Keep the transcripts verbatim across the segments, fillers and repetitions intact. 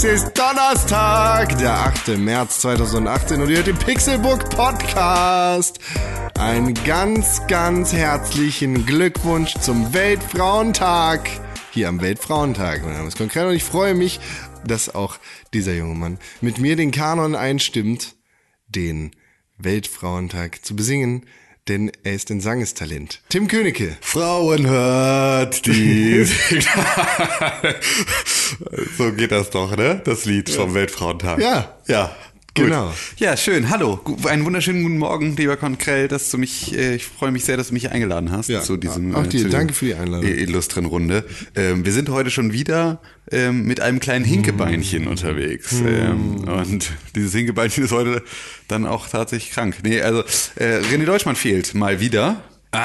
Es ist Donnerstag, der achte März zweitausendachtzehn und ihr hört den Pixelbook Podcast. Einen ganz, ganz herzlichen Glückwunsch zum Weltfrauentag. Hier am Weltfrauentag. Mein Name ist Konkret und ich freue mich, dass auch dieser junge Mann mit mir den Kanon einstimmt, den Weltfrauentag zu besingen. Denn er ist ein Sangestalent. Tim Königke. Frauen hört die Signale. So geht das doch, ne? Das Lied ja. vom Weltfrauentag. Ja. Ja. Gut. Genau. Ja, schön. Hallo. Einen wunderschönen guten Morgen, lieber Konkrell, dass du mich, äh, ich freue mich sehr, dass du mich eingeladen hast ja. zu diesem, auch dir, äh, danke für die Einladung. illustren Runde. Ähm, wir sind heute schon wieder ähm, mit einem kleinen Hinkebeinchen mm. unterwegs. Mm. Ähm, und dieses Hinkebeinchen ist heute dann auch tatsächlich krank. Nee, also äh, René Deutschmann fehlt mal wieder.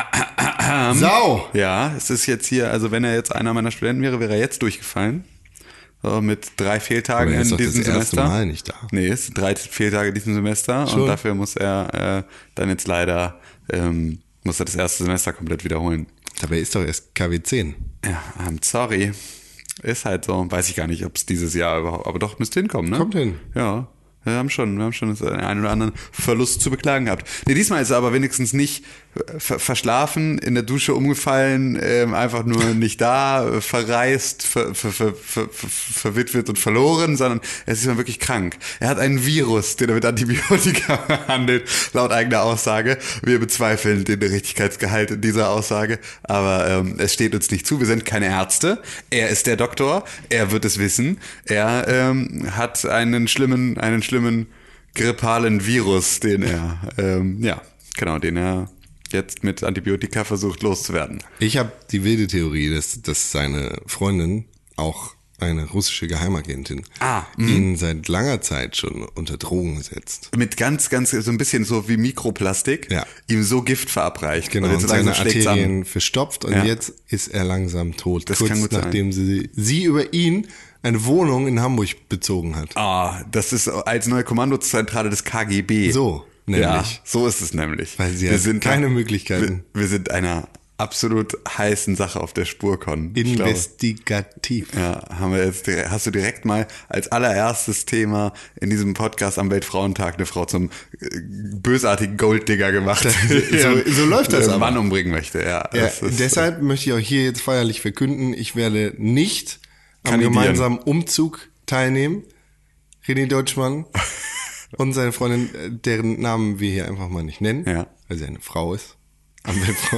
Sau! Ja, es ist jetzt hier, also wenn er jetzt einer meiner Studenten wäre, wäre er jetzt durchgefallen. So, mit drei Fehltagen in diesem Semester. Das erste Mal nicht da. Nee, es sind drei Fehltage in diesem Semester. Schon? Und dafür muss er äh, dann jetzt leider, ähm, muss er das erste Semester komplett wiederholen. Dabei ist doch erst K W zehn. Ja, I'm sorry. Ist halt so. Weiß ich gar nicht, ob es dieses Jahr überhaupt, aber doch müsste hinkommen, ne? Kommt hin. Ja. Wir haben schon, wir haben schon den einen oder anderen Verlust zu beklagen gehabt. Nee, diesmal ist er aber wenigstens nicht ver- verschlafen, in der Dusche umgefallen, ähm, einfach nur nicht da, verreist, ver- ver- ver- ver- verwitwet und verloren, sondern er ist diesmal wirklich krank. Er hat einen Virus, den er mit Antibiotika behandelt, laut eigener Aussage. Wir bezweifeln den Richtigkeitsgehalt in dieser Aussage, aber ähm, es steht uns nicht zu. Wir sind keine Ärzte. Er ist der Doktor, er wird es wissen. Er ähm, hat einen schlimmen, einen schlimmen grippalen Virus, den er, ähm, ja, genau, den er jetzt mit Antibiotika versucht loszuwerden. Ich habe die wilde Theorie, dass, dass seine Freundin, auch eine russische Geheimagentin, ah, ihn seit langer Zeit schon unter Drogen setzt. Mit ganz, ganz, so ein bisschen so wie Mikroplastik, ja. ihm so Gift verabreicht. Genau, und, jetzt und seine Arterien verstopft und ja. jetzt ist er langsam tot. Das kurz kann gut nachdem sein. sie, sie über ihn eine Wohnung in Hamburg bezogen hat. Ah, das ist als neue Kommandozentrale des K G B. So, nämlich. Ja, so ist es nämlich. Weil sie wir hat sind keine da, Möglichkeiten. Wir, wir sind einer absolut heißen Sache auf der Spur, Con. Investigativ. Ja, haben wir jetzt, hast du direkt mal als allererstes Thema in diesem Podcast am Weltfrauentag eine Frau zum bösartigen Golddigger gemacht. Das, so, so läuft das aber. Mann umbringen möchte, ja. ja ist, deshalb möchte ich auch hier jetzt feierlich verkünden, ich werde nicht am kandidieren. gemeinsamen Umzug teilnehmen. René Deutschmann und seine Freundin, deren Namen wir hier einfach mal nicht nennen, ja. weil sie eine Frau ist. Am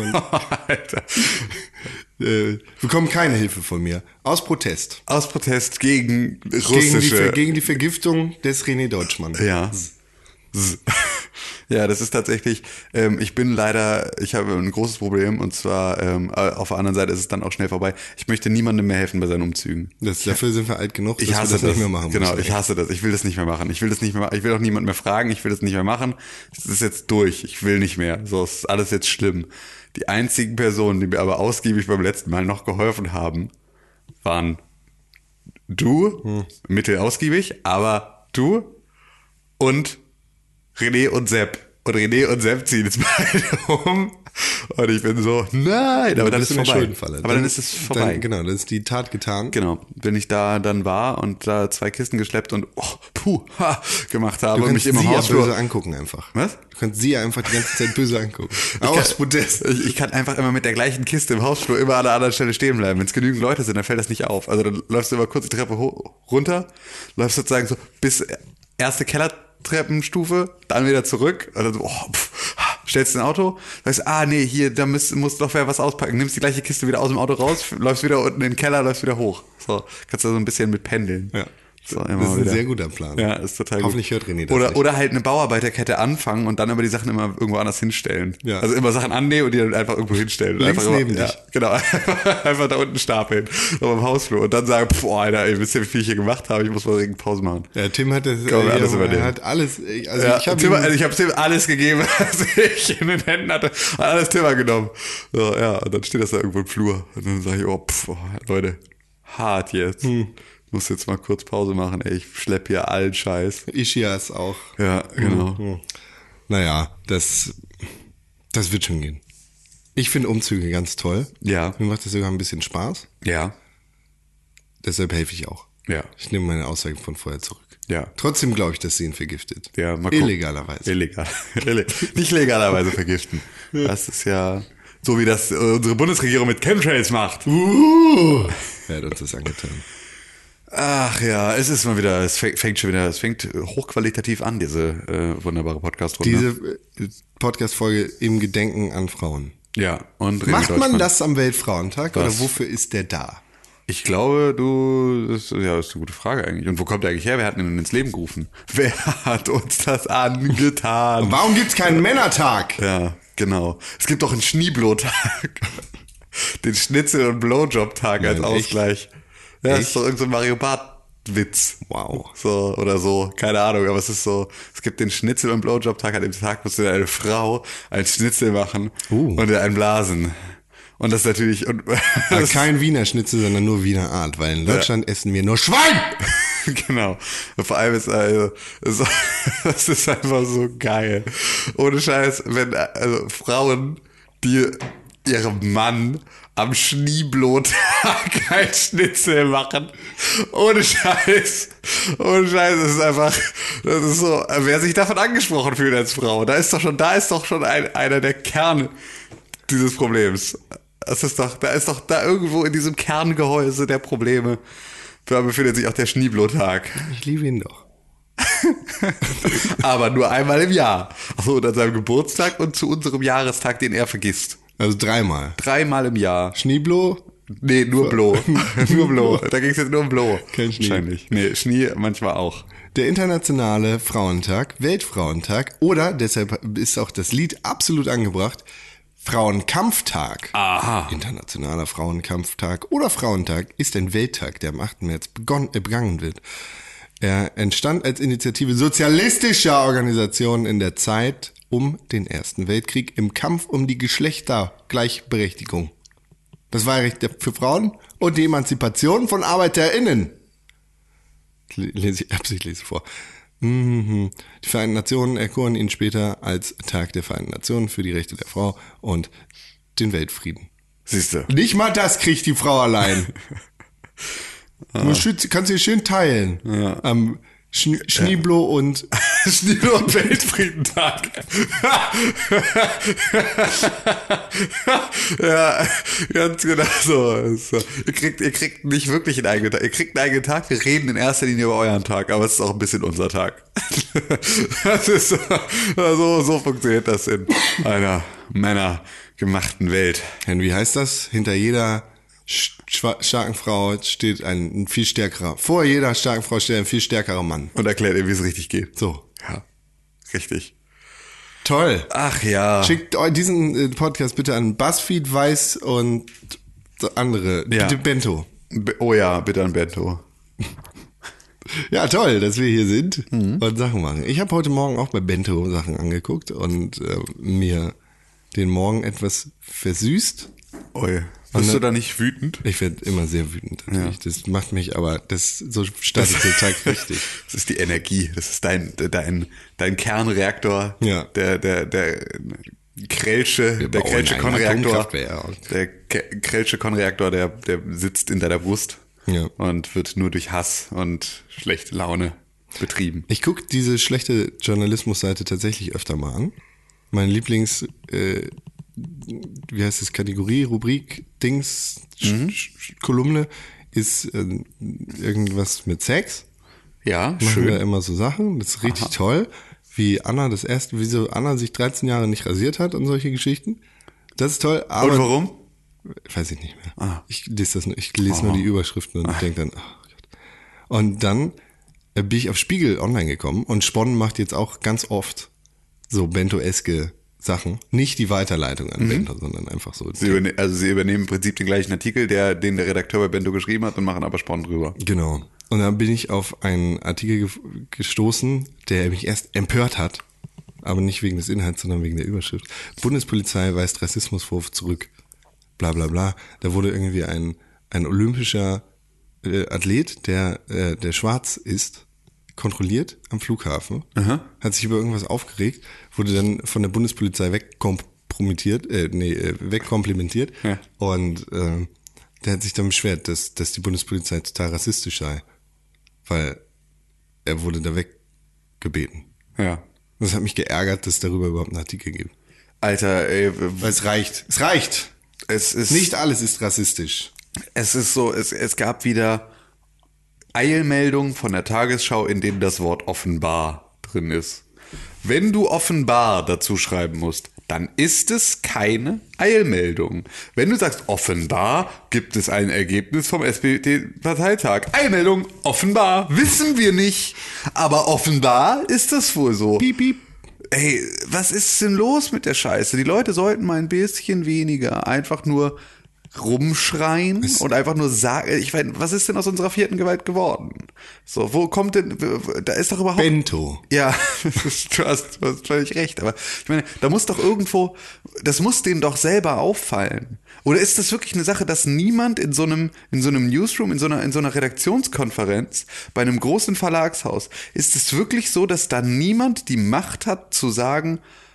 Alter. äh, bekommen keine Hilfe von mir. Aus Protest. Aus Protest gegen russische... Gegen die, Ver- gegen die Vergiftung des René Deutschmann. Ja. Ja, das ist tatsächlich, ähm, ich bin leider, ich habe ein großes Problem und zwar ähm, auf der anderen Seite ist es dann auch schnell vorbei. Ich möchte niemandem mehr helfen bei seinen Umzügen. Das, dafür sind wir alt genug, ich dass hasse wir das, das nicht mehr machen Genau, müssen. Ich hasse das. Ich will das nicht mehr machen. Ich will das nicht mehr machen. Ich will auch niemanden mehr fragen. Ich will das nicht mehr machen. Das ist jetzt durch. Ich will nicht mehr. So, es ist alles jetzt schlimm. Die einzigen Personen, die mir aber ausgiebig beim letzten Mal noch geholfen haben, waren du, hm. mittelausgiebig, aber du und René und Sepp. Und René und Sepp ziehen jetzt beide um. Und ich bin so, nein, aber dann ist es vorbei. Aber dann, dann ist es vorbei. Dann, genau, dann ist die Tat getan. Genau, wenn ich da dann war und da zwei Kisten geschleppt und oh, puh, ha, gemacht habe. Du und mich kannst im sie Haus ja böse angucken einfach. Was? Du kannst sie ja einfach die ganze Zeit böse angucken. Aus Protest. Ich, ich kann einfach immer mit der gleichen Kiste im Hausflur immer an einer anderen Stelle stehen bleiben. Wenn es genügend Leute sind, dann fällt das nicht auf. Also dann läufst du immer kurz die Treppe hoch, runter, läufst sozusagen so bis erste Kellertreppenstufe, dann wieder zurück und dann so, oh, pff, stellst ein Auto, sagst, ah nee, hier, da muss, muss doch wer was auspacken, nimmst die gleiche Kiste wieder aus dem Auto raus, läufst wieder unten in den Keller, läufst wieder hoch. So, kannst du so ein bisschen mit pendeln. Ja. So, das ist ein wieder. sehr guter Plan. Ja, ist total Hoffentlich gut. hört René das oder, nicht. Oder halt eine Bauarbeiterkette anfangen und dann aber die Sachen immer irgendwo anders hinstellen. Ja. Also immer Sachen annehmen und die dann einfach irgendwo hinstellen. Links einfach neben immer, dich. Ja, genau, einfach, einfach da unten stapeln, noch im Hausflur und dann sagen, boah, Alter, ihr wisst ja, wie viel ich hier gemacht habe, ich muss mal dringend Pause machen. Ja, Tim hat das, Komm, äh, alles ja, übernehmen. er hat alles, also ja, ich habe Tim, also ich habe Tim alles gegeben, was ich in den Händen hatte, hat alles Timmer genommen. So, ja, und dann steht das da irgendwo im Flur und dann sage ich, oh, pff, oh, Leute, hart jetzt. Hm. Muss jetzt mal kurz Pause machen, ey, ich schlepp hier allen Scheiß. Ischias auch. Ja, genau. Mhm. Naja, das, das wird schon gehen. Ich finde Umzüge ganz toll. Ja. Mir macht das sogar ein bisschen Spaß. Ja. Deshalb helfe ich auch. Ja. Ich nehme meine Aussage von vorher zurück. Ja. Trotzdem glaube ich, dass sie ihn vergiftet. Ja, mal gucken. Illegalerweise. Illegal. Nicht legalerweise vergiften. Das ist ja so, wie das unsere Bundesregierung mit Chemtrails macht. Uh, wer hat uns das angetan? Ach ja, es ist mal wieder, es fängt schon wieder, es fängt hochqualitativ an, diese äh, wunderbare Podcast-Runde. Diese äh, Podcast-Folge im Gedenken an Frauen. Ja, und Macht man das am Weltfrauentag Was? oder wofür ist der da? Ich glaube, du, das, ja, das ist eine gute Frage eigentlich. Und wo kommt der eigentlich her? Wer hat ihn ins Leben gerufen? Wer hat uns das angetan? Und warum gibt's keinen Männertag? Ja, genau. Es gibt doch einen Schneeblo-Tag. Den Schnitzel- und Blowjob-Tag als Nein, Ausgleich. Ja, das Echt? ist doch irgendein so ein Mario Bart-Witz. Wow. So, oder so, keine Ahnung, aber es ist so, es gibt den Schnitzel- und Blowjob-Tag, an dem Tag musst du eine Frau einen Schnitzel machen Uh. und ihr einen blasen. Und das ist natürlich, und, Aber kein Wiener Schnitzel, sondern nur Wiener Art, weil in Deutschland essen wir nur Schwein! genau. Und vor allem ist also, es- das ist einfach so geil. Ohne Scheiß, wenn also Frauen, die ihrem Mann am Schneeblotag ein Schnitzel machen. Ohne Scheiß. Ohne Scheiß, das ist einfach, das ist so, wer sich davon angesprochen fühlt als Frau, da ist doch schon, da ist doch schon ein, einer der Kerne dieses Problems. Das ist doch, da ist doch da irgendwo in diesem Kerngehäuse der Probleme, da befindet sich auch der Schneeblotag. Ich liebe ihn doch. Aber nur einmal im Jahr. Achso, und an seinem Geburtstag und zu unserem Jahrestag, den er vergisst. Also dreimal. Dreimal im Jahr. Schneeblo? Nee, nur Blo. Nur Blo. Da ging es jetzt nur um Blo. Kein Schnee. Wahrscheinlich. Nee, Schnee manchmal auch. Der internationale Frauentag, Weltfrauentag oder, deshalb ist auch das Lied absolut angebracht, Frauenkampftag. Aha. Internationaler Frauenkampftag oder Frauentag ist ein Welttag, der am achten März begonnen, äh, begangen wird. Er entstand als Initiative sozialistischer Organisationen in der Zeit um den Ersten Weltkrieg im Kampf um die Geschlechtergleichberechtigung. Das Wahlrecht für Frauen und die Emanzipation von ArbeiterInnen. Lese ich absichtlich so vor. Mhm. Die Vereinten Nationen erkoren ihn später als Tag der Vereinten Nationen für die Rechte der Frau und den Weltfrieden. Siehst du. Nicht mal das kriegt die Frau allein. Du musst schön- kannst sie schön teilen. Ja. Am Schn Schneeblo und Schneeblo und Weltfriedentag. Ja, ganz genau so. so. Ihr kriegt, ihr kriegt nicht wirklich einen eigenen Tag. Ihr kriegt einen eigenen Tag. Wir reden in erster Linie über euren Tag, aber es ist auch ein bisschen unser Tag. Das ist so, so, so funktioniert das in einer männergemachten Welt. wie heißt das? Hinter jeder sch- starken Frau steht ein, ein viel stärkerer. Vor jeder starken Frau steht ein viel stärkerer Mann. Und erklärt ihr, wie es richtig geht. So. Ja, richtig. Toll. Ach ja. Schickt eu- diesen äh, Podcast bitte an BuzzFeed, Weiß und andere. Ja. Bitte Bento. B- Oh ja, bitte an Bento. Ja, toll, dass wir hier sind Mhm. und Sachen machen. Ich habe heute Morgen auch bei Bento Sachen angeguckt und äh, mir den Morgen etwas versüßt. Oi. Bist du da nicht wütend? Ich werde immer sehr wütend natürlich. Ja. Das macht mich aber, das so startet der Tag richtig. Das ist die Energie. Das ist dein, dein, dein Kernreaktor. Ja. Der, der, der Krellsche, Wir der bauen Krellsche ein Konreaktor. Atomkraftwerk. Der Ke- Krellsche Konreaktor, der, der sitzt in deiner Brust. Ja. Und wird nur durch Hass und schlechte Laune betrieben. Ich gucke diese schlechte Journalismusseite tatsächlich öfter mal an. Mein Lieblings, äh, wie heißt es, Kategorie, Rubrik, Dings, Mhm. Sch- Sch- Kolumne ist äh, irgendwas mit Sex. Ja, Machen schön. da immer so Sachen. Das ist richtig toll. Wie Anna das erste, wieso Anna sich dreizehn Jahre nicht rasiert hat und solche Geschichten. Das ist toll. Aber Und warum? Weiß ich nicht mehr. Ah. Ich lese das nur, ich lese Oh. nur die Überschriften und denke dann, ach Gott. Und dann äh, bin ich auf Spiegel online gekommen und Spon macht jetzt auch ganz oft so Bento-eske Sachen. Nicht die Weiterleitung an Mhm. Bento, sondern einfach so. Sie überne- also sie übernehmen im Prinzip den gleichen Artikel, der, den der Redakteur bei Bento geschrieben hat und machen aber Spon drüber. Genau. Und dann bin ich auf einen Artikel ge- gestoßen, der mich erst empört hat. Aber nicht wegen des Inhalts, sondern wegen der Überschrift. Bundespolizei weist Rassismusvorwurf zurück. Bla bla bla. Da wurde irgendwie ein, ein olympischer äh, Athlet, der, äh, der schwarz ist, kontrolliert am Flughafen, Aha. hat sich über irgendwas aufgeregt, wurde dann von der Bundespolizei wegkompromittiert, äh, nee, äh, wegkomplimentiert. Ja. Und äh, der hat sich dann beschwert, dass, dass die Bundespolizei total rassistisch sei. weil er wurde da weggebeten. Ja. Das hat mich geärgert, dass es darüber überhaupt einen Artikel gibt. Alter, ey. Weil es reicht. Es reicht. Es ist, Nicht alles ist rassistisch. Es ist so, es, es gab wieder Eilmeldungen von der Tagesschau, in denen das Wort offenbar drin ist. Wenn du offenbar dazu schreiben musst, dann ist es keine Eilmeldung. Wenn du sagst, offenbar gibt es ein Ergebnis vom S P D-Parteitag. Eilmeldung, offenbar, wissen wir nicht. Aber offenbar ist das wohl so. Piep, piep. Ey, was ist denn los mit der Scheiße? Die Leute sollten mal ein bisschen weniger einfach nur rumschreien es und einfach nur sagen, ich meine, was ist denn aus unserer vierten Gewalt geworden? So, wo kommt denn, da ist doch überhaupt... Bento. Ja, du hast, du hast völlig recht, aber ich meine, da muss doch irgendwo, das muss denen doch selber auffallen. Oder ist das wirklich eine Sache, dass niemand in so einem, in so einem Newsroom, in so einer, in so einer Redaktionskonferenz, bei einem großen Verlagshaus, ist es wirklich so, dass da niemand die Macht hat zu sagen,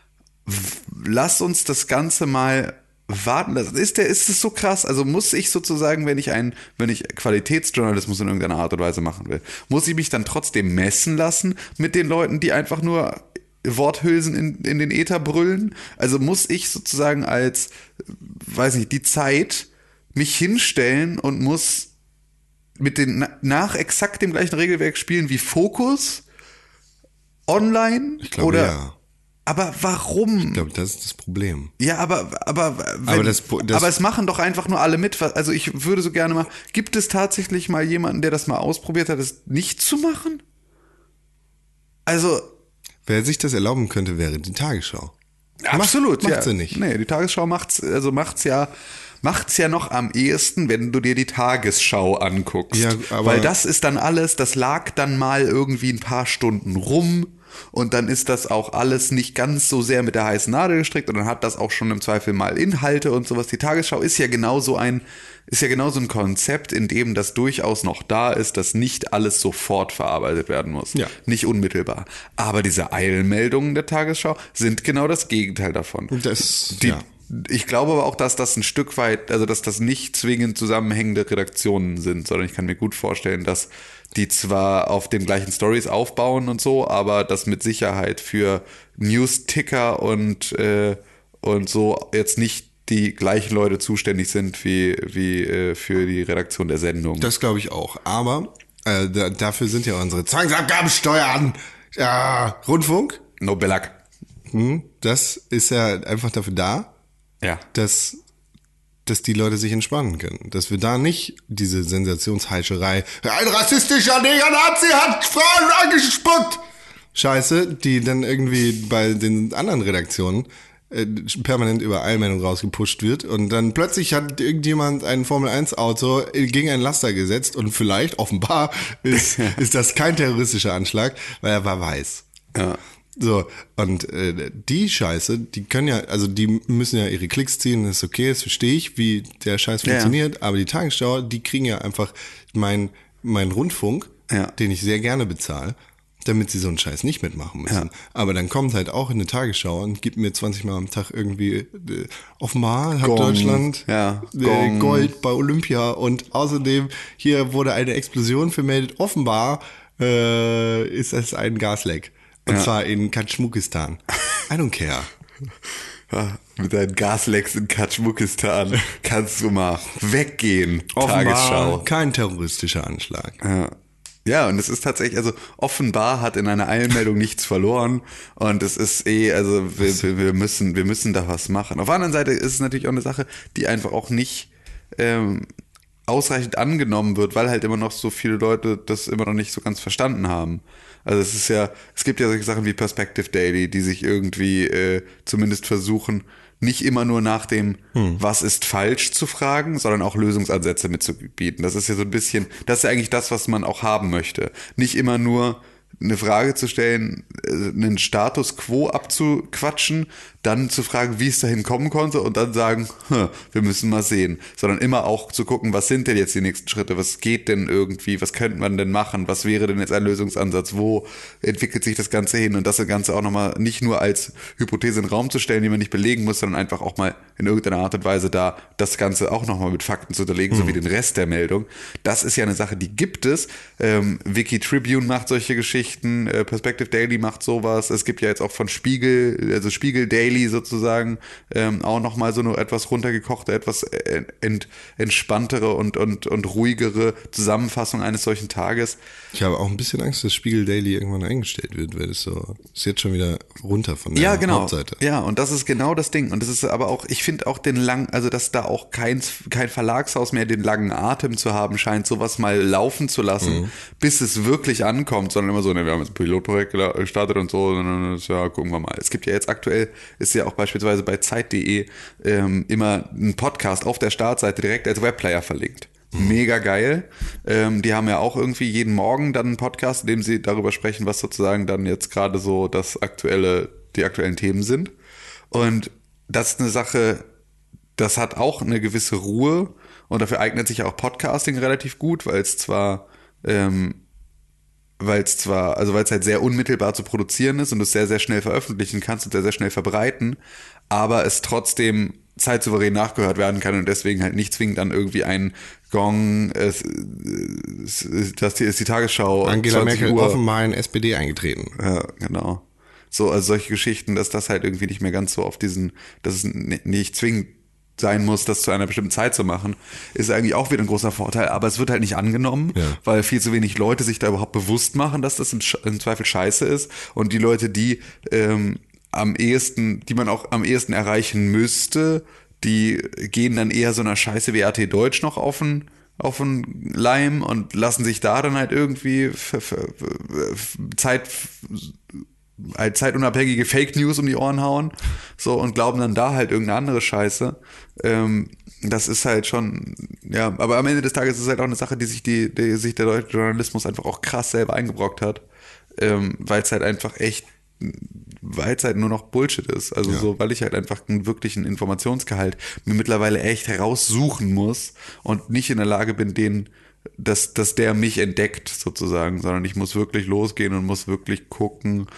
lass uns das Ganze mal warten, das ist der, ist es so krass? Also muss ich sozusagen, wenn ich ein, wenn ich Qualitätsjournalismus in irgendeiner Art und Weise machen will, muss ich mich dann trotzdem messen lassen mit den Leuten, die einfach nur Worthülsen in, in den Äther brüllen? Also muss ich sozusagen als, weiß nicht, die Zeit mich hinstellen und muss mit den, nach exakt dem gleichen Regelwerk spielen wie Fokus online? Ich glaube, oder ja. Aber warum? Ich glaube, das ist das Problem. Ja, aber aber wenn, aber, das, das, aber es machen doch einfach nur alle mit. Also ich würde so gerne mal, gibt es tatsächlich mal jemanden, der das mal ausprobiert hat, es nicht zu machen? Also wer sich das erlauben könnte, wäre die Tagesschau. Absolut, macht, ja. Macht sie nicht. Nee, die Tagesschau macht's, also macht's ja, macht's ja noch am ehesten, wenn du dir die Tagesschau anguckst. Ja, aber weil das ist dann alles, das lag dann mal irgendwie ein paar Stunden rum. Und dann ist das auch alles nicht ganz so sehr mit der heißen Nadel gestrickt und dann hat das auch schon im Zweifel mal Inhalte und sowas. Die Tagesschau ist ja genauso ein, ist ja genauso ein Konzept, in dem das durchaus noch da ist, dass nicht alles sofort verarbeitet werden muss. Ja. Nicht unmittelbar. Aber diese Eilmeldungen der Tagesschau sind genau das Gegenteil davon. Das, Die, ja. Ich glaube aber auch, dass das ein Stück weit, also dass das nicht zwingend zusammenhängende Redaktionen sind, sondern ich kann mir gut vorstellen, dass die zwar auf den gleichen Stories aufbauen und so, aber das mit Sicherheit für News-Ticker und, äh, und so jetzt nicht die gleichen Leute zuständig sind wie, wie äh, für die Redaktion der Sendung. Das glaube ich auch. Aber äh, da, dafür sind ja unsere Zwangsabgabensteuern. Ja, Rundfunk. No Belag. Hm, das ist ja einfach dafür da, Ja. dass dass die Leute sich entspannen können. Dass wir da nicht diese Sensationsheischerei, ein rassistischer Neger-Nazi hat Frauen angespuckt, Scheiße, die dann irgendwie bei den anderen Redaktionen äh, permanent über Eilmeldung rausgepusht wird und dann plötzlich hat irgendjemand ein Formel eins Auto gegen ein Laster gesetzt und vielleicht, offenbar, ist, ist das kein terroristischer Anschlag, weil er war weiß. Ja. So, und äh, die Scheiße, die können ja, also die müssen ja ihre Klicks ziehen, das ist okay, das verstehe ich, wie der Scheiß funktioniert, ja. Aber die Tagesschau, die kriegen ja einfach mein, mein Rundfunk, ja. Den ich sehr gerne bezahle, damit sie so einen Scheiß nicht mitmachen müssen. Ja. Aber dann kommt halt auch in eine Tagesschau und gibt mir zwanzig Mal am Tag irgendwie, äh, offenbar hat Gong. Deutschland ja. äh, Gold bei Olympia und außerdem hier wurde eine Explosion vermeldet, offenbar äh, ist es ein Gasleck. Und ja. zwar in Katschmukistan. I don't care. Ja, mit deinen Gaslecks in Katschmukistan kannst du mal weggehen. Offenbar Tagesschau. Kein terroristischer Anschlag. Ja. Ja, und es ist tatsächlich, also offenbar hat in einer Eilmeldung nichts verloren und es ist eh, also wir, wir müssen, wir müssen da was machen. Auf der anderen Seite ist es natürlich auch eine Sache, die einfach auch nicht ähm, ausreichend angenommen wird, weil halt immer noch so viele Leute das immer noch nicht so ganz verstanden haben. Also es ist ja, es gibt ja solche Sachen wie Perspective Daily, die sich irgendwie äh, zumindest versuchen, nicht immer nur nach dem, hm. was ist falsch zu fragen, sondern auch Lösungsansätze mitzubieten. Das ist ja so ein bisschen, das ist ja eigentlich das, was man auch haben möchte. Nicht immer nur eine Frage zu stellen, einen Status quo abzuquatschen, dann zu fragen, wie es dahin kommen konnte und dann sagen, wir müssen mal sehen. Sondern immer auch zu gucken, was sind denn jetzt die nächsten Schritte, was geht denn irgendwie, was könnte man denn machen, was wäre denn jetzt ein Lösungsansatz, wo entwickelt sich das Ganze hin und das Ganze auch nochmal nicht nur als Hypothese in den Raum zu stellen, die man nicht belegen muss, sondern einfach auch mal in irgendeiner Art und Weise da das Ganze auch nochmal mit Fakten zu unterlegen, mhm. so wie den Rest der Meldung. Das ist ja eine Sache, die gibt es. Ähm, Wiki Tribune macht solche Geschichten, äh, Perspective Daily macht sowas. Es gibt ja jetzt auch von Spiegel, also Spiegel Daily sozusagen, ähm, auch nochmal so eine etwas runtergekochte, etwas ent, entspanntere und, und, und ruhigere Zusammenfassung eines solchen Tages. Ich habe auch ein bisschen Angst, dass Spiegel Daily irgendwann eingestellt wird, weil es so ist jetzt schon wieder runter von der ja, genau. Hauptseite. Ja, und das ist genau das Ding. Und das ist aber auch, ich finde auch den lang, also dass da auch kein, kein Verlagshaus mehr den langen Atem zu haben scheint, sowas mal laufen zu lassen, mhm. bis es wirklich ankommt, sondern immer so, ne, wir haben jetzt ein Pilotprojekt gestartet und so, und ja, gucken wir mal. Es gibt ja jetzt aktuell, ist ja auch beispielsweise bei Zeit punkt de ähm, immer ein Podcast auf der Startseite direkt als Webplayer verlinkt. Mega geil. Ähm, die haben ja auch irgendwie jeden Morgen dann einen Podcast, in dem sie darüber sprechen, was sozusagen dann jetzt gerade so das aktuelle, die aktuellen Themen sind. Und das ist eine Sache, das hat auch eine gewisse Ruhe und dafür eignet sich auch Podcasting relativ gut, weil es zwar, ähm, weil es zwar, also weil es halt sehr unmittelbar zu produzieren ist und du es sehr, sehr schnell veröffentlichen kannst und sehr, sehr schnell verbreiten, aber es trotzdem zeitsouverän nachgehört werden kann und deswegen halt nicht zwingend an irgendwie ein Gong, es, es, das hier ist die Tagesschau. Angela Merkel Uhr. Offenbar in S P D eingetreten. Ja, genau. So, also solche Geschichten, dass das halt irgendwie nicht mehr ganz so auf diesen, dass es nicht zwingend sein muss, das zu einer bestimmten Zeit zu machen, ist eigentlich auch wieder ein großer Vorteil, aber es wird halt nicht angenommen, ja. weil viel zu wenig Leute sich da überhaupt bewusst machen, dass das im, im Zweifel scheiße ist und die Leute, die ähm, am ehesten, die man auch am ehesten erreichen müsste, die gehen dann eher so einer Scheiße wie R T Deutsch noch auf den, auf den Leim und lassen sich da dann halt irgendwie für, für, für Zeit, halt zeitunabhängige Fake News um die Ohren hauen, so, und glauben dann da halt irgendeine andere Scheiße. Ähm, das ist halt schon, ja, aber am Ende des Tages ist es halt auch eine Sache, die sich die, die sich der deutsche Journalismus einfach auch krass selber eingebrockt hat, ähm, weil es halt einfach echt weil es halt nur noch Bullshit ist. Also ja. so, weil ich halt einfach einen wirklichen Informationsgehalt mir mittlerweile echt heraussuchen muss und nicht in der Lage bin, den, dass, dass der mich entdeckt sozusagen, sondern ich muss wirklich losgehen und muss wirklich gucken,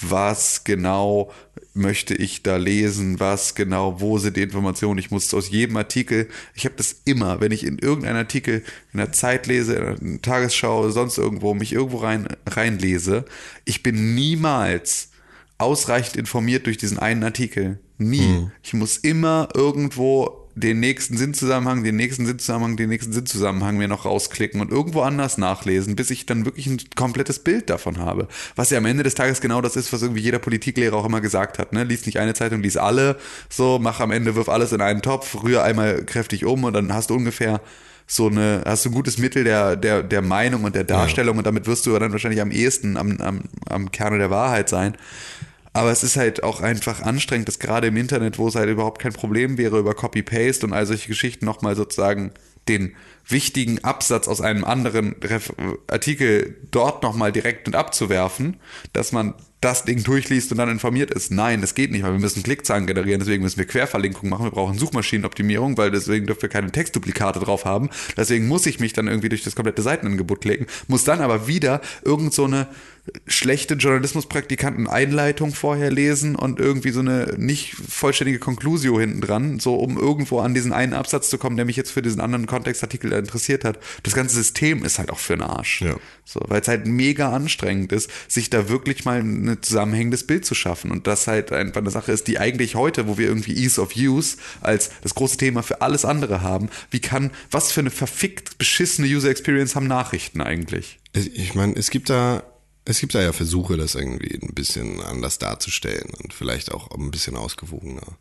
was genau möchte ich da lesen, was genau, wo sind die Informationen. Ich muss aus jedem Artikel, ich habe das immer, wenn ich in irgendeinen Artikel in der Zeit lese, in der Tagesschau, sonst irgendwo, mich irgendwo rein reinlese, ich bin niemals ausreichend informiert durch diesen einen Artikel. Nie. Mhm. Ich muss immer irgendwo den nächsten Sinnzusammenhang, den nächsten Sinnzusammenhang, den nächsten Sinnzusammenhang mir noch rausklicken und irgendwo anders nachlesen, bis ich dann wirklich ein komplettes Bild davon habe. Was ja am Ende des Tages genau das ist, was irgendwie jeder Politiklehrer auch immer gesagt hat, ne? Lies nicht eine Zeitung, lies alle, so, mach am Ende, wirf alles in einen Topf, rühr einmal kräftig um und dann hast du ungefähr so eine, hast du ein gutes Mittel der, der, der Meinung und der Darstellung, ja. und damit wirst du dann wahrscheinlich am ehesten am, am, am Kerne der Wahrheit sein. Aber es ist halt auch einfach anstrengend, dass gerade im Internet, wo es halt überhaupt kein Problem wäre, über Copy-Paste und all solche Geschichten nochmal sozusagen den wichtigen Absatz aus einem anderen Ref- Artikel dort nochmal direkt mit abzuwerfen, dass man das Ding durchliest und dann informiert ist. Nein, das geht nicht, weil wir müssen Klickzahlen generieren, deswegen müssen wir Querverlinkungen machen, wir brauchen Suchmaschinenoptimierung, weil deswegen dürfen wir keine Textduplikate drauf haben. Deswegen muss ich mich dann irgendwie durch das komplette Seitenangebot klicken, muss dann aber wieder irgend so eine schlechte Journalismuspraktikanten-Einleitung vorher lesen und irgendwie so eine nicht vollständige Conclusio hinten dran, so um irgendwo an diesen einen Absatz zu kommen, der mich jetzt für diesen anderen Kontextartikel interessiert hat. Das ganze System ist halt auch für den Arsch. Ja. So, weil es halt mega anstrengend ist, sich da wirklich mal ein zusammenhängendes Bild zu schaffen. Und das halt einfach eine Sache ist, die eigentlich heute, wo wir irgendwie Ease of Use als das große Thema für alles andere haben, wie kann, was für eine verfickt beschissene User Experience haben Nachrichten eigentlich? Ich meine, es gibt da Es gibt da ja Versuche, das irgendwie ein bisschen anders darzustellen und vielleicht auch ein bisschen ausgewogener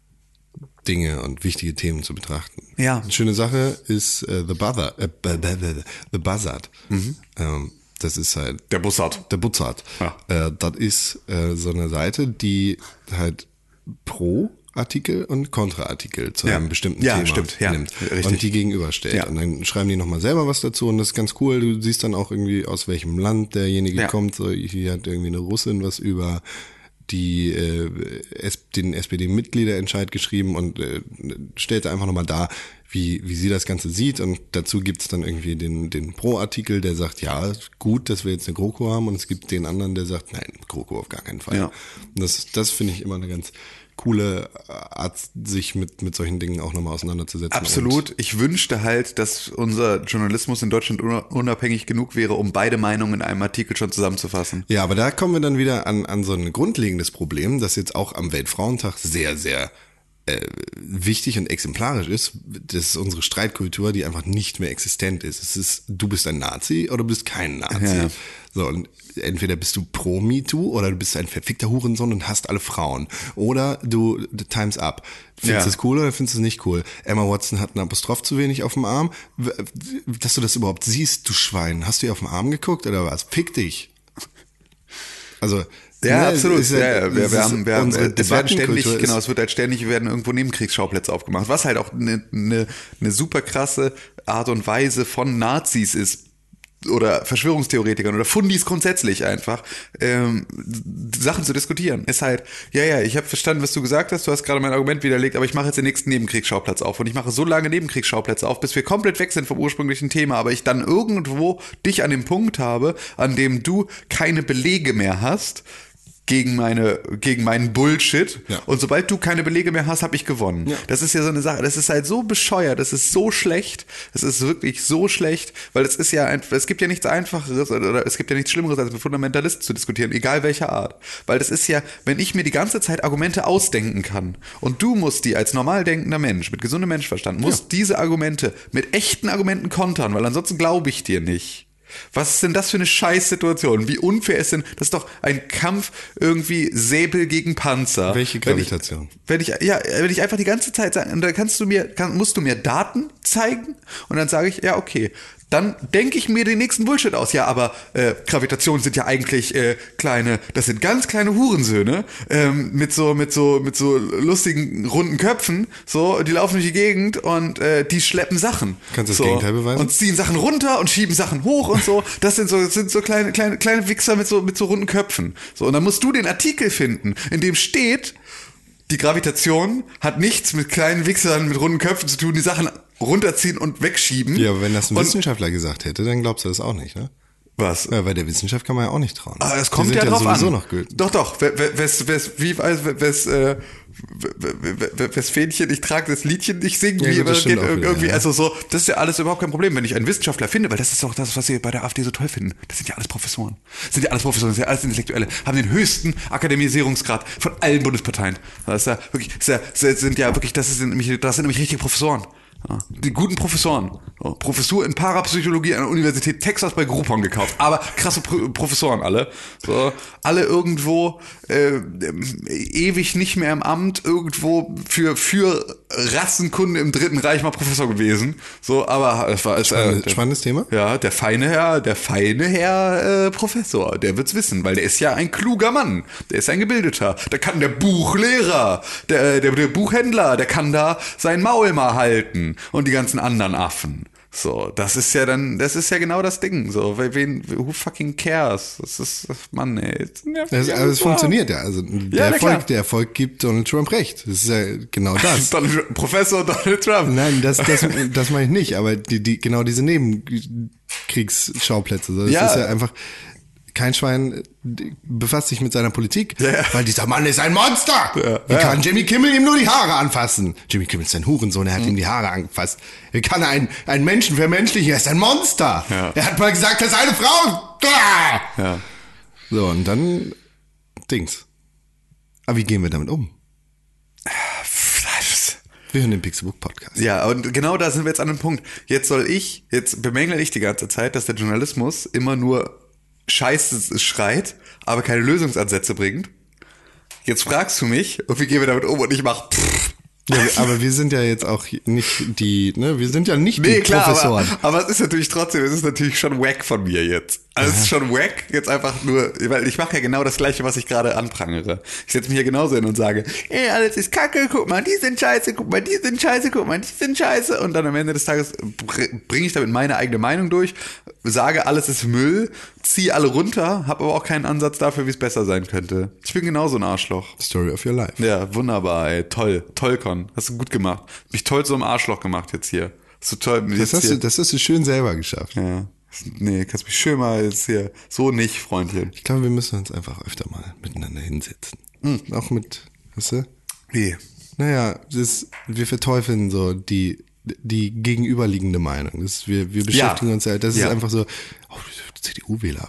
Dinge und wichtige Themen zu betrachten. Ja. Eine schöne Sache ist äh, The Buzzard. Äh, The Buzzard. Mhm. Ähm, das ist halt der Buzzard. Der Buzzard. Ja. Äh, das ist äh, so eine Seite, die halt pro Artikel und Kontraartikel zu ja. einem bestimmten ja, Thema stimmt. Ja, nimmt richtig. und die gegenüberstellt. Ja. Und dann schreiben die nochmal selber was dazu und das ist ganz cool. Du siehst dann auch irgendwie, aus welchem Land derjenige ja. kommt. So, hier hat irgendwie eine Russin was über die äh, S- den S P D-Mitgliederentscheid geschrieben und äh, stellt einfach nochmal dar, wie wie sie das Ganze sieht. Und dazu gibt's dann irgendwie den den Pro-Artikel, der sagt, ja, gut, dass wir jetzt eine GroKo haben. Und es gibt den anderen, der sagt, nein, GroKo auf gar keinen Fall. Ja. Und das das finde ich immer eine ganz coole Art, sich mit, mit solchen Dingen auch nochmal auseinanderzusetzen. Absolut. Ich wünschte halt, dass unser Journalismus in Deutschland unabhängig genug wäre, um beide Meinungen in einem Artikel schon zusammenzufassen. Ja, aber da kommen wir dann wieder an, an so ein grundlegendes Problem, das jetzt auch am Weltfrauentag sehr, sehr äh, wichtig und exemplarisch ist. Das ist unsere Streitkultur, die einfach nicht mehr existent ist. Es ist, du bist ein Nazi oder du bist kein Nazi. Ja. So, und entweder bist du pro MeToo oder du bist ein verfickter Hurensohn und hasst alle Frauen. Oder du, time's up. Findest du Ja. es cool oder findest du es nicht cool? Emma Watson hat einen Apostroph zu wenig auf dem Arm. Dass du das überhaupt siehst, du Schwein. Hast du ihr auf den Arm geguckt oder was? Fick dich. Also, Ja, ne, absolut. ist Ja, ja, wir, wir haben, wir haben, unsere es werden ständig, Debattenkultur genau, ist- es wird halt ständig, werden irgendwo Nebenkriegsschauplätze aufgemacht, was halt auch eine ne, ne super krasse Art und Weise von Nazis ist, oder Verschwörungstheoretikern oder Fundis grundsätzlich einfach, ähm, Sachen zu diskutieren. Ist halt, ja, ja, ich habe verstanden, was du gesagt hast, du hast gerade mein Argument widerlegt, aber ich mache jetzt den nächsten Nebenkriegsschauplatz auf und ich mache so lange Nebenkriegsschauplätze auf, bis wir komplett weg sind vom ursprünglichen Thema, aber ich dann irgendwo dich an dem Punkt habe, an dem du keine Belege mehr hast, gegen meine, gegen meinen Bullshit. Ja. Und sobald du keine Belege mehr hast, habe ich gewonnen. Ja. Das ist ja so eine Sache, das ist halt so bescheuert, das ist so schlecht, es ist wirklich so schlecht, weil es ist ja, ein, es gibt ja nichts Einfacheres oder es gibt ja nichts Schlimmeres, als mit Fundamentalisten zu diskutieren, egal welcher Art. Weil das ist ja, wenn ich mir die ganze Zeit Argumente ausdenken kann und du musst die als normal denkender Mensch, mit gesundem Menschenverstand, musst Ja. diese Argumente mit echten Argumenten kontern, weil ansonsten glaube ich dir nicht. Was ist denn das für eine Scheißsituation? Wie unfair ist denn, das ist doch ein Kampf irgendwie Säbel gegen Panzer. Welche Gravitation? Wenn ich, wenn ich, ja, wenn ich einfach die ganze Zeit sage, und dann kannst du mir, kann, musst du mir Daten zeigen und dann sage ich, ja, okay. Dann denke ich mir den nächsten Bullshit aus. Ja, aber äh, Gravitationen sind ja eigentlich äh, kleine, das sind ganz kleine Hurensöhne ähm, mit so mit so mit so lustigen runden Köpfen. So, die laufen durch die Gegend und äh, die schleppen Sachen. Kannst du das so, Gegenteil beweisen? Und ziehen Sachen runter und schieben Sachen hoch und so. Das sind so das sind so kleine kleine kleine Wichser mit so mit so runden Köpfen. So, und dann musst du den Artikel finden, in dem steht, die Gravitation hat nichts mit kleinen Wichsern mit runden Köpfen zu tun, die Sachen runterziehen und wegschieben. Ja, aber wenn das ein und, Wissenschaftler gesagt hätte, dann glaubst du das auch nicht, ne? Was? Ja, bei der Wissenschaft kann man ja auch nicht trauen. Ah, es Die kommt sind ja drauf sowieso an. noch gültig. Doch, doch. Wes, wes, wes, wie, wes, äh, wes Fähnchen, ich trage das Liedchen, ich singe, Ja, wie gut, das geht stimmt auch wieder, irgendwie, ja. also so, das ist ja alles überhaupt kein Problem, wenn ich einen Wissenschaftler finde, weil das ist doch das, was sie bei der AfD so toll finden. Das sind ja alles Professoren. Das sind ja alles Professoren, das sind ja alles Intellektuelle, haben den höchsten Akademisierungsgrad von allen Bundesparteien. Das ist ja wirklich, das ist ja, sind ja wirklich, das sind nämlich, das sind nämlich richtige Professoren. Ja, die guten Professoren. So, Professur in Parapsychologie an der Universität Texas bei Groupon gekauft. Aber krasse Pro- Professoren alle. So, alle irgendwo äh, ewig nicht mehr im Amt, irgendwo für, für Rassenkunde im Dritten Reich mal Professor gewesen. So, aber es war es, Spannendes, äh, der, spannendes Thema. ja, der feine Herr, der feine Herr äh, Professor, der wird's wissen, weil der ist ja ein kluger Mann, der ist ein Gebildeter, der kann der Buchlehrer, der, der, der Buchhändler, der kann da sein Maul mal halten und die ganzen anderen Affen. So, das ist ja dann, das ist ja genau das Ding, so, weil wen, who fucking cares? Das ist, Mann, ey. Das, aber es funktioniert ja. Also der, Ja, na klar. Erfolg, der Erfolg gibt Donald Trump recht. Das ist ja genau das. Donald, Professor Donald Trump. Nein, das, das, das meine ich nicht, aber die, die, genau diese Nebenkriegsschauplätze. Das Ja. ist ja einfach, kein Schwein befasst sich mit seiner Politik, Ja. weil dieser Mann ist ein Monster. Ja. Wie Ja. kann Jimmy Kimmel ihm nur die Haare anfassen? Jimmy Kimmel ist ein Hurensohn, er hat ihm die Haare angefasst. Wie kann er einen, einen Menschen vermenschlichen? Er ist ein Monster. Ja. Er hat mal gesagt, er ist eine Frau. Ah! Ja. So, und dann Dings. Aber wie gehen wir damit um? Wir hören den Pixelbook Podcast. Ja, und genau da sind wir jetzt an dem Punkt. Jetzt soll ich, jetzt bemängle ich die ganze Zeit, dass der Journalismus immer nur Scheiße schreit, aber keine Lösungsansätze bringt. Jetzt fragst du mich, und wie gehen wir damit um? Und ich mach pff. Ja, aber wir sind ja jetzt auch nicht die, ne, wir sind ja nicht Nee, die klar, Professoren. aber, aber es ist natürlich trotzdem, es ist natürlich schon wack von mir jetzt. Also es ist schon wack, jetzt einfach nur, weil ich mache ja genau das Gleiche, was ich gerade anprangere. Ich setze mich hier genauso hin und sage, ey, alles ist kacke, guck mal, die sind scheiße, guck mal, die sind scheiße, guck mal, die sind scheiße. Und dann am Ende des Tages bringe ich damit meine eigene Meinung durch, sage, alles ist Müll, ziehe alle runter, habe aber auch keinen Ansatz dafür, wie es besser sein könnte. Ich bin genauso ein Arschloch. Story of your life. Ja, wunderbar, ey, toll, toll, Con. Hast du gut gemacht. Mich toll zum Arschloch gemacht jetzt hier. Hast du toll. Das jetzt hast, hier. du, das hast du schön selber geschafft. Ja. Nee, kannst mich schön mal jetzt hier. So nicht, Freundchen. Ich glaube, wir müssen uns einfach öfter mal miteinander hinsetzen. Hm. Auch mit, weißt du? Wie? Naja, das, wir verteufeln so die, die gegenüberliegende Meinung. Das, wir, wir beschäftigen Ja. uns ja, das Ja. ist einfach so, oh, C D U-Wähler.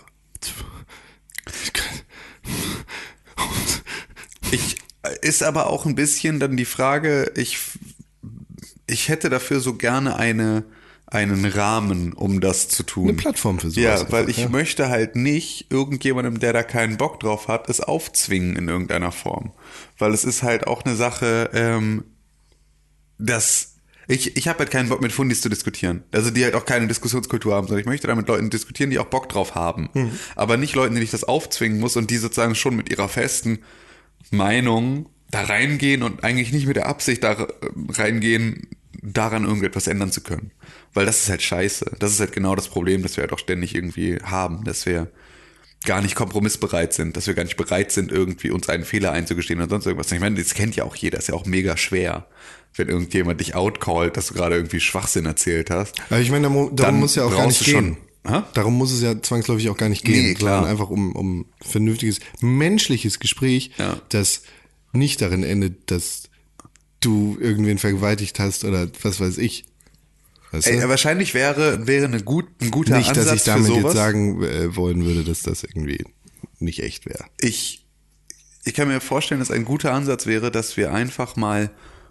Ich, ist aber auch ein bisschen dann die Frage, ich, ich hätte dafür so gerne eine, einen Rahmen, um das zu tun. Eine Plattform für sowas. Ja, weil einfach, ich ja. möchte halt nicht irgendjemandem, der da keinen Bock drauf hat, es aufzwingen in irgendeiner Form. Weil es ist halt auch eine Sache, ähm, dass ich, ich habe halt keinen Bock mit Fundis zu diskutieren. Also die halt auch keine Diskussionskultur haben, sondern ich möchte da mit Leuten diskutieren, die auch Bock drauf haben. Mhm. Aber nicht Leuten, denen ich das aufzwingen muss und die sozusagen schon mit ihrer festen Meinung da reingehen und eigentlich nicht mit der Absicht da reingehen, daran irgendetwas ändern zu können. Weil das ist halt scheiße. Das ist halt genau das Problem, das wir halt auch ständig irgendwie haben, dass wir gar nicht kompromissbereit sind, dass wir gar nicht bereit sind, irgendwie uns einen Fehler einzugestehen und sonst irgendwas. Ich meine, das kennt ja auch jeder, ist ja auch mega schwer, wenn irgendjemand dich outcallt, dass du gerade irgendwie Schwachsinn erzählt hast. Aber ich meine, darum Dann muss ja auch gar nicht gehen. Schon, darum muss es ja zwangsläufig auch gar nicht gehen, Nee, klar. sondern einfach um, um vernünftiges, menschliches Gespräch, Ja. das nicht darin endet, dass du irgendwen vergewaltigt hast oder was weiß ich. Weißt Ey, du? wahrscheinlich wäre, wäre eine gut, ein guter Nicht, Ansatz dass ich damit für sowas. jetzt sagen äh, wollen würde, dass das irgendwie nicht echt wäre. Ich, ich kann mir vorstellen, dass ein guter Ansatz wäre, dass wir einfach mal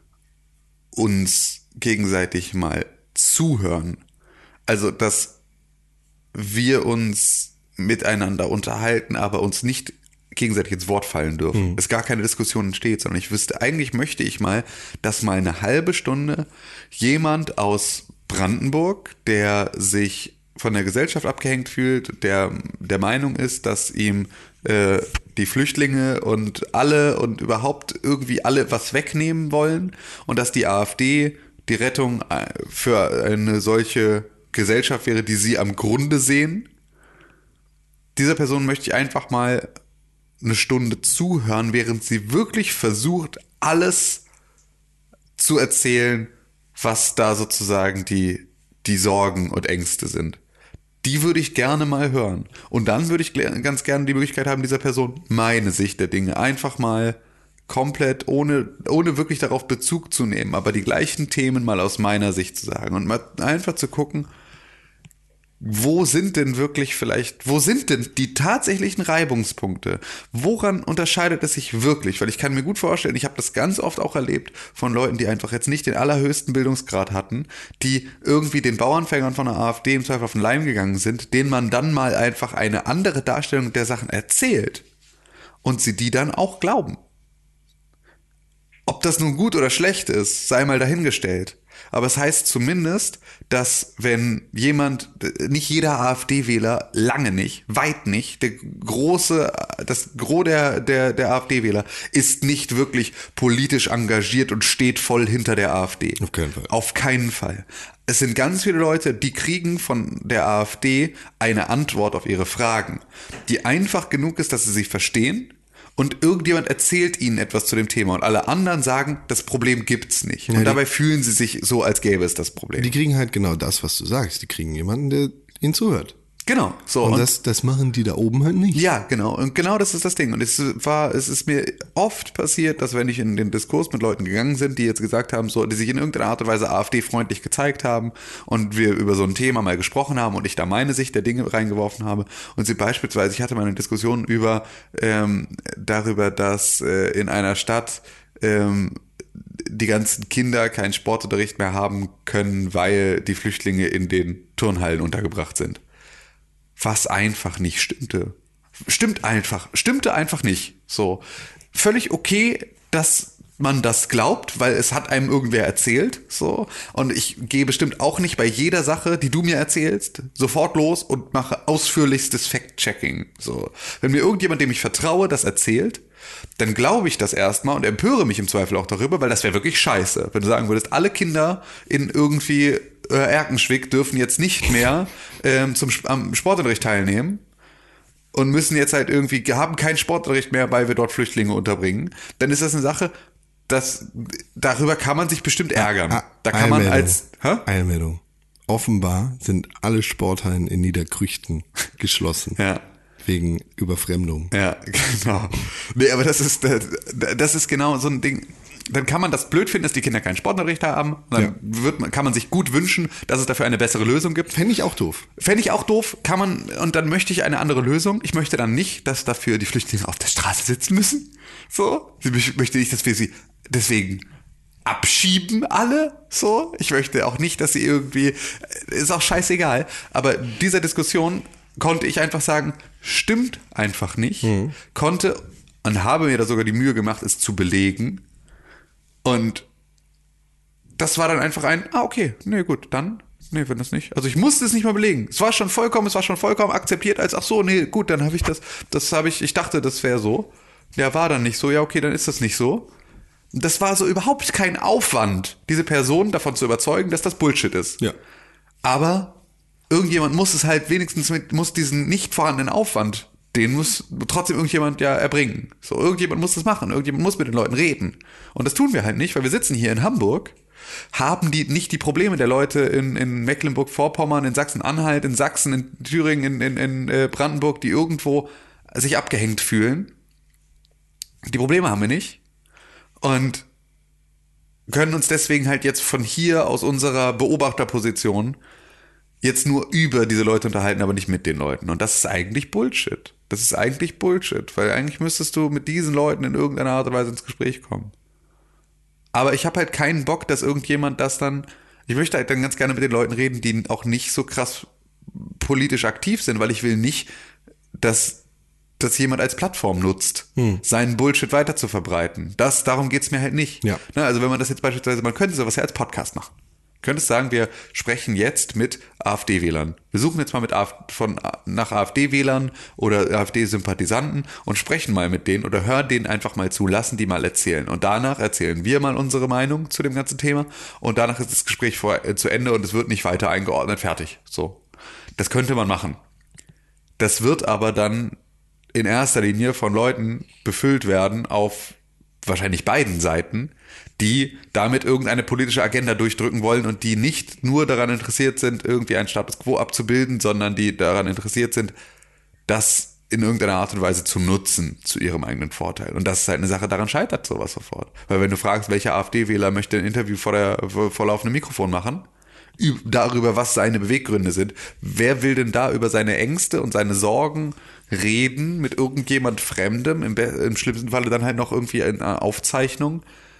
uns gegenseitig mal zuhören. Also, dass wir uns miteinander unterhalten, aber uns nicht gegenseitig ins Wort fallen dürfen. Mhm. Es gar keine Diskussion entsteht, sondern ich wüsste, eigentlich möchte ich mal, dass mal eine halbe Stunde jemand aus Brandenburg, der sich von der Gesellschaft abgehängt fühlt, der der Meinung ist, dass ihm äh, die Flüchtlinge und alle und überhaupt irgendwie alle was wegnehmen wollen und dass die AfD die Rettung für eine solche Gesellschaft wäre, die sie am Grunde sehen. Dieser Person möchte ich einfach mal eine Stunde zuhören, während sie wirklich versucht, alles zu erzählen, was da sozusagen die, die Sorgen und Ängste sind. Die würde ich gerne mal hören. Und dann würde ich ganz gerne die Möglichkeit haben, dieser Person meine Sicht der Dinge einfach mal komplett, ohne, ohne wirklich darauf Bezug zu nehmen, aber die gleichen Themen mal aus meiner Sicht zu sagen und mal einfach zu gucken, wo sind denn wirklich vielleicht, wo sind denn die tatsächlichen Reibungspunkte? Woran unterscheidet es sich wirklich? Weil ich kann mir gut vorstellen, ich habe das ganz oft auch erlebt von Leuten, die einfach jetzt nicht den allerhöchsten Bildungsgrad hatten, die irgendwie den Bauernfängern von der AfD im Zweifel auf den Leim gegangen sind, denen man dann mal einfach eine andere Darstellung der Sachen erzählt und sie die dann auch glauben. Ob das nun gut oder schlecht ist, sei mal dahingestellt. Aber es heißt zumindest, dass wenn jemand, nicht jeder AfD-Wähler, lange nicht, weit nicht, der große, das Gros der, der, der AfD-Wähler ist nicht wirklich politisch engagiert und steht voll hinter der AfD. Auf keinen Fall. Auf keinen Fall. Es sind ganz viele Leute, die kriegen von der AfD eine Antwort auf ihre Fragen, die einfach genug ist, dass sie sie verstehen. Und irgendjemand erzählt ihnen etwas zu dem Thema und alle anderen sagen, das Problem gibt's nicht. Und ja, dabei fühlen sie sich so, als gäbe es das Problem. Die kriegen halt genau das, was du sagst. Die kriegen jemanden, der ihnen zuhört. Genau. So, Und, und das, das machen die da oben halt nicht. ja, genau. Und genau das ist das Ding. Und es war, es ist mir oft passiert, dass wenn ich in den Diskurs mit Leuten gegangen sind, die jetzt gesagt haben, so, die sich in irgendeiner Art und Weise AfD-freundlich gezeigt haben und wir über so ein Thema mal gesprochen haben und ich da meine Sicht der Dinge reingeworfen habe und sie beispielsweise, ich hatte mal eine Diskussion über, ähm, darüber, dass äh, in einer Stadt ähm, die ganzen Kinder keinen Sportunterricht mehr haben können, weil die Flüchtlinge in den Turnhallen untergebracht sind. Was einfach nicht stimmte. Stimmt einfach. Stimmte einfach nicht. So. Völlig okay, dass man das glaubt, weil es hat einem irgendwer erzählt. So. Und ich gehe bestimmt auch nicht bei jeder Sache, die du mir erzählst, sofort los und mache ausführlichstes Fact-Checking. So. Wenn mir irgendjemand, dem ich vertraue, das erzählt, dann glaube ich das erstmal und empöre mich im Zweifel auch darüber, weil das wäre wirklich scheiße. Wenn du sagen würdest, alle Kinder in irgendwie äh, Erkenschwick dürfen jetzt nicht mehr ähm, zum am Sportunterricht teilnehmen und müssen jetzt halt irgendwie, haben keinen Sportunterricht mehr, weil wir dort Flüchtlinge unterbringen, dann ist das eine Sache, das, darüber kann man sich bestimmt ärgern. Ah, Da kann man Einmeldung. als... Hä? Einmeldung. Offenbar sind alle Sporthallen in Niederkrüchten geschlossen. Ja. Wegen Überfremdung. Ja, genau. Nee, aber das ist, das ist genau so ein Ding. dann kann man das blöd finden, dass die Kinder keinen Sportunterricht haben. Dann Ja. wird man, kann man sich gut wünschen, dass es dafür eine bessere Lösung gibt. Fände ich auch doof. Fände ich auch doof, kann man, und dann möchte ich eine andere Lösung. Ich möchte dann nicht, dass dafür die Flüchtlinge auf der Straße sitzen müssen. So. Ich möchte nicht, dass wir sie deswegen abschieben alle. So. Ich möchte auch nicht, dass sie irgendwie, ist auch scheißegal. Aber dieser Diskussion konnte ich einfach sagen, stimmt einfach nicht. Mhm. Konnte und habe mir da sogar die Mühe gemacht, es zu belegen. Und das war dann einfach ein, ah, okay, nee, gut, dann, nee, wenn das nicht. Also ich musste es nicht mal belegen. Es war schon vollkommen, es war schon vollkommen akzeptiert als, ach so, nee, gut, dann habe ich das, das habe ich, ich dachte, das wäre so. Ja, war dann nicht so, ja, okay, dann ist das nicht so. Das war so überhaupt kein Aufwand, diese Person davon zu überzeugen, dass das Bullshit ist. Ja. Aber irgendjemand muss es halt wenigstens mit, muss diesen nicht vorhandenen Aufwand, den muss trotzdem irgendjemand ja erbringen. So, irgendjemand muss das machen, irgendjemand muss mit den Leuten reden. Und das tun wir halt nicht, weil wir sitzen hier in Hamburg, haben die nicht die Probleme der Leute in, in Mecklenburg-Vorpommern, in Sachsen-Anhalt, in Sachsen, in Thüringen, in, in, in Brandenburg, die irgendwo sich abgehängt fühlen. Die Probleme haben wir nicht. Und können uns deswegen halt jetzt von hier aus unserer Beobachterposition jetzt nur über diese Leute unterhalten, aber nicht mit den Leuten. Und das ist eigentlich Bullshit. Das ist eigentlich Bullshit, weil eigentlich müsstest du mit diesen Leuten in irgendeiner Art und Weise ins Gespräch kommen. Aber ich habe halt keinen Bock, dass irgendjemand das dann, ich möchte halt dann ganz gerne mit den Leuten reden, die auch nicht so krass politisch aktiv sind, weil ich will nicht, dass, dass jemand als Plattform nutzt, hm. seinen Bullshit weiter zu verbreiten. Das, darum geht's mir halt nicht. Ja. Ne, also wenn man das jetzt beispielsweise, man könnte sowas ja als Podcast machen. Könntest sagen, wir sprechen jetzt mit AfD-Wählern. Wir suchen jetzt mal mit AfD, von, nach AfD-Wählern oder AfD-Sympathisanten und sprechen mal mit denen oder hören denen einfach mal zu, lassen die mal erzählen. Und danach erzählen wir mal unsere Meinung zu dem ganzen Thema und danach ist das Gespräch vor, äh, zu Ende und es wird nicht weiter eingeordnet, fertig. So. Das könnte man machen. Das wird aber dann in erster Linie von Leuten befüllt werden auf wahrscheinlich beiden Seiten, die damit irgendeine politische Agenda durchdrücken wollen und die nicht nur daran interessiert sind, irgendwie einen Status Quo abzubilden, sondern die daran interessiert sind, das in irgendeiner Art und Weise zu nutzen zu ihrem eigenen Vorteil. Und das ist halt eine Sache, daran scheitert sowas sofort. Weil wenn du fragst, welcher AfD-Wähler möchte ein Interview vor der vor laufendem Mikrofon machen, darüber, was seine Beweggründe sind, wer will denn da über seine Ängste und seine Sorgen reden mit irgendjemand Fremdem, im, im schlimmsten Falle dann halt noch irgendwie in einer Aufzeichnung,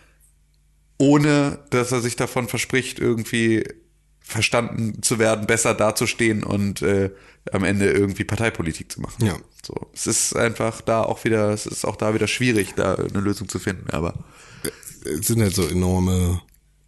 ohne dass er sich davon verspricht, irgendwie verstanden zu werden, besser dazustehen und äh, am Ende irgendwie Parteipolitik zu machen. Ja. So, es ist einfach da auch wieder, es ist auch da wieder schwierig, da eine Lösung zu finden, aber es sind halt so enorme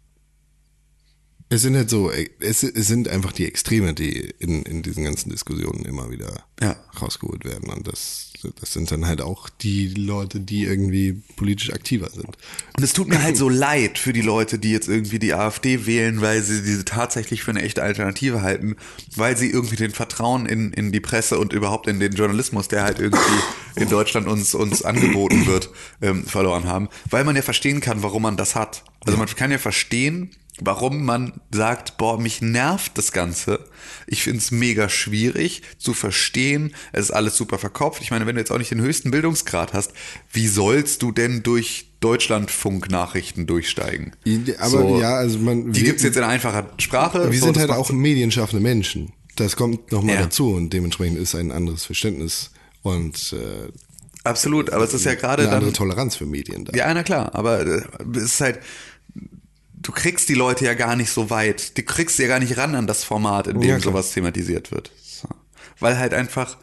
Es sind halt so, es, es sind einfach die Extreme, die in, in diesen ganzen Diskussionen immer wieder ja. rausgeholt werden. Und das, das sind dann halt auch die Leute, die irgendwie politisch aktiver sind. Und es tut mir halt so leid für die Leute, die jetzt irgendwie die AfD wählen, weil sie diese tatsächlich für eine echte Alternative halten, weil sie irgendwie den Vertrauen in, in die Presse und überhaupt in den Journalismus, der halt irgendwie in Deutschland uns, uns angeboten wird, ähm, verloren haben. Weil man ja verstehen kann, warum man das hat. Also man kann ja verstehen, warum man sagt, boah, mich nervt das Ganze. Ich find's mega schwierig zu verstehen. Es ist alles super verkopft. Ich meine, wenn du jetzt auch nicht den höchsten Bildungsgrad hast, wie sollst du denn durch Deutschlandfunk-Nachrichten durchsteigen? Aber so, ja, also man... Die gibt's jetzt in einfacher Sprache. Wir so, sind halt auch medienschaffende Menschen. Das kommt nochmal ja. dazu und dementsprechend ist ein anderes Verständnis und äh, absolut, aber es ist ja gerade eine dann... andere Toleranz für Medien da. Ja, na klar, aber äh, es ist halt... Du kriegst die Leute ja gar nicht so weit. Du kriegst sie ja gar nicht ran an das Format, in dem ja, sowas thematisiert wird. So. Weil halt einfach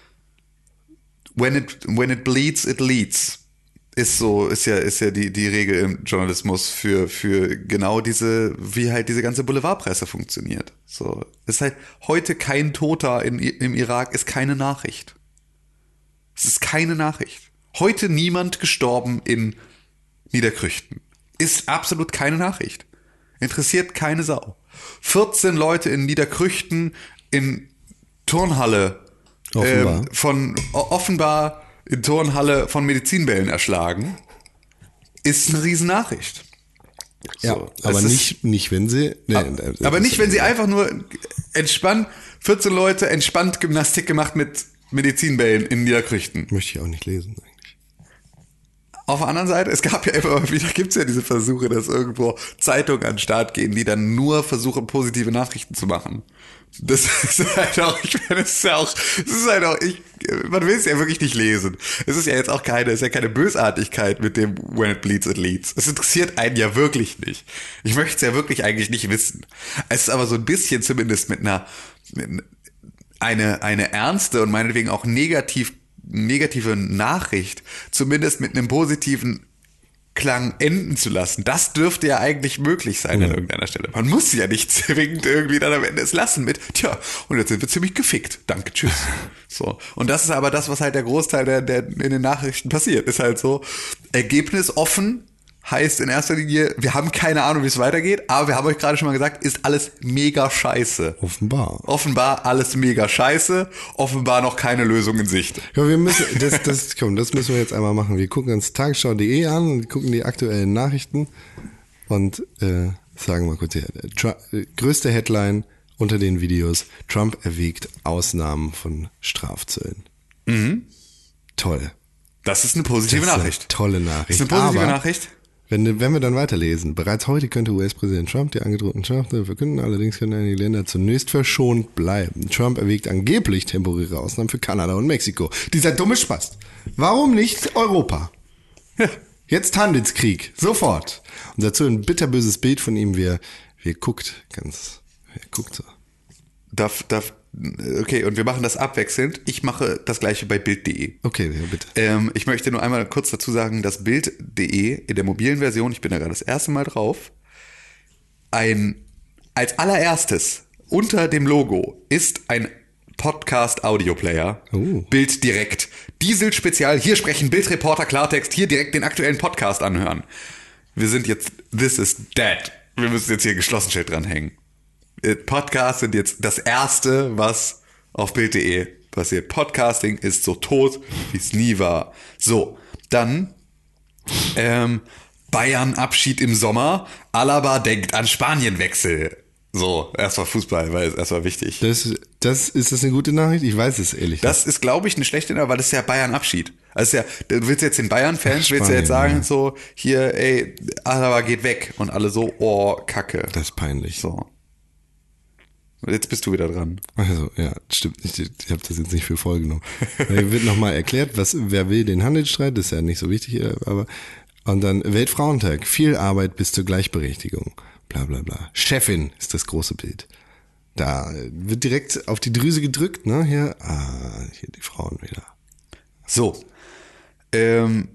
when it, when it bleeds, it leads. Ist so, ist ja, ist ja die, die Regel im Journalismus für, für genau diese, wie halt diese ganze Boulevardpresse funktioniert. So. Ist halt heute kein Toter in, im Irak ist keine Nachricht. Es ist keine Nachricht. Heute niemand gestorben in Niederkrüchten. Ist absolut keine Nachricht. Interessiert keine Sau. vierzehn Leute in Niederkrüchten in Turnhalle offenbar. Ähm, von offenbar in Turnhalle von Medizinbällen erschlagen, ist eine Riesennachricht. Ja, so, aber nicht, nicht, wenn sie... Nee, aber, aber nicht, wenn sie einfach nur entspannt, vierzehn Leute entspannt Gymnastik gemacht mit Medizinbällen in Niederkrüchten. Möchte ich auch nicht lesen eigentlich. Auf der anderen Seite, es gab ja immer wieder, gibt es ja diese Versuche, dass irgendwo Zeitungen an den Start gehen, die dann nur versuchen, positive Nachrichten zu machen. Das ist halt auch, ich meine, das ist ja auch, das ist halt auch, ich, man will es ja wirklich nicht lesen. Es ist ja jetzt auch keine, es ist ja keine Bösartigkeit mit dem When it bleeds, it leads. Es interessiert einen ja wirklich nicht. Ich möchte es ja wirklich eigentlich nicht wissen. Es ist aber so ein bisschen zumindest mit einer, mit eine, eine ernste und meinetwegen auch negativ, negative Nachricht, zumindest mit einem positiven Klang enden zu lassen. Das dürfte ja eigentlich möglich sein ja. an irgendeiner Stelle. Man muss ja nicht zwingend irgendwie dann am Ende es lassen mit, tja, und jetzt sind wir ziemlich gefickt. Danke, tschüss. So. Und das ist aber das, was halt der Großteil der, der in den Nachrichten passiert. Ist halt so, Ergebnis offen heißt in erster Linie, wir haben keine Ahnung, wie es weitergeht, aber wir haben euch gerade schon mal gesagt, ist alles mega scheiße. Offenbar. Offenbar alles mega scheiße, offenbar noch keine Lösung in Sicht. Ja, wir müssen, das, das, komm, das müssen wir jetzt einmal machen. Wir gucken uns tagesschau punkt de an und gucken die aktuellen Nachrichten und äh, sagen mal kurz hier, Trump, äh, größte Headline unter den Videos, Trump erwägt Ausnahmen von Strafzöllen. Mhm. Toll. Das ist eine positive Das ist Nachricht. Eine tolle Nachricht. Das ist eine positive Aber Nachricht. Wenn, wenn wir dann weiterlesen, bereits heute könnte U S-Präsident Trump die angedrohten Strafzölle verkünden, allerdings können einige Länder zunächst verschont bleiben. Trump erwägt angeblich temporäre Ausnahmen für Kanada und Mexiko. Dieser dumme Spast. Warum nicht Europa? Ja. Jetzt Handelskrieg, sofort. Und dazu ein bitterböses Bild von ihm, wie er, wie er guckt, ganz, wie er guckt so. Darf, darf, okay, und wir machen das abwechselnd. Ich mache das gleiche bei Bild punkt de. Okay, ja, bitte. Ähm, ich möchte nur einmal kurz dazu sagen, dass Bild punkt de in der mobilen Version, ich bin da gerade das erste Mal drauf, ein, als allererstes unter dem Logo ist ein Podcast-Audio-Player. Oh. Bild direkt. Diesel-Spezial, hier sprechen Bildreporter Klartext, hier direkt den aktuellen Podcast anhören. Wir sind jetzt, this is dead. Wir müssen jetzt hier geschlossen Schild dranhängen. Podcasts sind jetzt das erste, was auf Bild punkt de passiert. Podcasting ist so tot, wie es nie war. So, dann ähm, Bayern-Abschied im Sommer. Alaba denkt an Spanienwechsel. So, erstmal Fußball, weil es erstmal wichtig. Das, das, ist das eine gute Nachricht? Ich weiß es ehrlich. Das ist, glaube ich, eine schlechte Nachricht, weil das ist ja Bayern-Abschied. Also ja, du willst jetzt den Bayern-Fans, Ach, willst du jetzt sagen, ja. so, hier, ey, Alaba geht weg. Und alle so, oh, Kacke. Das ist peinlich. So. Jetzt bist du wieder dran. Also, ja, stimmt. Ich, ich habe das jetzt nicht für voll genommen. Hier wird nochmal erklärt, was, wer will den Handelsstreit, das ist ja nicht so wichtig, aber, und dann Weltfrauentag, viel Arbeit bis zur Gleichberechtigung, bla, bla, bla. Chefin ist das große Bild. Da wird direkt auf die Drüse gedrückt, ne, hier, ah, hier die Frauen wieder. So. Ähm,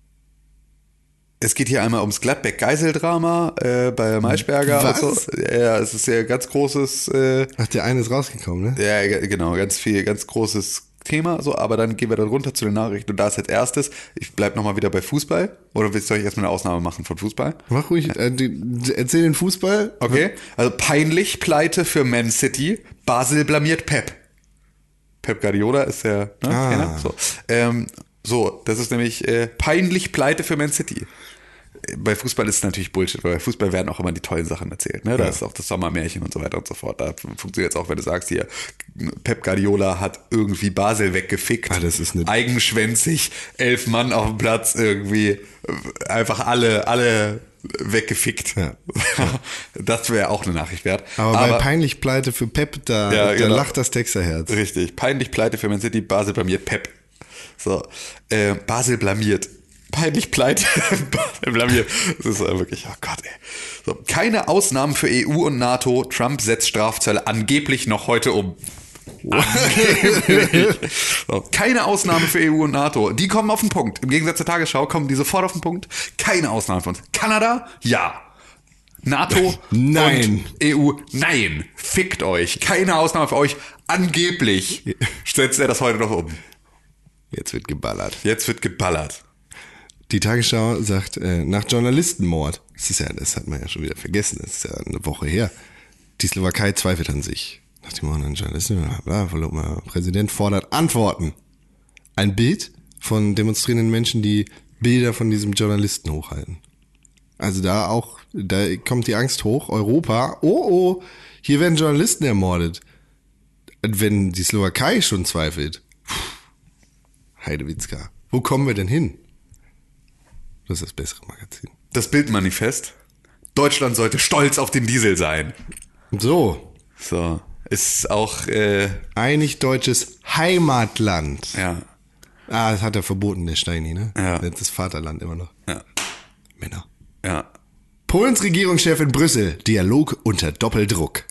Es geht hier einmal ums Gladbeck-Geiseldrama äh, bei Maischberger. Was? Und so. Ja, es ist ja ganz großes. Äh, Ach, der eine ist rausgekommen, ne? ja, g- genau, ganz viel, ganz großes Thema. So, aber dann gehen wir dann runter zu den Nachrichten. Und da ist als erstes, ich bleib nochmal wieder bei Fußball. Oder willst du euch erstmal eine Ausnahme machen von Fußball? Mach ruhig, äh, die, erzähl den Fußball. Okay. Also peinlich Pleite für Man City. Basel blamiert Pep. Pep Guardiola ist der ne, Ah. Trainer. So. Ähm, so, das ist nämlich äh, peinlich Pleite für Man City. Bei Fußball ist es natürlich Bullshit, weil bei Fußball werden auch immer die tollen Sachen erzählt. Ne? Da Ja. ist auch das Sommermärchen und so weiter und so fort. Da funktioniert es auch, wenn du sagst, hier, Pep Guardiola hat irgendwie Basel weggefickt. Ah, das ist eine- eigenschwänzig, elf Mann auf dem Platz irgendwie, einfach alle, alle weggefickt. Ja. Das wäre auch eine Nachricht wert. Aber, bei peinlich Pleite für Pep, da, Ja, da genau. lacht das Texerherz. Richtig. Peinlich Pleite für Man City, Basel blamiert Pep. So. Äh, Basel blamiert. Peinlich Pleite, Basel blamiert. Das ist äh, wirklich, oh Gott, ey. So. Keine Ausnahmen für E U und NATO. Trump setzt Strafzölle angeblich noch heute um. Angeblich. So. Keine Ausnahme für E U und NATO. Die kommen auf den Punkt. Im Gegensatz zur Tagesschau kommen die sofort auf den Punkt. Keine Ausnahme für uns. Kanada? Ja. NATO? Nein. Und E U? Nein. Fickt euch. Keine Ausnahme für euch. Angeblich setzt er das heute noch um. Jetzt wird geballert. Jetzt wird geballert. Die Tagesschau sagt, äh, nach Journalistenmord, das ist ja, das hat man ja schon wieder vergessen, das ist ja eine Woche her, die Slowakei zweifelt an sich. Nach dem Mord an Journalisten, bla, bla, bla, Präsident fordert Antworten. Ein Bild von demonstrierenden Menschen, die Bilder von diesem Journalisten hochhalten. Also da auch, da kommt die Angst hoch, Europa, oh oh, hier werden Journalisten ermordet. Wenn die Slowakei schon zweifelt, Heidewitzka, wo kommen wir denn hin? Was ist das bessere Magazin? Das Bildmanifest. Deutschland sollte stolz auf den Diesel sein. So. So. Ist auch, äh, Einig deutsches Heimatland. ja. Ah, das hat er verboten, der Steini, ne? Ja. Das ist Vaterland immer noch. Ja. Männer. Ja. Polens Regierungschef in Brüssel. Dialog unter Doppeldruck.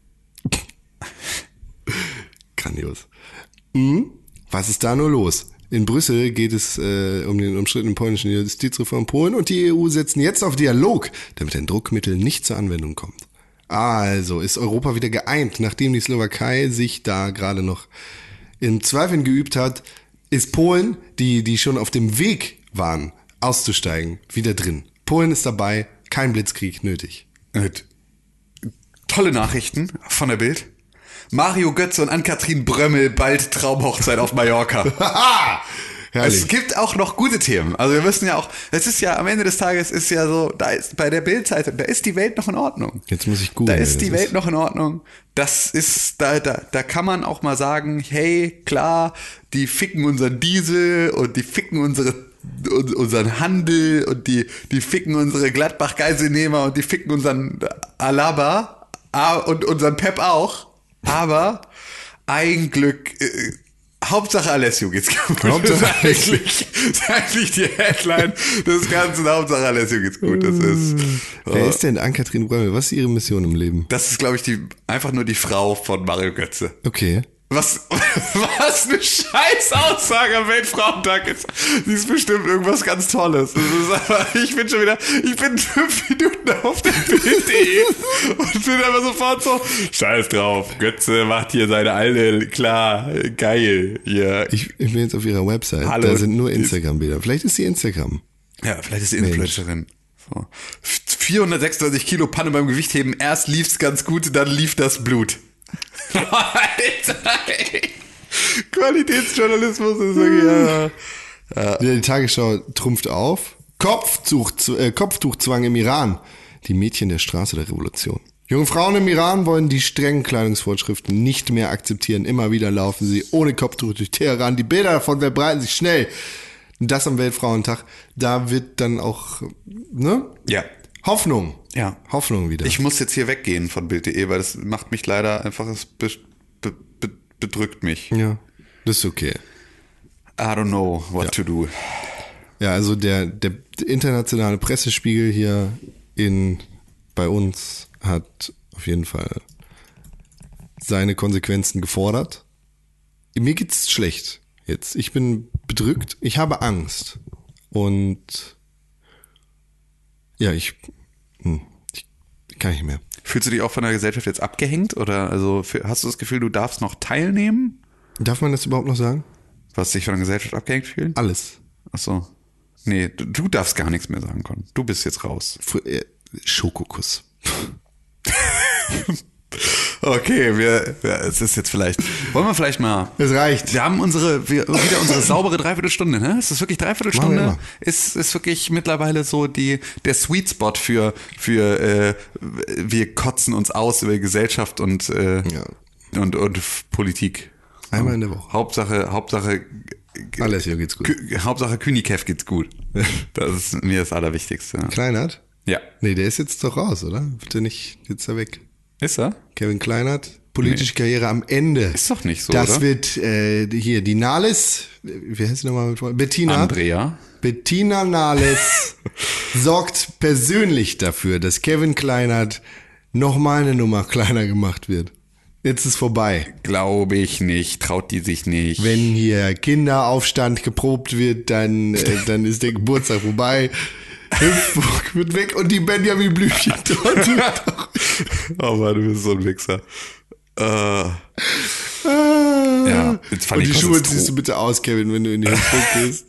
Grandios. Hm? Was ist da nur los? In Brüssel geht es äh, um den umstrittenen polnischen Justizreform. Polen und die E U setzen jetzt auf Dialog, damit ein Druckmittel nicht zur Anwendung kommt. Also ist Europa wieder geeint, nachdem die Slowakei sich da gerade noch in Zweifeln geübt hat, ist Polen, die, die schon auf dem Weg waren, auszusteigen, wieder drin. Polen ist dabei, kein Blitzkrieg nötig. Mit tolle Nachrichten von der Bild. Mario Götze und Ann-Kathrin Brömmel bald Traumhochzeit auf Mallorca. Haha! Herrlich. Es gibt auch noch gute Themen. Also wir müssen ja auch, es ist ja am Ende des Tages ist ja so, da ist bei der Bild-Zeitung, da ist die Welt noch in Ordnung. Jetzt muss ich Da googeln. ist die das Welt noch in Ordnung. Das ist, da, da, da kann man auch mal sagen, hey, klar, die ficken unseren Diesel und die ficken unsere, unseren Handel und die, die ficken unsere Gladbach-Geiselnehmer und die ficken unseren Alaba und unseren Pep auch. Aber ein Glück, äh, Hauptsache Alessio geht's gut. Hauptsache das ist eigentlich, das ist eigentlich die Headline des Ganzen. Hauptsache Alessio geht's gut. Das ist, Wer äh, ist denn Ann-Kathrin Brömmel? Was ist ihre Mission im Leben? das ist, glaube ich, die, einfach nur die Frau von Mario Götze. Okay. Was, was eine scheiß Aussage am Weltfrauentag ist. Die ist bestimmt irgendwas ganz Tolles. Das ist aber, ich bin schon wieder, ich bin fünf Minuten auf der Bild punkt de und bin aber sofort so, scheiß drauf, Götze macht hier seine alte, klar, geil, hier. Ich, ich bin jetzt auf ihrer Website. Hallo. Da sind nur Instagram-Bilder. Vielleicht ist sie Instagram. Ja, vielleicht ist sie Influencerin. So. vierhundertsechsunddreißig Kilo Panne beim Gewichtheben. Erst lief's ganz gut, dann lief das Blut. Alter, ey. Qualitätsjournalismus ist wirklich, ja. Ja, die Tagesschau trumpft auf. Kopftuch, äh, Kopftuchzwang im Iran. Die Mädchen der Straße der Revolution. Junge Frauen im Iran wollen die strengen Kleidungsvorschriften nicht mehr akzeptieren. Immer wieder laufen sie ohne Kopftuch durch Teheran. Die Bilder davon verbreiten sich schnell. Das am Weltfrauentag. Da wird dann auch, ne? Ja. Hoffnung. Ja. Hoffnung wieder. Ich muss jetzt hier weggehen von Bild punkt de, weil das macht mich leider einfach, es be, be, be, bedrückt mich. ja, das ist okay. I don't know what Ja. to do. Ja, also der, der internationale Pressespiegel hier in, bei uns hat auf jeden Fall seine Konsequenzen gefordert. Mir geht's schlecht jetzt. Ich bin bedrückt. Ich habe Angst. Und ja, ich, hm, ich kann nicht mehr. Fühlst du dich auch von der Gesellschaft jetzt abgehängt oder also hast du das Gefühl, du darfst noch teilnehmen? Darf man das überhaupt noch sagen? Was dich von der Gesellschaft abgehängt fühlt? Alles. Ach so. Nee, du, du darfst gar nichts mehr sagen können. Du bist jetzt raus. Fr- äh, Schokokuss. Okay, wir, wir, es ist jetzt vielleicht, wollen wir vielleicht mal, Es reicht. wir haben unsere, wir, wieder unsere saubere Dreiviertelstunde, ne? Es ist wirklich Machen wir Dreiviertelstunde, immer. ist, ist wirklich mittlerweile so die, der Sweet Spot für, für, äh, wir kotzen uns aus über Gesellschaft und, äh, Ja. und, und Politik. Einmal in der Woche. Hauptsache, Hauptsache, Alles hier geht's gut. Kü- Hauptsache Kühnikev geht's gut. Das ist mir das Allerwichtigste. Kleinert? Ja. Nee, der ist jetzt doch raus, oder? Wird der nicht, jetzt er weg? Ist er? Kevin Kleinert, politische Karriere am Ende. Ist doch nicht so, Das oder? wird äh, hier, die Nahles, wie heißt sie nochmal mit Vornamen? Bettina. Andrea. Bettina Nahles sorgt persönlich dafür, dass Kevin Kleinert nochmal eine Nummer kleiner gemacht wird. Jetzt ist vorbei. Glaube ich nicht, traut die sich nicht. Wenn hier Kinderaufstand geprobt wird, dann, äh, dann ist der Geburtstag vorbei. Hüpfburg wird weg und die Benjamin Blümchen dort. Oh Mann, du bist so ein Wichser. Äh, ja, jetzt fand und ich die Schuhe Konzentro- ziehst du bitte aus, Kevin, wenn du in die Hüpfburg gehst.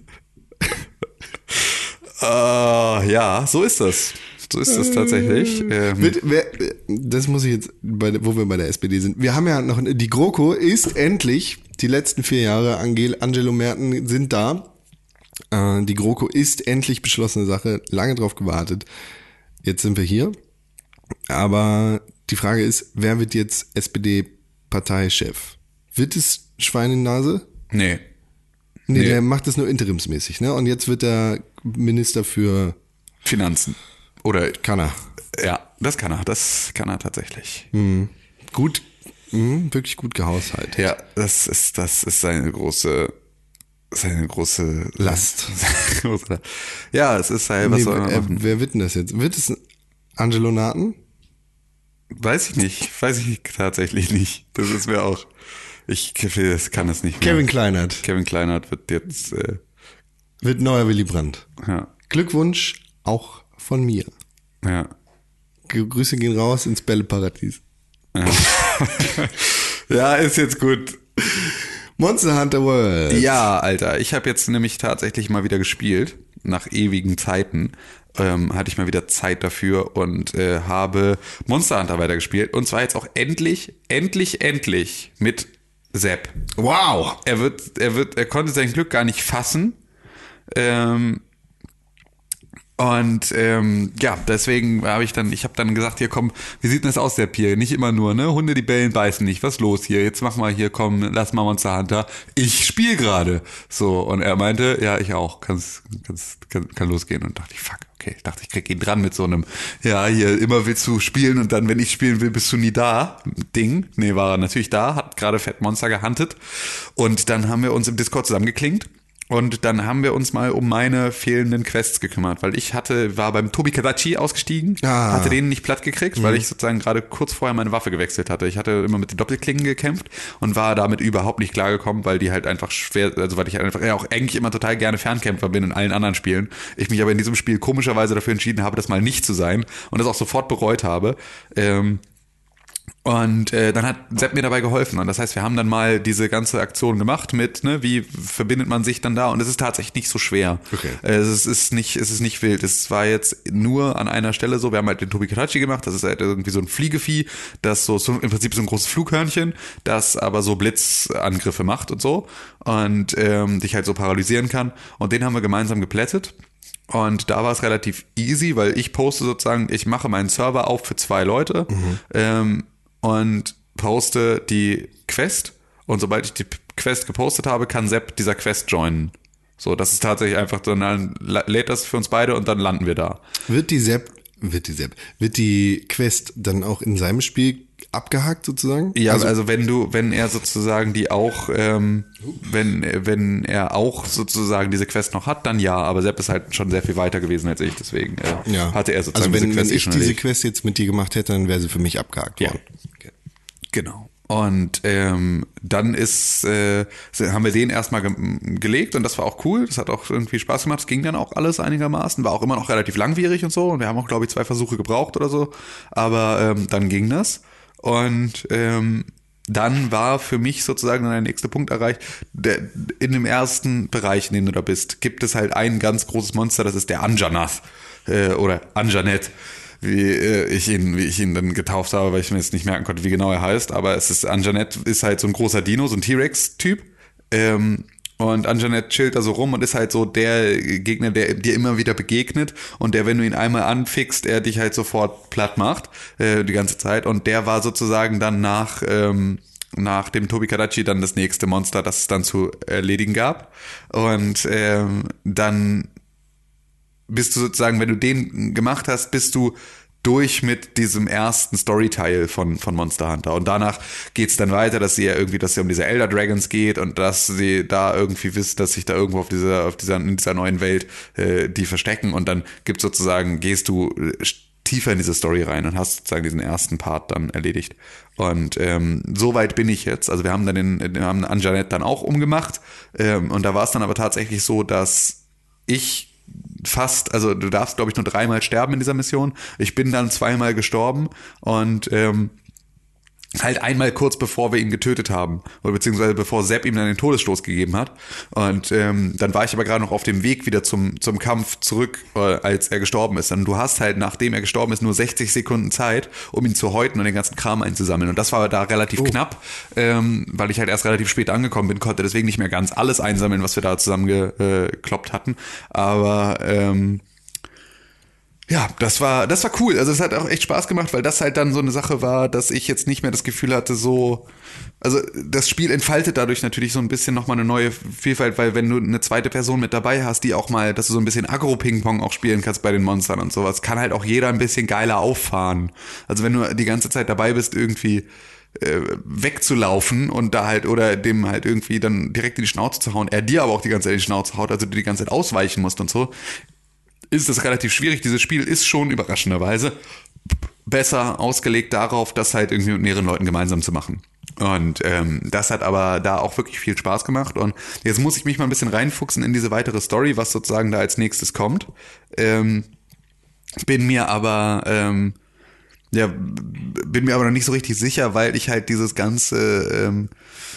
äh, ja, so ist das. So ist das tatsächlich. Ähm, Mit, wer, das muss ich jetzt, bei, der- wo wir bei der S P D sind. Wir haben ja noch, die GroKo ist endlich, die letzten vier Jahre, Angel, Angelo Merten sind da. Äh, die GroKo ist endlich beschlossene Sache, lange drauf gewartet. Jetzt sind wir hier. Aber die Frage ist, wer wird jetzt S P D-Parteichef? Wird es Schweinenase? nee. Nee, Nee. der macht das nur interimsmäßig, ne? Und jetzt wird er Minister für Finanzen. Oder, kann er. ja, das kann er, das kann er tatsächlich. Gut, mh, wirklich gut gehaushaltet. Ja, das ist, das ist seine große, seine große Last. große- ja, es ist halt, was Nee, soll man äh, machen? wer wird denn das jetzt? Wird es Angelo Naten? Weiß ich nicht, weiß ich tatsächlich nicht. Das ist mir auch, ich das kann das nicht mehr. Kevin Kleinert Kevin Kleinert wird jetzt, äh, wird neuer Willy Brandt. ja, Glückwunsch auch von mir. ja. Grüße gehen raus ins Bälleparadies. Ja, ist jetzt gut. Monster Hunter World. Ja, Alter, ich habe jetzt nämlich tatsächlich mal wieder gespielt. Nach ewigen Zeiten ähm, hatte ich mal wieder Zeit dafür und äh, habe Monster Hunter weitergespielt. Und zwar jetzt auch endlich, endlich, endlich mit Sepp. Wow. Er wird, er wird, er konnte sein Glück gar nicht fassen. Ähm, Und ähm, ja, deswegen habe ich dann, ich habe dann gesagt, hier komm, wie sieht denn das aus, der Pier? Nicht immer nur, ne? Hunde, die bellen, beißen nicht. Was ist los hier? Jetzt mach mal hier, komm, lass mal Monster Hunter. Ich spiele gerade. So, und er meinte, ja, ich auch. Kann's, kann's, kann, kann losgehen. Und dachte ich, fuck, okay. Ich dachte, ich krieg ihn dran mit so einem, ja, hier, immer willst du spielen und dann, wenn ich spielen will, bist du nie da. Ding. Nee, war er natürlich da, hat gerade Fett Monster gehuntet. Und dann haben wir uns im Discord zusammengeklinkt. Und dann haben wir uns mal um meine fehlenden Quests gekümmert, weil ich hatte, war beim Tobi Kadachi ausgestiegen, Ah. hatte den nicht platt gekriegt, weil ich sozusagen gerade kurz vorher meine Waffe gewechselt hatte. Ich hatte immer mit den Doppelklingen gekämpft und war damit überhaupt nicht klargekommen, weil die halt einfach schwer, also weil ich einfach ja auch eigentlich immer total gerne Fernkämpfer bin in allen anderen Spielen. Ich mich aber in diesem Spiel komischerweise dafür entschieden habe, das mal nicht zu sein und das auch sofort bereut habe. Ähm, Und äh, dann hat Sepp mir dabei geholfen. Und das heißt, wir haben dann mal diese ganze Aktion gemacht mit, ne, wie verbindet man sich dann da? Und es ist tatsächlich nicht so schwer. Okay. Äh, es ist nicht, es ist nicht wild. Es war jetzt nur an einer Stelle so, wir haben halt den Tobi Katachi gemacht, das ist halt irgendwie so ein Fliegevieh, das so, so im Prinzip so ein großes Flughörnchen, das aber so Blitzangriffe macht und so und ähm, dich halt so paralysieren kann. Und den haben wir gemeinsam geplättet. Und da war es relativ easy, weil ich poste sozusagen, ich mache meinen Server auf für zwei Leute, mhm. ähm, und poste die Quest und sobald ich die Quest gepostet habe, kann Sepp dieser Quest joinen. So, das ist tatsächlich einfach so, dann lädt das für uns beide und dann landen wir da. Wird die Sepp, wird die Sepp, wird die Quest dann auch in seinem Spiel abgehakt sozusagen? Ja, also, also, also wenn du, wenn er sozusagen die auch, ähm, wenn, wenn er auch sozusagen diese Quest noch hat, dann ja, aber Sepp ist halt schon sehr viel weiter gewesen als ich, deswegen äh, ja. hatte er sozusagen also wenn, diese Quest wenn eh ich schon diese erledigt. Quest jetzt mit dir gemacht hätte, dann wäre sie für mich abgehakt Ja. worden. Okay. Genau. Und ähm, dann ist, äh, haben wir den erstmal ge- gelegt und das war auch cool. Das hat auch irgendwie Spaß gemacht. Es ging dann auch alles einigermaßen. War auch immer noch relativ langwierig und so. Und wir haben auch, glaube ich, zwei Versuche gebraucht oder so. Aber ähm, dann ging das. Und ähm, dann war für mich sozusagen der nächste Punkt erreicht. Der, in dem ersten Bereich, in dem du da bist, gibt es halt ein ganz großes Monster. Das ist der Anjanath äh, oder Anjanet. Wie äh, ich ihn, wie ich ihn dann getauft habe, weil ich mir jetzt nicht merken konnte, wie genau er heißt. Aber es ist, Anjanet ist halt so ein großer Dino, so ein T-Rex-Typ. Ähm, und Anjanet chillt da so rum und ist halt so der Gegner, der dir immer wieder begegnet und der, wenn du ihn einmal anfickst, er dich halt sofort platt macht, äh, die ganze Zeit. Und der war sozusagen dann nach, ähm, nach dem Tobi Kadachi dann das nächste Monster, das es dann zu erledigen gab. Und ähm, dann bist du sozusagen, wenn du den gemacht hast, bist du durch mit diesem ersten Storyteil von von Monster Hunter und danach geht's dann weiter, dass sie ja irgendwie, dass es um diese Elder Dragons geht und dass sie da irgendwie wissen, dass sich da irgendwo auf dieser auf dieser in dieser neuen Welt äh, die verstecken und dann gibt's sozusagen, gehst du tiefer in diese Story rein und hast sozusagen diesen ersten Part dann erledigt. Und ähm, so weit bin ich jetzt. Also wir haben dann den, wir haben Anjanet dann auch umgemacht ähm, und da war es dann aber tatsächlich so, dass ich fast, also du darfst, glaube ich, nur dreimal sterben in dieser Mission. Ich bin dann zweimal gestorben und ähm, halt einmal kurz bevor wir ihn getötet haben, oder beziehungsweise bevor Sepp ihm dann den Todesstoß gegeben hat. Und ähm, dann war ich aber gerade noch auf dem Weg wieder zum zum Kampf zurück, äh, als er gestorben ist. Und du hast halt, nachdem er gestorben ist, nur sechzig Sekunden Zeit, um ihn zu häuten und den ganzen Kram einzusammeln. Und das war da relativ oh. knapp, ähm, weil ich halt erst relativ spät angekommen bin, konnte deswegen nicht mehr ganz alles einsammeln, was wir da zusammengekloppt hatten. Aber ähm, Ja, das war, das war cool. Also es hat auch echt Spaß gemacht, weil das halt dann so eine Sache war, dass ich jetzt nicht mehr das Gefühl hatte, so, also das Spiel entfaltet dadurch natürlich so ein bisschen nochmal eine neue Vielfalt, weil wenn du eine zweite Person mit dabei hast, die auch mal, dass du so ein bisschen Agro-Ping-Pong auch spielen kannst bei den Monstern und sowas, kann halt auch jeder ein bisschen geiler auffahren. Also wenn du die ganze Zeit dabei bist, irgendwie äh, wegzulaufen und da halt, oder dem halt irgendwie dann direkt in die Schnauze zu hauen, er dir aber auch die ganze Zeit in die Schnauze haut, also du die ganze Zeit ausweichen musst und so, ist das relativ schwierig. Dieses Spiel ist schon überraschenderweise besser ausgelegt darauf, das halt irgendwie mit mehreren Leuten gemeinsam zu machen. Und ähm, das hat aber da auch wirklich viel Spaß gemacht. Und jetzt muss ich mich mal ein bisschen reinfuchsen in diese weitere Story, was sozusagen da als nächstes kommt. Ähm, bin mir aber ähm, ja, bin mir aber noch nicht so richtig sicher, weil ich halt dieses ganze ähm,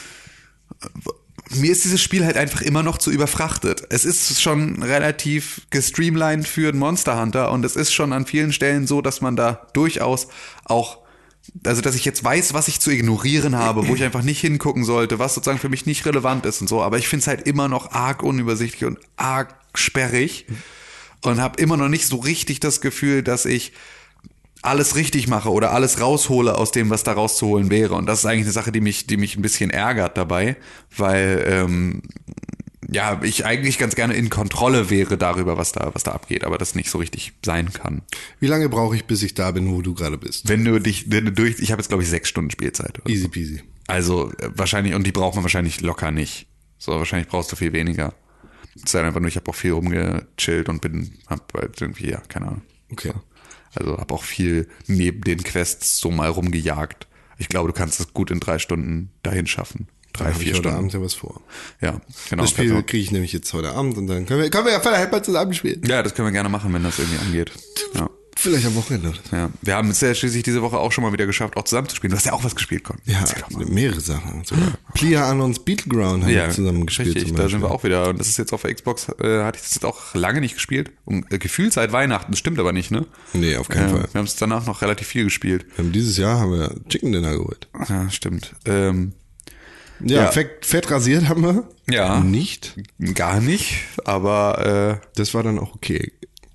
mir ist dieses Spiel halt einfach immer noch zu überfrachtet. Es ist schon relativ gestreamlined für einen Monster Hunter und es ist schon an vielen Stellen so, dass man da durchaus auch, also dass ich jetzt weiß, was ich zu ignorieren habe, wo ich einfach nicht hingucken sollte, was sozusagen für mich nicht relevant ist und so. Aber ich finde es halt immer noch arg unübersichtlich und arg sperrig und habe immer noch nicht so richtig das Gefühl, dass ich alles richtig mache oder alles raushole aus dem, was da rauszuholen wäre. Und das ist eigentlich eine Sache, die mich, die mich ein bisschen ärgert dabei, weil ähm, ja, ich eigentlich ganz gerne in Kontrolle wäre darüber, was da, was da abgeht, aber das nicht so richtig sein kann. Wie lange brauche ich, bis ich da bin, wo du gerade bist? Wenn du dich, wenn du durch, ich habe jetzt glaube ich sechs Stunden Spielzeit. Oder Easy so. peasy. Also äh, wahrscheinlich, und die braucht man wahrscheinlich locker nicht. So, wahrscheinlich brauchst du viel weniger. Es sei einfach nur, ich habe auch viel rumgechillt und bin, hab halt irgendwie, ja, keine Ahnung. Okay. Also habe auch viel neben den Quests so mal rumgejagt. Ich glaube, du kannst es gut in drei Stunden dahin schaffen. Drei, Dann vier ich heute Stunden. Abend ja was vor. Ja, genau. Das Spiel kriege ich nämlich jetzt heute Abend und dann können wir, können wir ja vielleicht mal zusammen spielen. Ja, das können wir gerne machen, wenn das irgendwie angeht. Ja. Vielleicht am Wochenende. Ja. Wir haben es ja schließlich diese Woche auch schon mal wieder geschafft, auch zusammen zu spielen. Du hast ja auch was gespielt, Con. Ja, mehrere Sachen. Sogar. Plia Unknowns Battleground haben ja, wir zusammen gespielt. Richtig, da sind wir auch wieder. Und das ist jetzt auf der Xbox, äh, hatte ich das jetzt auch lange nicht gespielt. Und, äh, gefühlt seit Weihnachten, das stimmt aber nicht, ne? Nee, auf keinen äh, Fall. Wir haben es danach noch relativ viel gespielt. Wir haben dieses Jahr haben wir Chicken Dinner geholt. Ja, stimmt. Ähm, ja, ja. Fett, fett rasiert haben wir. Ja. Nicht. Gar nicht, aber äh, das war dann auch okay.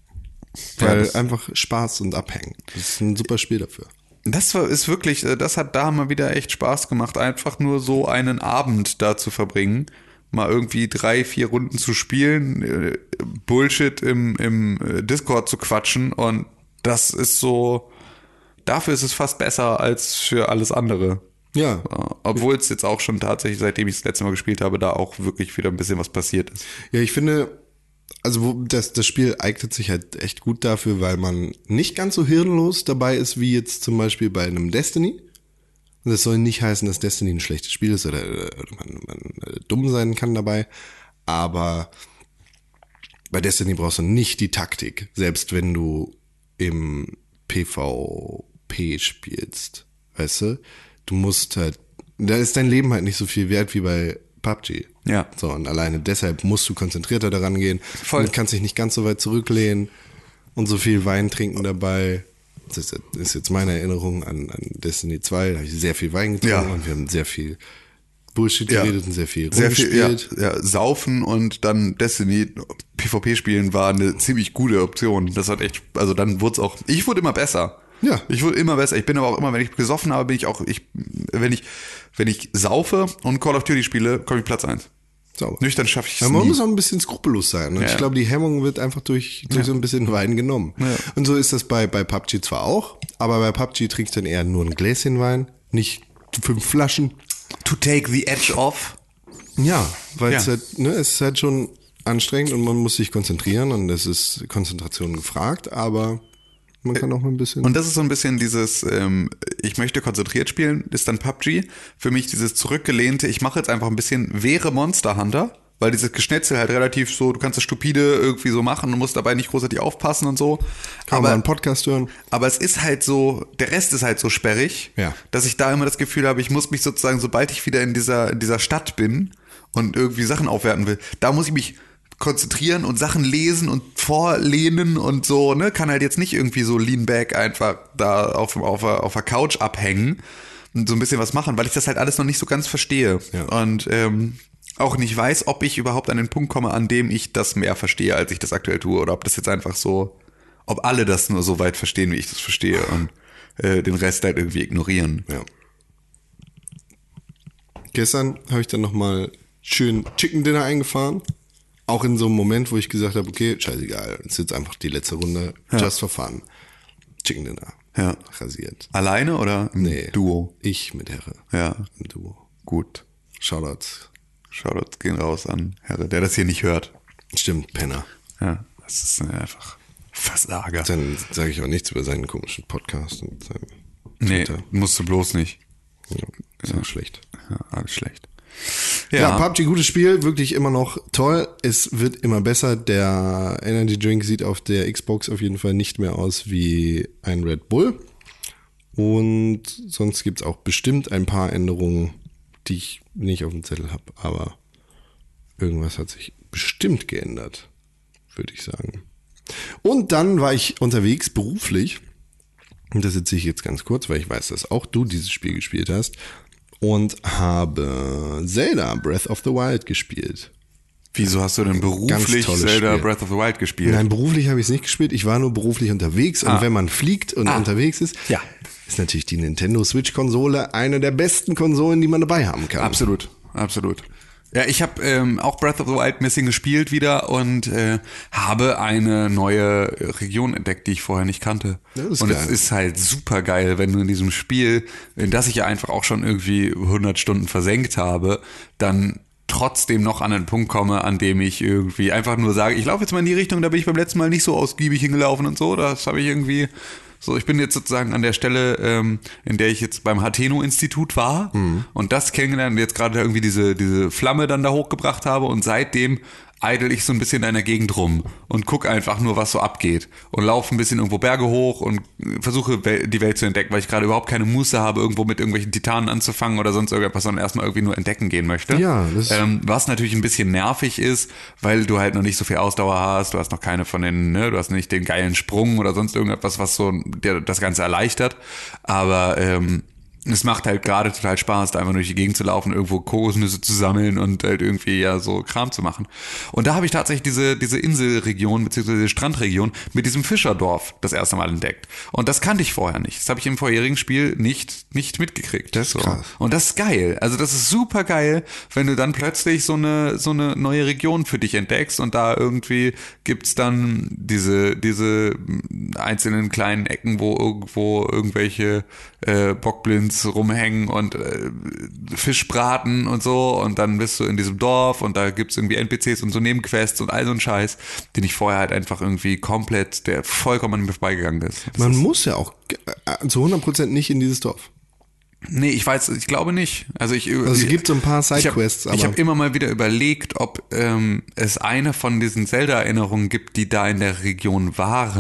Weil ja, das, einfach Spaß und Abhängen. Das ist ein super Spiel dafür. Das war, ist wirklich, das hat da mal wieder echt Spaß gemacht, einfach nur so einen Abend da zu verbringen, mal irgendwie drei, vier Runden zu spielen, Bullshit im, im Discord zu quatschen und das ist so, dafür ist es fast besser als für alles andere. Ja. Obwohl es jetzt auch schon tatsächlich, seitdem ich das letzte Mal gespielt habe, da auch wirklich wieder ein bisschen was passiert ist. Ja, ich finde, also wo, das, das Spiel eignet sich halt echt gut dafür, weil man nicht ganz so hirnlos dabei ist, wie jetzt zum Beispiel bei einem Destiny. Und das soll nicht heißen, dass Destiny ein schlechtes Spiel ist oder, oder man, man dumm sein kann dabei. Aber bei Destiny brauchst du nicht die Taktik, selbst wenn du im PvP spielst. Weißt du? Du musst halt, da ist dein Leben halt nicht so viel wert wie bei P U B G. Ja. So, und alleine deshalb musst du konzentrierter daran gehen. Voll. Und kannst dich nicht ganz so weit zurücklehnen und so viel Wein trinken dabei. Das ist jetzt meine Erinnerung an, an Destiny zwei. Da habe ich sehr viel Wein getrunken Ja. und wir haben sehr viel Bullshit Ja. geredet und sehr viel Sehr viel, ja, rumgespielt. ja, saufen und dann Destiny PvP spielen war eine ziemlich gute Option. Das hat echt, also dann wurde es auch, ich wurde immer besser. Ja. Ich wurde immer besser. Ich bin aber auch immer, wenn ich gesoffen habe, bin ich auch, ich, wenn ich, wenn ich saufe und Call of Duty spiele, komme ich Platz eins. Sauber. Nüchtern schaffe ich es Ja, man nie. muss auch ein bisschen skrupellos sein. Und Ja. ich glaube, die Hemmung wird einfach durch, durch Ja. so ein bisschen Wein genommen. Ja. Und so ist das bei, bei P U B G zwar auch, aber bei P U B G trinkst du dann eher nur ein Gläschen Wein, nicht fünf Flaschen. To take the edge off. Ja, weil Ja. es halt, ne, es ist halt schon anstrengend und man muss sich konzentrieren und es ist Konzentration gefragt, aber man kann auch mal ein bisschen. Und das ist so ein bisschen dieses, ähm, ich möchte konzentriert spielen, ist dann P U B G. Für mich dieses zurückgelehnte, ich mache jetzt einfach ein bisschen, wäre Monster Hunter, weil dieses Geschnetzel halt relativ so, du kannst das stupide irgendwie so machen und musst dabei nicht großartig aufpassen und so. kann aber, man einen Podcast hören. aber es ist halt so, der Rest ist halt so sperrig, Ja. dass ich da immer das Gefühl habe, ich muss mich sozusagen, sobald ich wieder in dieser, in dieser Stadt bin und irgendwie Sachen aufwerten will, da muss ich mich konzentrieren und Sachen lesen und vorlehnen und so, ne, kann halt jetzt nicht irgendwie so lean back einfach da auf, auf, auf der Couch abhängen und so ein bisschen was machen, weil ich das halt alles noch nicht so ganz verstehe. Ja. Und ähm, auch nicht weiß, ob ich überhaupt an den Punkt komme, an dem ich das mehr verstehe, als ich das aktuell tue, oder ob das jetzt einfach so ob alle das nur so weit verstehen, wie ich das verstehe und äh, den Rest halt irgendwie ignorieren. Ja. Gestern habe ich dann nochmal schön Chicken Dinner eingefahren. Auch in so einem Moment, wo ich gesagt habe, okay, scheißegal, jetzt ist jetzt einfach die letzte Runde, Ja. just for fun. Chicken Dinner. Ja. Rasiert. Alleine oder im Nee. Duo? Ich mit Herre. Ja, Im Duo. gut. Shoutouts. Shoutouts gehen raus an Herre, der das hier nicht hört. Stimmt, Penner. Ja, das ist einfach Versager. Dann sage ich auch nichts über seinen komischen Podcast und seinen Nee, Twitter. musst du bloß nicht. Ja, ist auch schlecht. Ja, alles schlecht. Ja, P U B G, gutes Spiel, wirklich immer noch toll. Es wird immer besser. Der Energy Drink sieht auf der Xbox auf jeden Fall nicht mehr aus wie ein Red Bull. Und sonst gibt's auch bestimmt ein paar Änderungen, die ich nicht auf dem Zettel habe. Aber irgendwas hat sich bestimmt geändert, würde ich sagen. Und dann war ich unterwegs beruflich. Und das erzähle ich jetzt ganz kurz, weil ich weiß, dass auch du dieses Spiel gespielt hast. Und habe Zelda Breath of the Wild gespielt. Wieso hast du denn beruflich tolles Zelda Spiel. Breath of the Wild gespielt? Nein, beruflich habe ich es nicht gespielt. Ich war nur beruflich unterwegs. Und Ah. wenn man fliegt und Ah. unterwegs ist, Ja. ist natürlich die Nintendo Switch-Konsole eine der besten Konsolen, die man dabei haben kann. Absolut, absolut. Ja, ich habe ähm, auch Breath of the Wild Missing gespielt wieder und äh, habe eine neue Region entdeckt, die ich vorher nicht kannte. Das ist und geil. es ist halt super geil, wenn du in diesem Spiel, in das ich ja einfach auch schon irgendwie hundert Stunden versenkt habe, dann trotzdem noch an einen Punkt komme, an dem ich irgendwie einfach nur sage, ich laufe jetzt mal in die Richtung, da bin ich beim letzten Mal nicht so ausgiebig hingelaufen und so, das habe ich irgendwie so, ich bin jetzt sozusagen an der Stelle, ähm, in der ich jetzt beim Hateno-Institut war Mhm. und das kennengelernt und jetzt gerade irgendwie diese, diese Flamme dann da hochgebracht habe und seitdem eidel ich so ein bisschen in einer Gegend rum und guck einfach nur, was so abgeht und laufe ein bisschen irgendwo Berge hoch und versuche Wel- die Welt zu entdecken, weil ich gerade überhaupt keine Muße habe, irgendwo mit irgendwelchen Titanen anzufangen oder sonst irgendwas, sondern erstmal irgendwie nur entdecken gehen möchte. Ja, das- ähm, was natürlich ein bisschen nervig ist, weil du halt noch nicht so viel Ausdauer hast, du hast noch keine von den, ne, du hast nicht den geilen Sprung oder sonst irgendetwas, was so der das Ganze erleichtert, aber ähm, es macht halt gerade total Spaß, da einfach durch die Gegend zu laufen, irgendwo Kokosnüsse zu sammeln und halt irgendwie ja so Kram zu machen. Und da habe ich tatsächlich diese diese Inselregion beziehungsweise diese Strandregion mit diesem Fischerdorf das erste Mal entdeckt. Und das kannte ich vorher nicht. Das habe ich im vorherigen Spiel nicht nicht mitgekriegt. Das ist krass. Und das ist geil. Also das ist super geil, wenn du dann plötzlich so eine so eine neue Region für dich entdeckst und da irgendwie gibt's dann diese diese einzelnen kleinen Ecken, wo irgendwo irgendwelche äh, Bockblins rumhängen und äh, Fischbraten und so und dann bist du in diesem Dorf und da gibt's irgendwie N P Cs und so Nebenquests und all so ein Scheiß, den ich vorher halt einfach irgendwie komplett, der vollkommen an mir vorbeigegangen ist. Das Man ist, muss ja auch äh, zu hundert Prozent nicht in dieses Dorf. nee, ich weiß, ich glaube nicht. Also ich Also es gibt so ein paar Ich habe Sidequests, aber hab immer mal wieder überlegt, ob ähm, es eine von diesen Zelda-Erinnerungen gibt, die da in der Region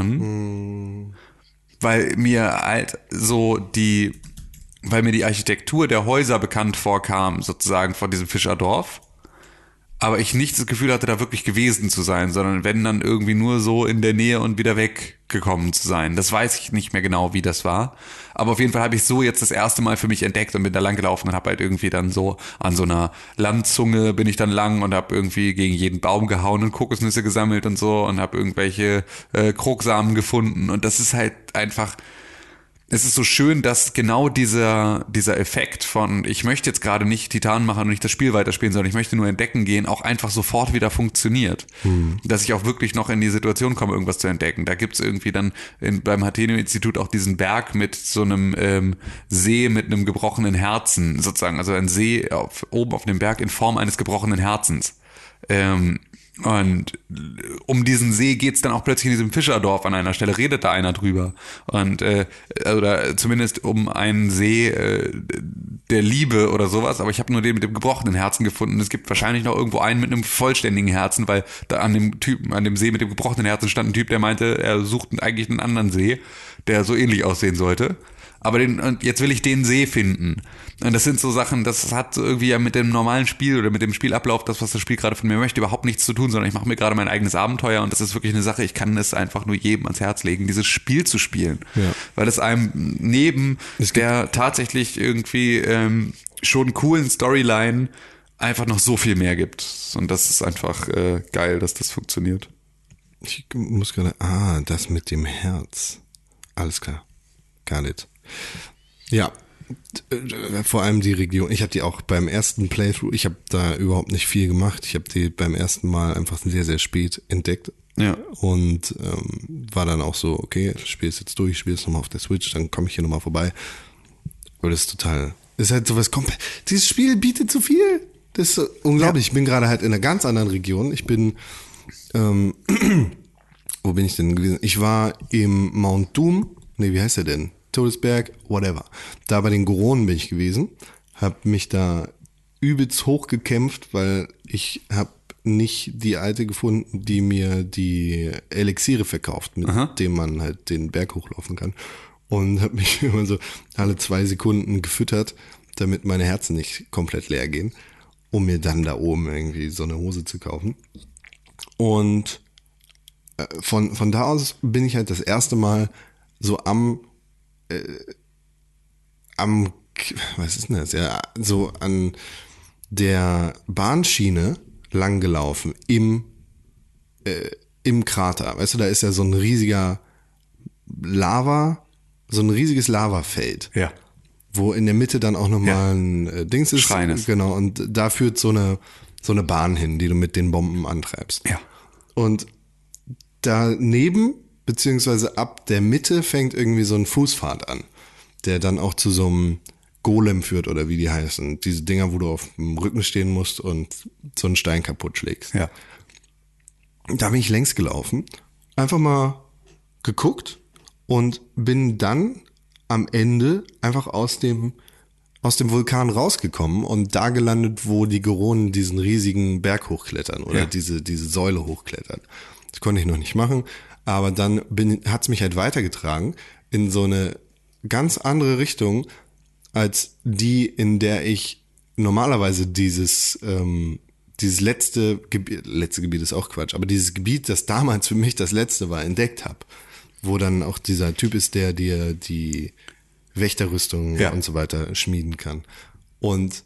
waren, weil mir halt so die, weil mir die Architektur der Häuser bekannt vorkam, sozusagen von diesem Fischerdorf, aber ich nicht das Gefühl hatte, da wirklich gewesen zu sein, sondern wenn dann irgendwie nur so in der Nähe und wieder weggekommen zu sein. Das weiß ich nicht mehr genau, wie das war. Aber auf jeden Fall habe ich so jetzt das erste Mal für mich entdeckt und bin da lang gelaufen und habe halt irgendwie dann so an so einer Landzunge bin ich dann lang und habe irgendwie gegen jeden Baum gehauen und Kokosnüsse gesammelt und so und habe irgendwelche äh, Krogsamen gefunden und das ist halt einfach... Es ist so schön, dass genau dieser, dieser Effekt von, ich möchte jetzt gerade nicht Titan machen und nicht das Spiel weiterspielen, sondern ich möchte nur entdecken gehen, auch einfach sofort wieder funktioniert. Hm. Dass ich auch wirklich noch in die Situation komme, irgendwas zu entdecken. Da gibt's irgendwie dann in, beim Hateno-Institut auch diesen Berg mit so einem ähm, See mit einem gebrochenen Herzen, sozusagen. Also ein See auf, oben auf dem Berg in Form eines gebrochenen Herzens. Ähm, Und um diesen See geht's dann auch plötzlich in diesem Fischerdorf an einer Stelle, redet da einer drüber. Und äh, oder zumindest um einen See äh, der Liebe oder sowas, aber ich habe nur den mit dem gebrochenen Herzen gefunden. Es gibt wahrscheinlich noch irgendwo einen mit einem vollständigen Herzen, weil da an dem Typen, an dem See mit dem gebrochenen Herzen stand ein Typ, der meinte, er sucht eigentlich einen anderen See, der so ähnlich aussehen sollte. Aber den, und jetzt will ich den See finden. Und das sind so Sachen, das hat so irgendwie ja mit dem normalen Spiel oder mit dem Spielablauf, das, was das Spiel gerade von mir möchte, überhaupt nichts zu tun, sondern ich mache mir gerade mein eigenes Abenteuer und das ist wirklich eine Sache, ich kann es einfach nur jedem ans Herz legen, dieses Spiel zu spielen. Ja. Weil es einem neben der tatsächlich irgendwie ähm, schon coolen Storyline einfach noch so viel mehr gibt. Und das ist einfach äh, geil, dass das funktioniert. Ich muss gerade, ah, das mit dem Herz. Alles klar. Got it. Ja, vor allem die Region. Ich habe die auch beim ersten Playthrough, ich habe da überhaupt nicht viel gemacht. Ich habe die beim ersten Mal einfach sehr, sehr spät entdeckt. Ja. Und ähm, war dann auch so, okay, ich spiele es jetzt durch, ich spiele es nochmal auf der Switch, dann komme ich hier nochmal vorbei. Aber das ist total, das ist halt sowas komplett, dieses Spiel bietet zu viel. Das ist so unglaublich. Ja. Ich bin gerade halt in einer ganz anderen Region. Ich bin, ähm, wo bin ich denn gewesen? Ich war im Mount Doom, nee, wie heißt der denn? Todesberg, whatever. Da bei den Goronen bin ich gewesen, habe mich da übelst hochgekämpft, weil ich habe nicht die alte gefunden, die mir die Elixiere verkauft, mit Aha. dem man halt den Berg hochlaufen kann. Und habe mich immer so alle zwei Sekunden gefüttert, damit meine Herzen nicht komplett leer gehen, um mir dann da oben irgendwie so eine Hose zu kaufen. Und von, von da aus bin ich halt das erste Mal so am Äh, am, was ist denn das? Ja, so an der Bahnschiene lang gelaufen im, äh, im Krater. Weißt du, da ist ja so ein riesiger Lava, so ein riesiges Lavafeld. Ja. Wo in der Mitte dann auch nochmal ja. ein äh, Dings ist. Schrein ist. Genau, und da führt so eine, so eine Bahn hin, die du mit den Bomben antreibst. Ja. Und daneben beziehungsweise ab der Mitte fängt irgendwie so ein Fußpfad an, der dann auch zu so einem Golem führt oder wie die heißen. Diese Dinger, wo du auf dem Rücken stehen musst und so einen Stein kaputt schlägst. Ja. Da bin ich längs gelaufen, einfach mal geguckt und bin dann am Ende einfach aus dem, aus dem Vulkan rausgekommen und da gelandet, wo die Goronen diesen riesigen Berg hochklettern oder ja. diese, diese Säule hochklettern. Das konnte ich noch nicht machen. Aber dann bin, hat's mich halt weitergetragen in so eine ganz andere Richtung als die, in der ich normalerweise dieses, ähm, dieses letzte Gebiet, letzte Gebiet ist auch Quatsch, aber dieses Gebiet, das damals für mich das letzte war, entdeckt habe. Wo dann auch dieser Typ ist, der dir die Wächterrüstung ja. und so weiter schmieden kann. Und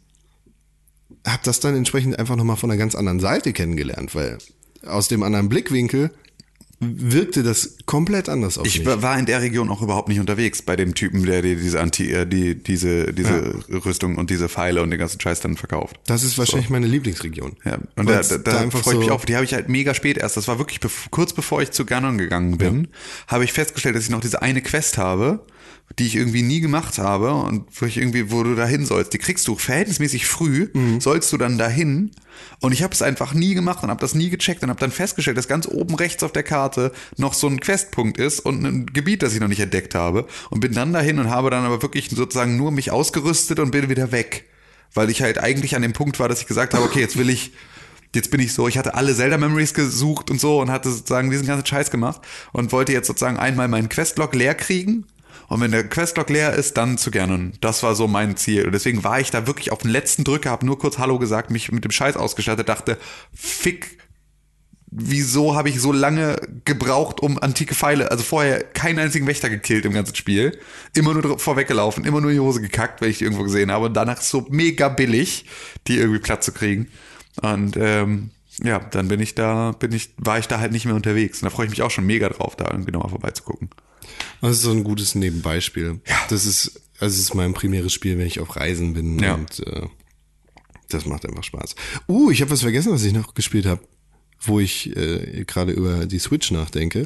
habe das dann entsprechend einfach nochmal von einer ganz anderen Seite kennengelernt, weil aus dem anderen Blickwinkel wirkte das komplett anders auf ich mich. Ich war in der Region auch überhaupt nicht unterwegs bei dem Typen, der dir diese Anti, äh, die, diese, diese ja. Rüstung und diese Pfeile und den ganzen Scheiß dann verkauft. Das ist wahrscheinlich so. meine Lieblingsregion. Ja, und da, da, da, da freue ich mich auf. Die habe ich halt mega spät erst. Das war wirklich bev- kurz bevor ich zu Ganon gegangen bin, ja. habe ich festgestellt, dass ich noch diese eine Quest habe, die ich irgendwie nie gemacht habe und wo ich irgendwie, wo du dahin sollst. Die kriegst du verhältnismäßig früh, mhm. sollst du dann dahin. Und ich habe es einfach nie gemacht und habe das nie gecheckt und habe dann festgestellt, dass ganz oben rechts auf der Karte noch so ein Questpunkt ist und ein Gebiet, das ich noch nicht entdeckt habe. Und bin dann dahin und habe dann aber wirklich sozusagen nur mich ausgerüstet und bin wieder weg. Weil ich halt eigentlich an dem Punkt war, dass ich gesagt habe, okay, jetzt will ich, jetzt bin ich so, ich hatte alle Zelda-Memories gesucht und so und hatte sozusagen diesen ganzen Scheiß gemacht und wollte jetzt sozusagen einmal meinen Questlog leer kriegen. Und wenn der Questlog leer ist, dann zu Ganon. Das war so mein Ziel. Und deswegen war ich da wirklich auf den letzten Drücker, habe nur kurz Hallo gesagt, mich mit dem Scheiß ausgestattet, dachte, fick, wieso habe ich so lange gebraucht, um antike Pfeile, also vorher keinen einzigen Wächter gekillt im ganzen Spiel. Immer nur vorweggelaufen, immer nur in die Hose gekackt, wenn ich die irgendwo gesehen habe. Und danach so mega billig, die irgendwie platt zu kriegen. Und ähm, ja, dann bin ich da, bin ich, war ich da halt nicht mehr unterwegs. Und da freue ich mich auch schon mega drauf, da irgendwie nochmal vorbeizugucken. Das ist so ein gutes Nebenbeispiel. Ja. Das ist, also es ist mein primäres Spiel, wenn ich auf Reisen bin ja. und äh, das macht einfach Spaß. Uh, ich habe was vergessen, was ich noch gespielt habe, wo ich äh, gerade über die Switch nachdenke.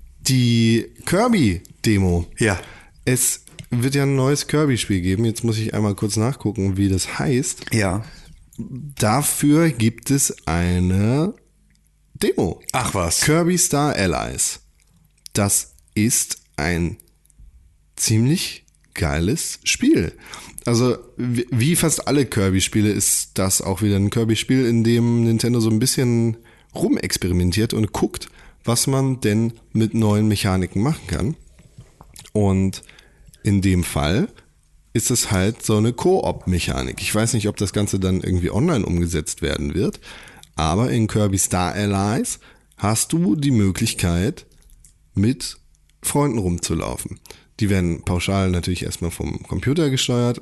Die Kirby-Demo. Ja. Es wird ja ein neues Kirby-Spiel geben. Jetzt muss ich einmal kurz nachgucken, wie das heißt. Ja. Dafür gibt es eine Demo. Ach was. Kirby Star Allies. Das ist ein ziemlich geiles Spiel. Also wie fast alle Kirby-Spiele ist das auch wieder ein Kirby-Spiel, in dem Nintendo so ein bisschen rumexperimentiert und guckt, was man denn mit neuen Mechaniken machen kann. Und in dem Fall ist es halt so eine Koop-Mechanik. Ich weiß nicht, ob das Ganze dann irgendwie online umgesetzt werden wird, aber in Kirby Star Allies hast du die Möglichkeit, mit Freunden rumzulaufen. Die werden pauschal natürlich erstmal vom Computer gesteuert,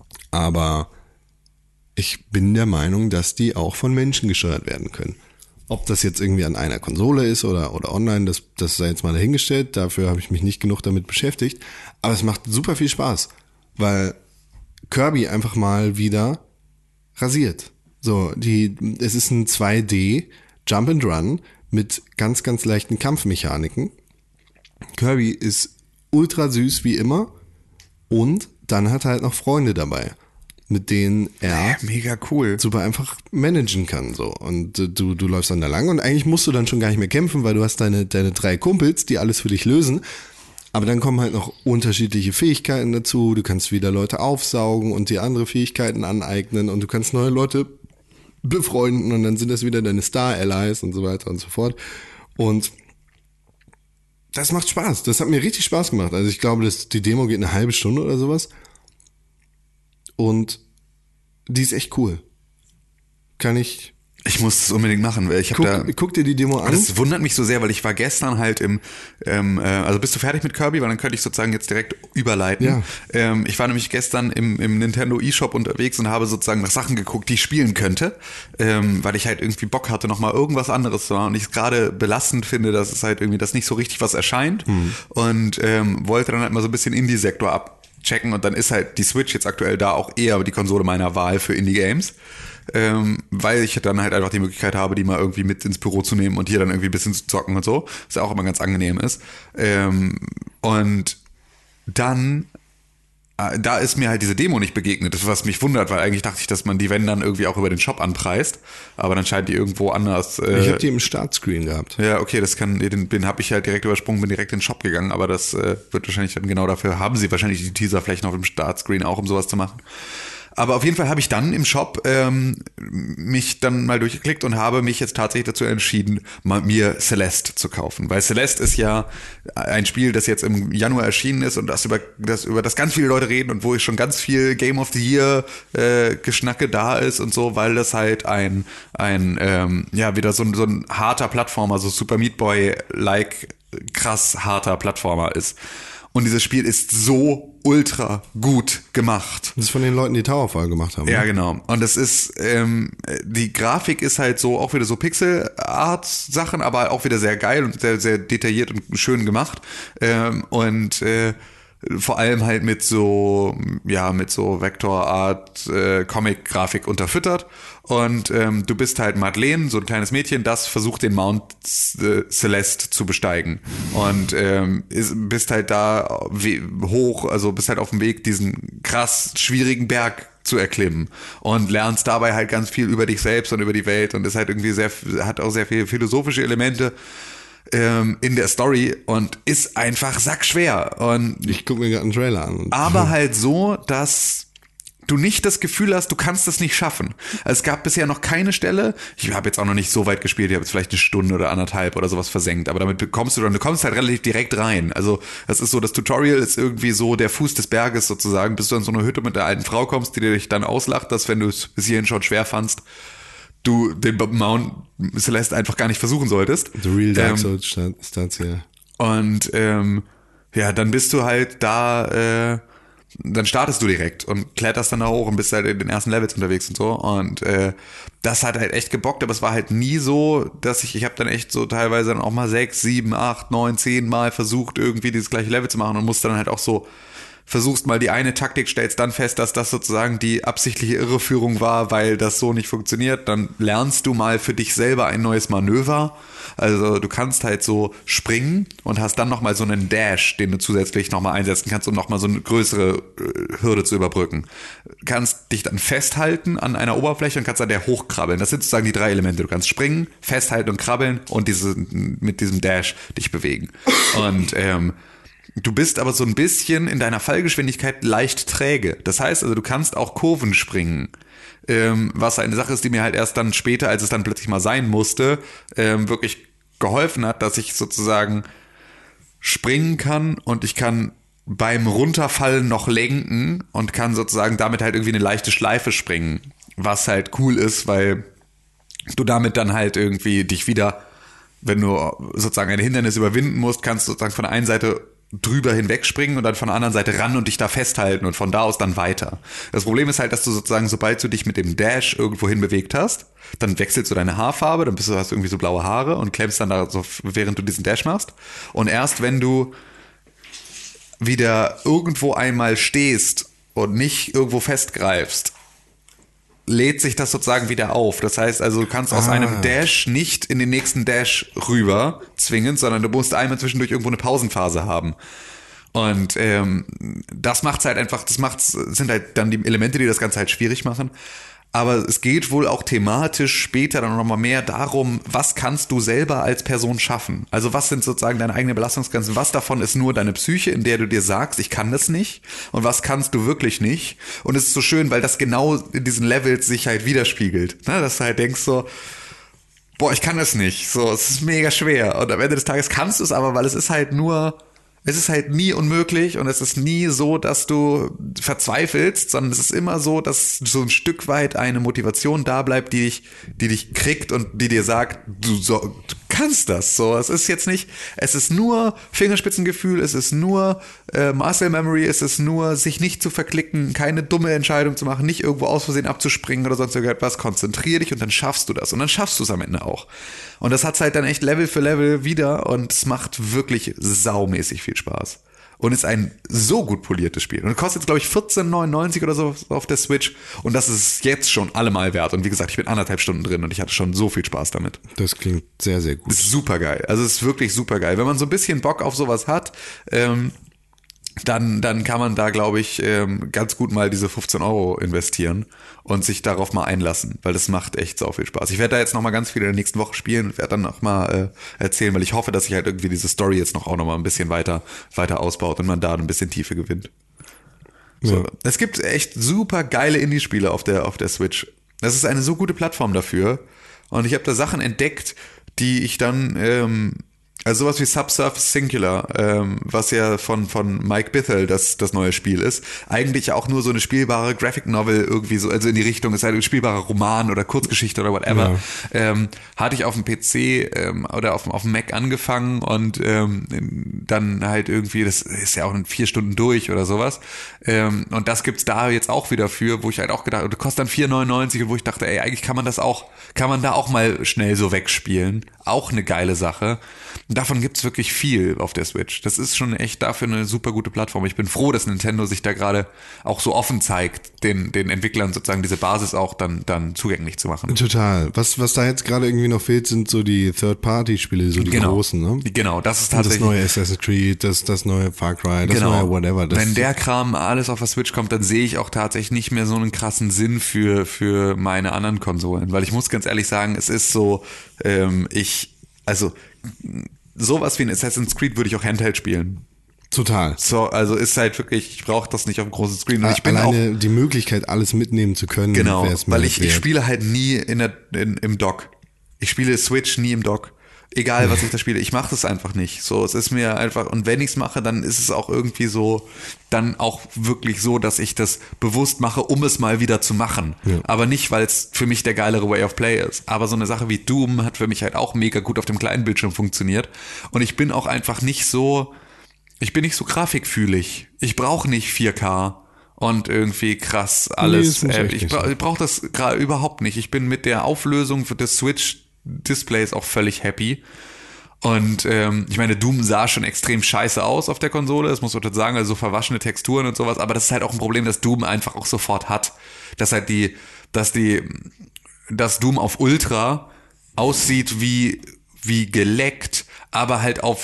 aber ich bin der Meinung, dass die auch von Menschen gesteuert werden können. Ob das jetzt irgendwie an einer Konsole ist oder, oder online, das, das sei jetzt mal dahingestellt. Dafür habe ich mich nicht genug damit beschäftigt. Aber es macht super viel Spaß, weil Kirby einfach mal wieder rasiert. So, die, es ist ein zwei D Jump and Run mit ganz, ganz leichten Kampfmechaniken. Kirby ist ultra süß wie immer und dann hat er halt noch Freunde dabei, mit denen er mega cool super einfach managen kann. So. Und äh, du, du läufst dann da lang und eigentlich musst du dann schon gar nicht mehr kämpfen, weil du hast deine, deine drei Kumpels, die alles für dich lösen. Aber dann kommen halt noch unterschiedliche Fähigkeiten dazu. Du kannst wieder Leute aufsaugen und dir andere Fähigkeiten aneignen und du kannst neue Leute befreunden und dann sind das wieder deine Star-Allies und so weiter und so fort. Und das macht Spaß. Das hat mir richtig Spaß gemacht. Also ich glaube, dass die Demo geht eine halbe Stunde oder sowas. Und die ist echt cool. Kann ich... Ich muss es unbedingt machen, weil ich habe da... Guck dir die Demo an. Das wundert mich so sehr, weil ich war gestern halt im... Ähm, äh, also bist du fertig mit Kirby? Weil dann könnte ich sozusagen jetzt direkt überleiten. Ja. Ähm, ich war nämlich gestern im, im Nintendo eShop unterwegs und habe sozusagen nach Sachen geguckt, die ich spielen könnte. Ähm, weil ich halt irgendwie Bock hatte, nochmal irgendwas anderes zu machen. Und ich es gerade belastend finde, dass es halt irgendwie, dass nicht so richtig was erscheint. Hm. Und ähm, wollte dann halt mal so ein bisschen Indie-Sektor abchecken. Und dann ist halt die Switch jetzt aktuell da auch eher die Konsole meiner Wahl für Indie-Games. Ähm, weil ich dann halt einfach die Möglichkeit habe, die mal irgendwie mit ins Büro zu nehmen und hier dann irgendwie ein bisschen zu zocken und so, was ja auch immer ganz angenehm ist. Ähm, und dann, äh, da ist mir halt diese Demo nicht begegnet, das was mich wundert, weil eigentlich dachte ich, dass man die, wenn dann irgendwie auch über den Shop anpreist, aber dann scheint die irgendwo anders. Äh, ich habe die im Startscreen gehabt. Ja, okay, das kann, den, den habe ich halt direkt übersprungen, bin direkt in den Shop gegangen, aber das äh, wird wahrscheinlich dann genau dafür, haben sie wahrscheinlich die Teaserflächen auf dem Startscreen auch, um sowas zu machen. Aber auf jeden Fall habe ich dann im Shop ähm, mich dann mal durchgeklickt und habe mich jetzt tatsächlich dazu entschieden, mal mir Celeste zu kaufen. Weil Celeste ist ja ein Spiel, das jetzt im Januar erschienen ist und das über das, über das ganz viele Leute reden und wo ich schon ganz viel Game of the Year äh, Geschnacke da ist und so, weil das halt ein, ein ähm, ja, wieder so ein, so ein harter Plattformer, so Super Meat Boy-like krass harter Plattformer ist. Und dieses Spiel ist so ultra gut gemacht. Das ist von den Leuten, die Towerfall gemacht haben. Ja, ne? genau. Und es ist, ähm, die Grafik ist halt so, auch wieder so Pixel-Art-Sachen, aber auch wieder sehr geil und sehr, sehr detailliert und schön gemacht. Ähm, und äh, vor allem halt mit so, ja, mit so Vektorart, äh, Comic-Grafik unterfüttert. Und ähm, du bist halt Madeleine, so ein kleines Mädchen, das versucht, den Mount äh, Celeste zu besteigen. Und ähm, ist, bist halt da we- hoch, also bist halt auf dem Weg, diesen krass schwierigen Berg zu erklimmen. Und lernst dabei halt ganz viel über dich selbst und über die Welt. Und ist halt irgendwie sehr, hat auch sehr viele philosophische Elemente in der Story und ist einfach sackschwer. Und ich gucke mir gerade einen Trailer an. Aber halt so, dass du nicht das Gefühl hast, du kannst das nicht schaffen. Also es gab bisher noch keine Stelle, ich habe jetzt auch noch nicht so weit gespielt, ich habe jetzt vielleicht eine Stunde oder anderthalb oder sowas versenkt, aber damit bekommst du dann, du kommst halt relativ direkt rein. Also das ist so, das Tutorial ist irgendwie so der Fuß des Berges sozusagen, bis du in so eine Hütte mit der alten Frau kommst, die dich dann auslacht, dass wenn du es bis hierhin schon schwer fandst, du den Mount Celeste einfach gar nicht versuchen solltest. The real Dark ähm, Souls starts hier. Und ähm, ja, dann bist du halt da, äh, dann startest du direkt und kletterst dann da hoch und bist halt in den ersten Levels unterwegs und so. Und äh, das hat halt echt gebockt, aber es war halt nie so, dass ich, ich habe dann echt so teilweise dann auch mal sechs, sieben, acht, neun, zehn Mal versucht, irgendwie dieses gleiche Level zu machen und musste dann halt auch so versuchst mal die eine Taktik, stellst dann fest, dass das sozusagen die absichtliche Irreführung war, weil das so nicht funktioniert, dann lernst du mal für dich selber ein neues Manöver. Also du kannst halt so springen und hast dann nochmal so einen Dash, den du zusätzlich nochmal einsetzen kannst, um nochmal so eine größere Hürde zu überbrücken. Kannst dich dann festhalten an einer Oberfläche und kannst dann der hochkrabbeln. Das sind sozusagen die drei Elemente. Du kannst springen, festhalten und krabbeln und diese, mit diesem Dash dich bewegen. Und ähm, du bist aber so ein bisschen in deiner Fallgeschwindigkeit leicht träge. Das heißt also, du kannst auch Kurven springen. Ähm, was eine Sache ist, die mir halt erst dann später, als es dann plötzlich mal sein musste, ähm, wirklich geholfen hat, dass ich sozusagen springen kann und ich kann beim Runterfallen noch lenken und kann sozusagen damit halt irgendwie eine leichte Schleife springen. Was halt cool ist, weil du damit dann halt irgendwie dich wieder, wenn du sozusagen ein Hindernis überwinden musst, kannst du sozusagen von der einen Seite drüber hinwegspringen und dann von der anderen Seite ran und dich da festhalten und von da aus dann weiter. Das Problem ist halt, dass du sozusagen, sobald du dich mit dem Dash irgendwo hin bewegt hast, dann wechselst du deine Haarfarbe, dann bist du, hast du irgendwie so blaue Haare und klemmst dann da so, während du diesen Dash machst. Und erst wenn du wieder irgendwo einmal stehst und nicht irgendwo festgreifst, lädt sich das sozusagen wieder auf. Das heißt also, du kannst aus ah. einem Dash nicht in den nächsten Dash rüber zwingen, sondern du musst einmal zwischendurch irgendwo eine Pausenphase haben. Und ähm, das macht's halt einfach, das macht's, sind halt dann die Elemente, die das Ganze halt schwierig machen. Aber es geht wohl auch thematisch später dann nochmal mehr darum, was kannst du selber als Person schaffen? Also was sind sozusagen deine eigenen Belastungsgrenzen? Was davon ist nur deine Psyche, in der du dir sagst, ich kann das nicht? Und was kannst du wirklich nicht? Und es ist so schön, weil das genau in diesen Levels sich halt widerspiegelt. Ne? Dass du halt denkst so, boah, ich kann das nicht. So, es ist mega schwer. Und am Ende des Tages kannst du es aber, weil es ist halt nur... Es ist halt nie unmöglich und es ist nie so, dass du verzweifelst, sondern es ist immer so, dass so ein Stück weit eine Motivation da bleibt, die dich, die dich kriegt und die dir sagt, du, so, du kannst das. So, es ist jetzt nicht, es ist nur Fingerspitzengefühl, es ist nur äh, Muscle Memory, es ist nur sich nicht zu verklicken, keine dumme Entscheidung zu machen, nicht irgendwo aus Versehen abzuspringen oder sonst irgendetwas. Konzentrier dich und dann schaffst du das und dann schaffst du es am Ende auch. Und das hat's halt dann echt Level für Level wieder und es macht wirklich saumäßig viel Spaß. Und ist ein so gut poliertes Spiel. Und kostet, glaube ich, vierzehn neunundneunzig oder so auf der Switch. Und das ist jetzt schon allemal wert. Und wie gesagt, ich bin anderthalb Stunden drin und ich hatte schon so viel Spaß damit. Das klingt sehr, sehr gut. Ist super geil. Also es ist wirklich super geil. Wenn man so ein bisschen Bock auf sowas hat, ähm, dann, dann kann man da, glaube ich, ähm, ganz gut mal diese fünfzehn Euro investieren und sich darauf mal einlassen, weil das macht echt sau viel Spaß. Ich werde da jetzt noch mal ganz viel in der nächsten Woche spielen und werde dann noch mal äh, erzählen, weil ich hoffe, dass sich halt irgendwie diese Story jetzt noch auch noch mal ein bisschen weiter, weiter ausbaut und man da ein bisschen Tiefe gewinnt. So. Ja. Es gibt echt super geile Indie-Spiele auf der, auf der Switch. Das ist eine so gute Plattform dafür und ich habe da Sachen entdeckt, die ich dann... Ähm, Also sowas wie Subsurface Singular, ähm, was ja von von Mike Bithell das das neue Spiel ist, eigentlich auch nur so eine spielbare Graphic Novel irgendwie so, also in die Richtung, ist halt ein spielbarer Roman oder Kurzgeschichte oder whatever. Ja. Ähm, hatte ich auf dem P C ähm, oder auf, auf dem Mac angefangen und ähm, dann halt irgendwie, das ist ja auch in vier Stunden durch oder sowas. Ähm, und das gibt's da jetzt auch wieder für, wo ich halt auch gedacht, das kostet dann vier neunundneunzig und wo ich dachte, ey, eigentlich kann man das auch, kann man da auch mal schnell so wegspielen. Auch eine geile Sache. Und davon gibt's wirklich viel auf der Switch. Das ist schon echt dafür eine super gute Plattform. Ich bin froh, dass Nintendo sich da gerade auch so offen zeigt, den, den Entwicklern sozusagen diese Basis auch dann, dann zugänglich zu machen. Total. Was, was da jetzt gerade irgendwie noch fehlt, sind so die Third-Party-Spiele, so die genau. großen, ne? Genau, das ist tatsächlich. Das neue Assassin's Creed, das, das neue Far Cry, das genau. neue whatever. Das Wenn der Kram alles auf der Switch kommt, dann sehe ich auch tatsächlich nicht mehr so einen krassen Sinn für, für meine anderen Konsolen. Weil ich muss ganz ehrlich sagen, es ist so, ähm, ich, also, sowas wie ein Assassin's Creed würde ich auch Handheld spielen. Total. So, also ist halt wirklich, ich brauche das nicht auf dem großen Screen. Und ich bin Alleine auch, die Möglichkeit, alles mitnehmen zu können. Genau, wär's mir weil halt ich, wert. ich spiele halt nie in der, in, im Dock. Ich spiele Switch nie im Dock. Egal, was ich da spiele. Ich mache das einfach nicht. So, es ist mir einfach, und wenn ich es mache, dann ist es auch irgendwie so, dann auch wirklich so, dass ich das bewusst mache, um es mal wieder zu machen. Ja. Aber nicht, weil es für mich der geilere Way of Play ist. Aber so eine Sache wie Doom hat für mich halt auch mega gut auf dem kleinen Bildschirm funktioniert. Und ich bin auch einfach nicht so, ich bin nicht so grafikfühlig. Ich brauche nicht vier K und irgendwie krass alles. Nee, äh, ich bra- ich brauche das gerade überhaupt nicht. Ich bin mit der Auflösung für das Switch-Displays auch völlig happy. Und ähm, ich meine, Doom sah schon extrem scheiße aus auf der Konsole, das muss man total sagen, also so verwaschene Texturen und sowas, aber das ist halt auch ein Problem, das Doom einfach auch sofort hat. Dass halt die, dass die, dass Doom auf Ultra aussieht wie, wie geleckt, aber halt auf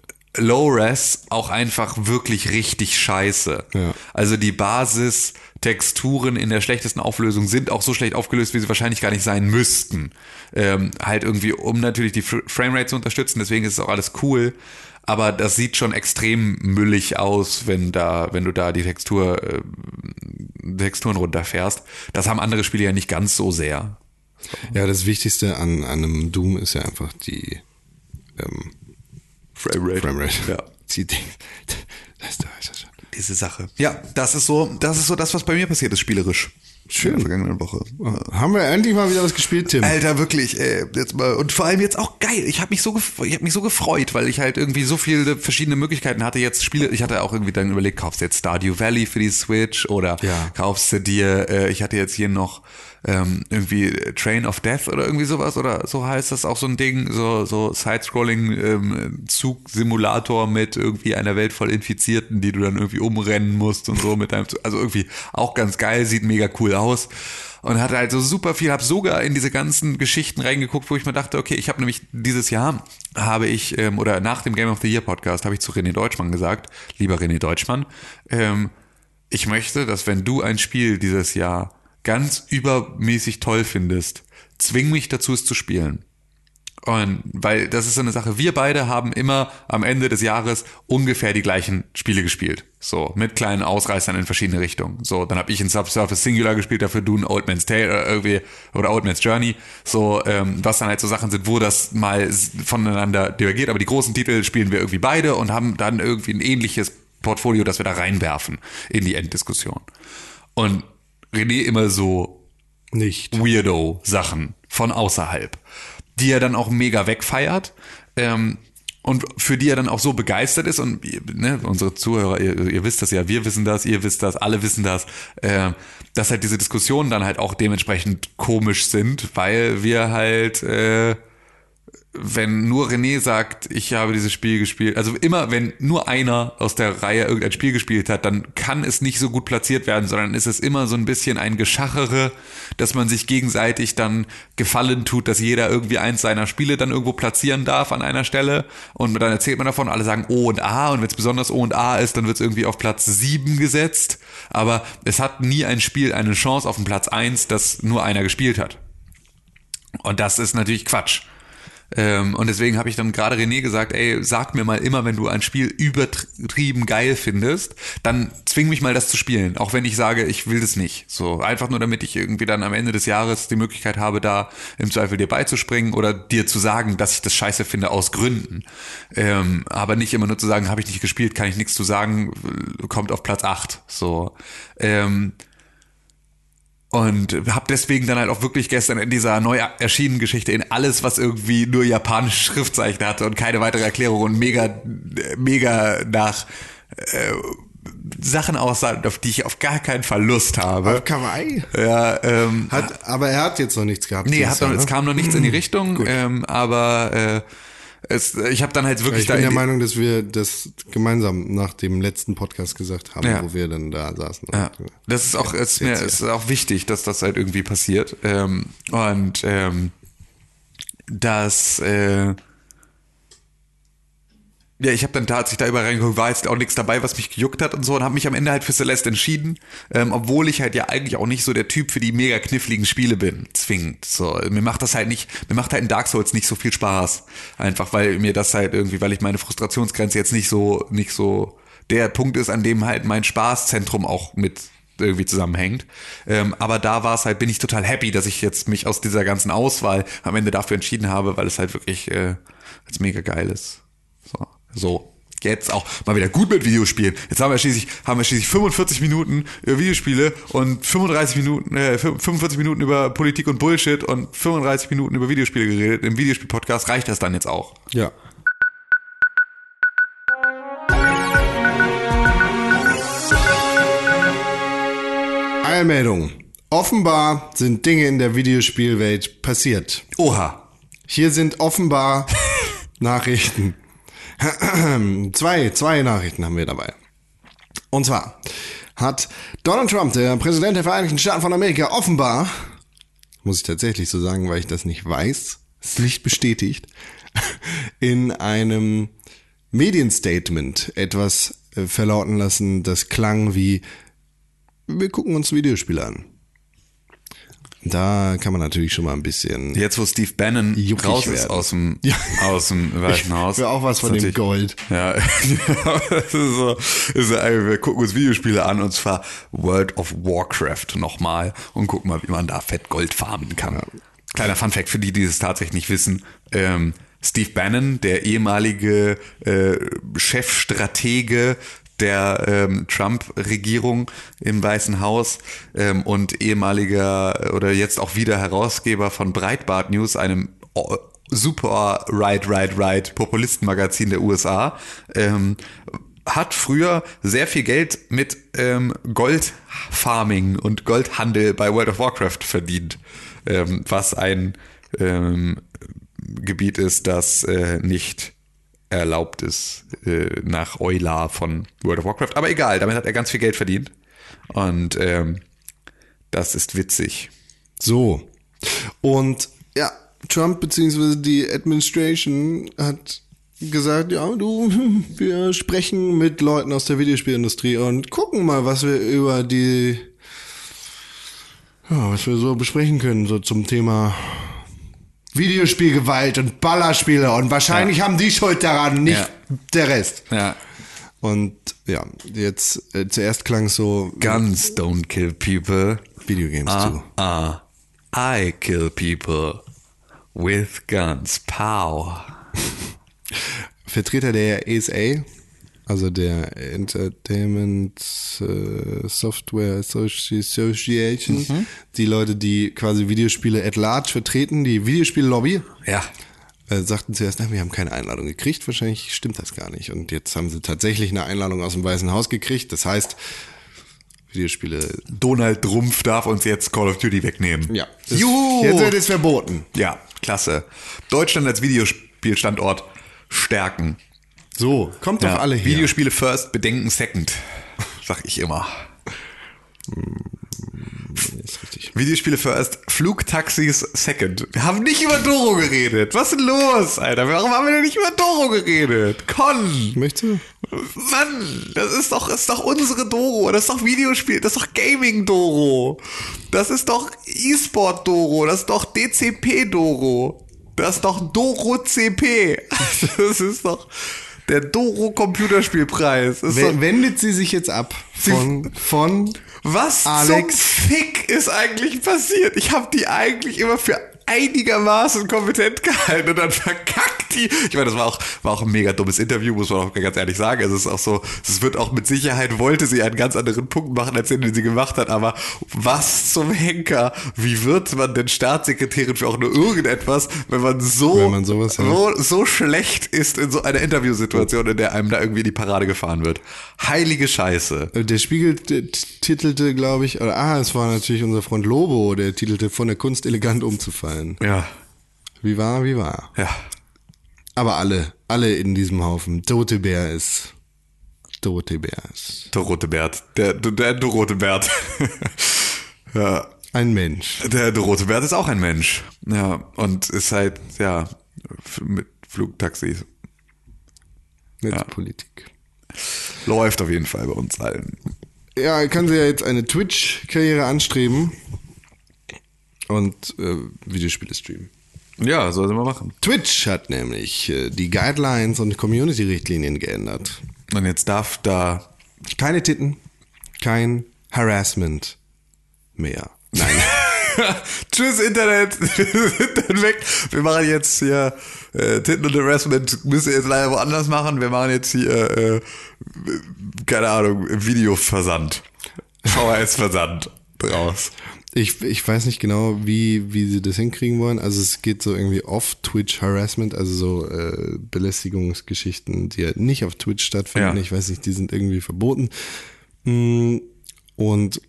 Low-Res auch einfach wirklich richtig scheiße. Ja. Also die Basistexturen in der schlechtesten Auflösung sind auch so schlecht aufgelöst, wie sie wahrscheinlich gar nicht sein müssten. Ähm, halt irgendwie, um natürlich die Framerate zu unterstützen, deswegen ist es auch alles cool. Aber das sieht schon extrem müllig aus, wenn da, wenn du da die Textur, äh, Texturen runterfährst. Das haben andere Spiele ja nicht ganz so sehr. So. Ja, das Wichtigste an, an einem Doom ist ja einfach die ähm, Framerate. Framerate. Ja. Die, das, das, das, Diese Sache. Ja, das ist so, das ist so das, was bei mir passiert ist, spielerisch. Schön. In der vergangenen Woche. Haben wir endlich mal wieder was gespielt, Tim? Alter, wirklich, ey, jetzt mal, und vor allem jetzt auch geil. Ich habe mich so gef- ich habe mich so gefreut, weil ich halt irgendwie so viele verschiedene Möglichkeiten hatte jetzt Spiele. Ich hatte auch irgendwie dann überlegt, kaufst du jetzt Stardew Valley für die Switch oder Ja. kaufst du dir, äh, ich hatte jetzt hier noch ähm, irgendwie Train of Death oder irgendwie sowas oder so heißt das auch so ein Ding, so so Side-Scrolling ähm, Zugsimulator mit irgendwie einer Welt voll Infizierten, die du dann irgendwie umrennen musst und so mit deinem Zug. Also irgendwie auch ganz geil, sieht mega cool aus. Und hatte halt so super viel, habe sogar in diese ganzen Geschichten reingeguckt, wo ich mir dachte, okay, ich habe nämlich dieses Jahr, habe ich, ähm, oder nach dem Game of the Year Podcast, habe ich zu René Deutschmann gesagt, lieber René Deutschmann, ähm, ich möchte, dass wenn du ein Spiel dieses Jahr ganz übermäßig toll findest, zwing mich dazu, es zu spielen. Und weil das ist so eine Sache, wir beide haben immer am Ende des Jahres ungefähr die gleichen Spiele gespielt. So, mit kleinen Ausreißern in verschiedene Richtungen. So, dann habe ich in Subsurface Singular gespielt, dafür du in Old Man's Tale oder irgendwie, oder Old Man's Journey. So, ähm, was dann halt so Sachen sind, wo das mal voneinander divergiert. Aber die großen Titel spielen wir irgendwie beide und haben dann irgendwie ein ähnliches Portfolio, das wir da reinwerfen in die Enddiskussion. Und René immer so Nicht. Weirdo-Sachen von außerhalb, die er dann auch mega wegfeiert ähm, und für die er dann auch so begeistert ist und ne, unsere Zuhörer, ihr, ihr wisst das ja, wir wissen das, ihr wisst das, alle wissen das, äh, dass halt diese Diskussionen dann halt auch dementsprechend komisch sind, weil wir halt äh, wenn nur René sagt, ich habe dieses Spiel gespielt, also immer, wenn nur einer aus der Reihe irgendein Spiel gespielt hat, dann kann es nicht so gut platziert werden, sondern ist es immer so ein bisschen ein Geschachere, dass man sich gegenseitig dann Gefallen tut, dass jeder irgendwie eins seiner Spiele dann irgendwo platzieren darf an einer Stelle und dann erzählt man davon, alle sagen O und A und wenn es besonders O und A ist, dann wird es irgendwie auf Platz sieben gesetzt, aber es hat nie ein Spiel eine Chance auf den Platz eins, das nur einer gespielt hat. Und das ist natürlich Quatsch. Ähm, und deswegen habe ich dann gerade René gesagt, ey, sag mir mal immer, wenn du ein Spiel übertrieben geil findest, dann zwing mich mal das zu spielen, auch wenn ich sage, ich will das nicht. So einfach nur, damit ich irgendwie dann am Ende des Jahres die Möglichkeit habe, da im Zweifel dir beizuspringen oder dir zu sagen, dass ich das scheiße finde aus Gründen. Ähm, aber nicht immer nur zu sagen, habe ich nicht gespielt, kann ich nichts zu sagen, kommt auf Platz acht. So, ähm, und habe deswegen dann halt auch wirklich gestern in dieser neu erschienenen Geschichte in alles, was irgendwie nur japanische Schriftzeichen hatte und keine weitere Erklärung und mega, mega nach äh, Sachen aussahen, auf die ich auf gar keinen Fall Lust habe. Auf Kawaii? Ja, ähm, Hat, aber er hat jetzt noch nichts gehabt. nee, hat noch, Jahr, es ne? kam noch nichts in die Richtung, ähm, aber äh, es, ich habe dann halt wirklich Ich da bin der in die, Meinung, dass wir das gemeinsam nach dem letzten Podcast gesagt haben, Ja. wo wir dann da saßen. Ja, Und, das ist auch, ja, ist mir, jetzt, ist ja. auch wichtig, dass das halt irgendwie passiert. Ähm, und ähm, dass äh, ja, ich habe dann tatsächlich da über reingeguckt, war jetzt auch nichts dabei, was mich gejuckt hat und so und habe mich am Ende halt für Celeste entschieden, ähm, obwohl ich halt ja eigentlich auch nicht so der Typ für die mega kniffligen Spiele bin, zwingend. So, mir macht das halt nicht, mir macht halt in Dark Souls nicht so viel Spaß, einfach weil mir das halt irgendwie, weil ich meine Frustrationsgrenze jetzt nicht so, nicht so der Punkt ist, an dem halt mein Spaßzentrum auch mit irgendwie zusammenhängt. Ähm, aber da war es halt, bin ich total happy, dass ich jetzt mich aus dieser ganzen Auswahl am Ende dafür entschieden habe, weil es halt wirklich äh, als mega geil ist. So. So, jetzt auch mal wieder gut mit Videospielen. Jetzt haben wir schließlich, haben wir schließlich fünfundvierzig Minuten über Videospiele und fünfunddreißig Minuten, äh, fünfundvierzig Minuten über Politik und Bullshit und fünfunddreißig Minuten über Videospiele geredet. Im Videospiel-Podcast reicht das dann jetzt auch. Ja. Eilmeldung. Offenbar sind Dinge in der Videospielwelt passiert. Oha. Hier sind offenbar Nachrichten. zwei, zwei Nachrichten haben wir dabei. Und zwar hat Donald Trump, der Präsident der Vereinigten Staaten von Amerika, offenbar, muss ich tatsächlich so sagen, weil ich das nicht weiß, ist nicht bestätigt, in einem Medienstatement etwas verlauten lassen, das klang wie: Wir gucken uns Videospiele an. Da kann man natürlich schon mal ein bisschen... Jetzt, wo Steve Bannon juckig raus ist werden. aus dem, Ja. aus dem Weißen Haus. Ich will auch was von dem Natürlich- Gold. Ja, das ist so, das ist, wir gucken uns Videospiele an und zwar World of Warcraft nochmal und gucken mal, wie man da fett Gold farmen kann. Ja. Kleiner Funfact für die, die es tatsächlich nicht wissen. Ähm, Steve Bannon, der ehemalige äh, Chefstratege der ähm, Trump-Regierung im Weißen Haus ähm, und ehemaliger oder jetzt auch wieder Herausgeber von Breitbart News, einem super right, right, right Populisten-Magazin der U S A, ähm, hat früher sehr viel Geld mit ähm, Goldfarming und Goldhandel bei World of Warcraft verdient, ähm, was ein ähm, Gebiet ist, das äh, nicht erlaubt ist äh, nach Euler von World of Warcraft. Aber egal, damit hat er ganz viel Geld verdient und ähm, das ist witzig. So, und ja, Trump bzw. die Administration hat gesagt, ja, du, wir sprechen mit Leuten aus der Videospielindustrie und gucken mal, was wir über die, ja, was wir so besprechen können, so zum Thema Videospielgewalt und Ballerspiele und wahrscheinlich ja. haben die Schuld daran, nicht ja. der Rest. Ja. Und ja, jetzt äh, zuerst klang es so, Guns don't kill people. Videogames ah, too. Ah, I kill people with guns. Pow. Vertreter der E S A, also der Entertainment äh, Software Association, mhm. die Leute, die quasi Videospiele at large vertreten, die Videospiellobby, ja. äh, sagten zuerst, na, wir haben keine Einladung gekriegt, wahrscheinlich stimmt das gar nicht. Und jetzt haben sie tatsächlich eine Einladung aus dem Weißen Haus gekriegt, das heißt, Videospiele... Donald Trump darf uns jetzt Call of Duty wegnehmen. Ja. Juhu! Jetzt wird es verboten. Ja, klasse. Deutschland als Videospielstandort stärken. So, kommt doch ja, alle her. Videospiele first, Bedenken second, sag ich immer. Ist richtig. Videospiele first, Flugtaxis second. Wir haben nicht über Doro geredet. Was ist denn los, Alter? Warum haben wir denn nicht über Doro geredet? Con! Möchtest du? Mann, das ist doch, das ist doch unsere Doro. Das ist doch Videospiel, das ist doch Gaming-Doro. Das ist doch E-Sport-Doro. Das ist doch D C P-Doro. Das ist doch Doro C P. Das ist doch der Doro Computerspielpreis. W- wendet sie sich jetzt ab von, von was Alex. zum Fick ist eigentlich passiert? Ich habe die eigentlich immer für einigermaßen kompetent gehalten und dann verkackt die. Ich meine, das war auch, war auch ein mega dummes Interview, muss man auch ganz ehrlich sagen. Also es ist auch so, es wird auch mit Sicherheit, wollte sie einen ganz anderen Punkt machen, als den sie gemacht hat, aber was zum Henker? Wie wird man denn Staatssekretärin für auch nur irgendetwas, wenn man so, wenn man sowas so, so schlecht ist in so einer Interviewsituation, in der einem da irgendwie die Parade gefahren wird? Heilige Scheiße. Der Spiegel t- titelte, glaube ich, oder, ah, es war natürlich unser Freund Lobo, der titelte von der Kunst elegant umzufallen. Ja. Wie war, wie war. Ja. Aber alle, alle in diesem Haufen. Dorothee Bär ist. Dorothee Bär ist. Dorothee Bert. Der, der Dorothee Bert. Ja. Ein Mensch. Der Dorothee Bert ist auch ein Mensch. Ja. Und ist halt, ja, mit Flugtaxis. Mit ja. Politik. Läuft auf jeden Fall bei uns allen. Ja, kann sie ja jetzt eine Twitch-Karriere anstreben. Und äh, Videospiele streamen. Ja, soll sie mal machen. Twitch hat nämlich äh, die Guidelines und Community-Richtlinien geändert. Und jetzt darf da... Keine Titten, kein Harassment mehr. Nein. Tschüss Internet, wir sind dann weg. Wir machen jetzt hier äh, Titten und Harassment, müssen wir jetzt leider woanders machen. Wir machen jetzt hier, äh, keine Ahnung, Videoversand. V H S-Versand raus. Ich, ich weiß nicht genau, wie, wie sie das hinkriegen wollen. Also es geht so irgendwie off-Twitch-Harassment, also so äh, Belästigungsgeschichten, die halt nicht auf Twitch stattfinden. Ja. Ich weiß nicht, die sind irgendwie verboten. Und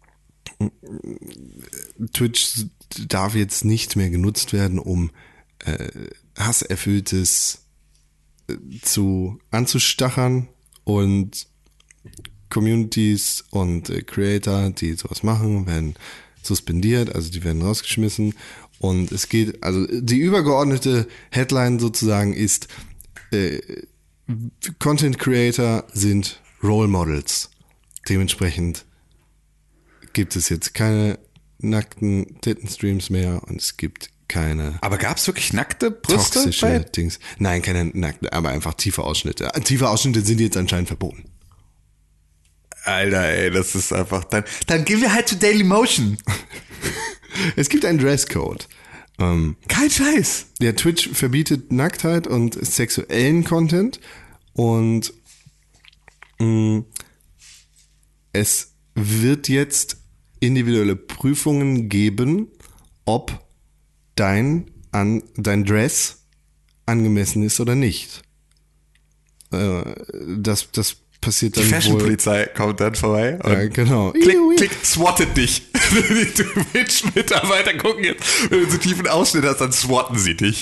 Twitch darf jetzt nicht mehr genutzt werden, um äh, Hasserfülltes äh, zu anzustachern, und Communities und äh, Creator, die sowas machen, werden suspendiert, also die werden rausgeschmissen. Und es geht, also die übergeordnete Headline sozusagen ist, äh, Content Creator sind Role Models. Dementsprechend gibt es jetzt keine nackten Tittenstreams mehr und es gibt keine. Aber gab es wirklich nackte Brüste? Toxische bei? Dings. Nein, keine nackte, aber einfach tiefe Ausschnitte. Tiefe Ausschnitte sind jetzt anscheinend verboten. Alter, ey, das ist einfach, dann, dann gehen wir halt zu Dailymotion. Es gibt einen Dresscode. Ähm, Kein Scheiß. Der Twitch verbietet Nacktheit und sexuellen Content und Es wird jetzt individuelle Prüfungen geben, ob dein, an, dein Dress angemessen ist oder nicht. Äh, das, das passiert dann Die wohl... Fashion-Polizei kommt dann vorbei und Ja, genau. klick, klick, swattet dich. Die Twitch-Mitarbeiter gucken jetzt, wenn du so tiefen Ausschnitt hast, dann swatten sie dich.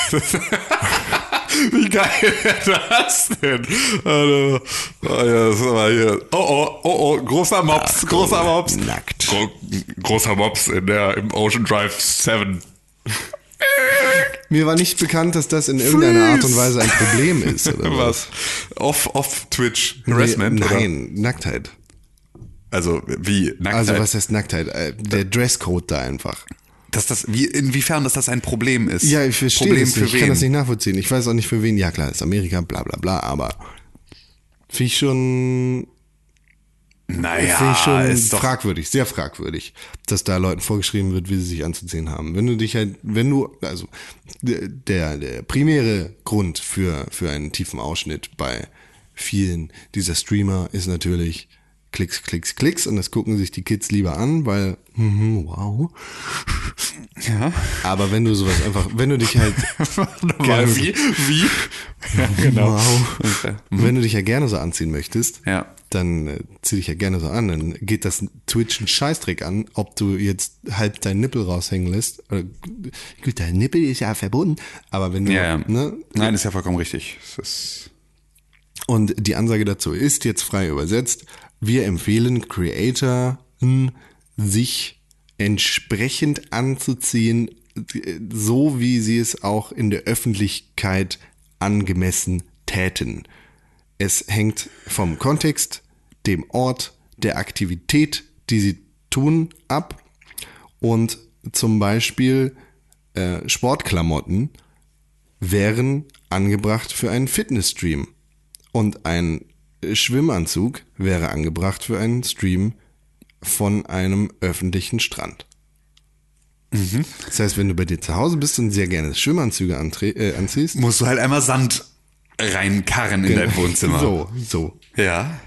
Wie geil wäre das denn? Also, oh, ja, das war hier. Oh, oh, oh, oh, großer Mops, Ach, großer Mops. Nackt. Gro großer Mops in der, im Ocean Drive sieben. Mir war nicht bekannt, dass das in irgendeiner Art und Weise ein Problem ist. Oder was? Off, off Twitch Harassment? Nee, nein, oder? Nacktheit. Also, wie? Nacktheit? Also, was heißt Nacktheit? Äh, Der Dresscode da einfach. Dass das, wie, inwiefern dass das ein Problem ist? Ja, ich verstehe Problem das für nicht. Ich wen? kann das nicht nachvollziehen. Ich weiß auch nicht für wen. Ja, klar, ist Amerika, bla bla bla, aber finde ich schon, Naja, finde ich schon ist doch fragwürdig, sehr fragwürdig, dass da Leuten vorgeschrieben wird, wie sie sich anzuziehen haben. Wenn du dich halt, wenn du, also der, der primäre Grund für, für einen tiefen Ausschnitt bei vielen dieser Streamer ist natürlich Klicks, Klicks, Klicks und das gucken sich die Kids lieber an, weil, mhm, wow. Ja. Aber wenn du sowas einfach, wenn du dich halt Nochmal, wie? Wie? Ja, genau. Wow. Okay. Wenn du dich ja gerne so anziehen möchtest, Ja. dann äh, zieh dich ja gerne so an. Dann geht das Twitch einen Scheißdreck an, ob du jetzt halb deinen Nippel raushängen lässt. Oder, gut, dein Nippel ist ja verbunden, aber wenn du, Ja, ja. ne? Nein, ist ja vollkommen richtig. Es ist Und die Ansage dazu ist jetzt frei übersetzt, wir empfehlen Creatoren, sich entsprechend anzuziehen, so wie sie es auch in der Öffentlichkeit angemessen täten. Es hängt vom Kontext, dem Ort, der Aktivität, die sie tun, ab. Und zum Beispiel äh, Sportklamotten wären angebracht für einen Fitnessstream. Und ein Schwimmanzug wäre angebracht für einen Stream von einem öffentlichen Strand. Mhm. Das heißt, wenn du bei dir zu Hause bist und sehr gerne Schwimmanzüge antre- äh, anziehst, musst du halt einmal Sand reinkarren in dein Wohnzimmer. So, so. Ja.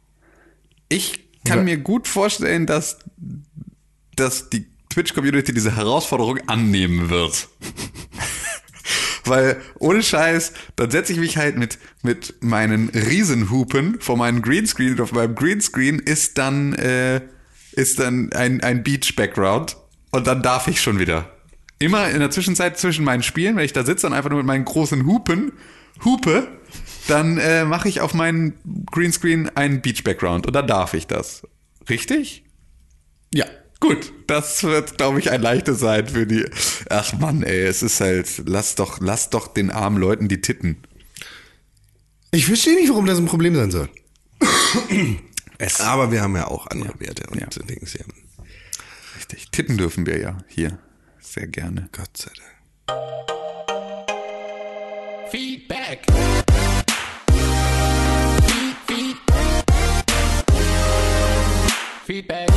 Ich kann Ja. mir gut vorstellen, dass, dass die Twitch-Community diese Herausforderung annehmen wird. Weil, ohne Scheiß, dann setze ich mich halt mit, mit meinen Riesenhupen vor meinem Greenscreen und auf meinem Greenscreen ist dann, äh, ist dann ein, ein Beach-Background und dann darf ich schon wieder. Immer in der Zwischenzeit zwischen meinen Spielen, wenn ich da sitze und einfach nur mit meinen großen Hupen hupe, dann äh, mache ich auf meinen Greenscreen einen Beach-Background und dann darf ich das. Richtig? Ja. Gut, das wird, glaube ich, ein leichtes sein für die. Ach Mann, ey, es ist halt, lass doch, lass doch den armen Leuten die Titten. Ich verstehe nicht, warum das ein Problem sein soll. Es, Aber wir haben ja auch andere Werte und Ja. Dings hier. richtig, Titten dürfen wir ja hier sehr gerne. Gott sei Dank. Feedback. Feed, feed. Feedback.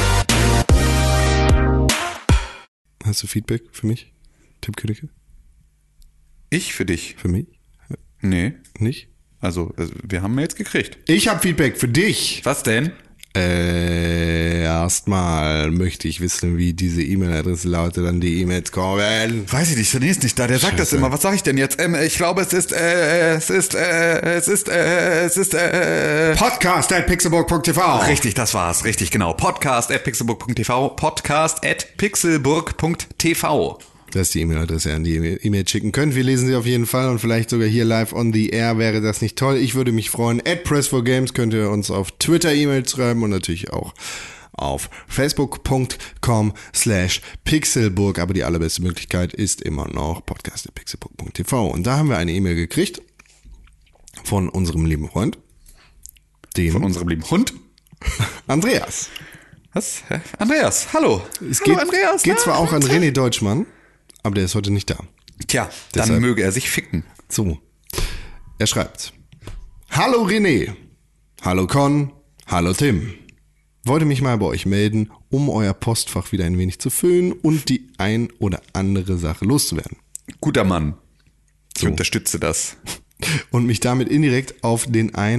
Hast du Feedback für mich, Tim Königke? Ich für dich? Für mich? Nee, Nicht? also, also wir haben Mails gekriegt. Ich habe Feedback für dich. Was denn? Äh, erstmal möchte ich wissen, wie diese E-Mail-Adresse lautet, an die E-Mails kommen. Weiß ich nicht, René ist nicht da, der sagt das Scheiße. immer. Was sage ich denn jetzt? Ähm, ich glaube, es ist, äh, es ist, äh, es ist, äh, es ist, äh, Podcast at pixelburg punkt t v. Richtig, das war's. Richtig, genau. Podcast at pixelburg punkt t v. Podcast at pixelburg punkt t v. Das ist die E-Mail-Adresse, an die ihr E-Mail schicken könnt. Wir lesen sie auf jeden Fall und vielleicht sogar hier live on the air. Wäre das nicht toll? Ich würde mich freuen. At press for games könnt ihr uns auf Twitter E-Mails schreiben und natürlich auch auf facebook punkt com slash pixelburg. Aber die allerbeste Möglichkeit ist immer noch podcast at pixelburg punkt t v. Und da haben wir eine E-Mail gekriegt von unserem lieben Freund, dem Von unserem lieben Hund. Andreas. Was? Hä? Andreas, hallo. Es hallo, geht, Andreas. geht na? zwar auch an René Deutschmann, aber der ist heute nicht da. Tja, dann Deshalb- möge er sich ficken. So, er schreibt: Hallo René, hallo Con, hallo Tim. Wollte mich mal bei euch melden, um euer Postfach wieder ein wenig zu füllen und die ein oder andere Sache loszuwerden. Guter Mann. Ich So. unterstütze das. Und mich damit indirekt auf den ein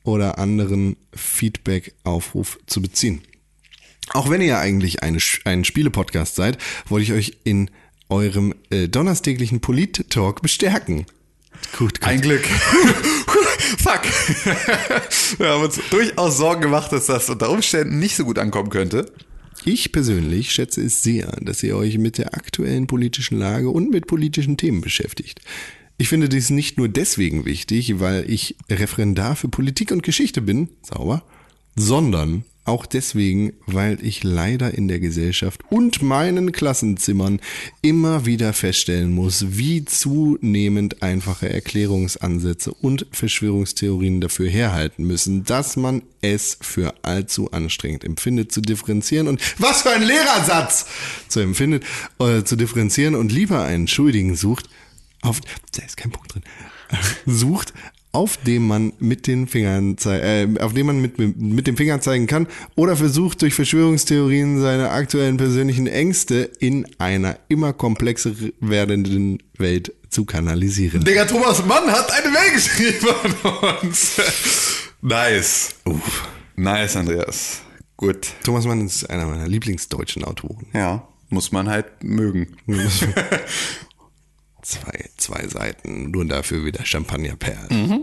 oder anderen Feedback-Aufruf zu beziehen. Auch wenn ihr eigentlich eine, ein Spiele-Podcast seid, wollte ich euch in eurem äh, donnerstäglichen Polit-Talk bestärken. Gut, gut. Ein Glück. Fuck. Wir haben uns durchaus Sorgen gemacht, dass das unter Umständen nicht so gut ankommen könnte. Ich persönlich schätze es sehr, dass ihr euch mit der aktuellen politischen Lage und mit politischen Themen beschäftigt. Ich finde dies nicht nur deswegen wichtig, weil ich Referendar für Politik und Geschichte bin, sauber, sondern auch deswegen, weil ich leider in der Gesellschaft und meinen Klassenzimmern immer wieder feststellen muss, wie zunehmend einfache Erklärungsansätze und Verschwörungstheorien dafür herhalten müssen, dass man es für allzu anstrengend empfindet, zu differenzieren und was für ein Lehrersatz zu empfindet, äh, zu differenzieren und lieber einen Schuldigen sucht, auf, da ist kein Punkt drin, sucht, auf dem man mit den Fingern zei- äh, auf dem man mit, mit dem Finger zeigen kann oder versucht durch Verschwörungstheorien seine aktuellen persönlichen Ängste in einer immer komplexer werdenden Welt zu kanalisieren. Digga, Thomas Mann hat eine Mail geschrieben an uns. Nice. Uff. Nice, Andreas. Gut. Thomas Mann ist einer meiner Lieblingsdeutschen Autoren. Ja, muss man halt mögen. Zwei, zwei Seiten, nur dafür wieder Champagnerperlen. Mhm.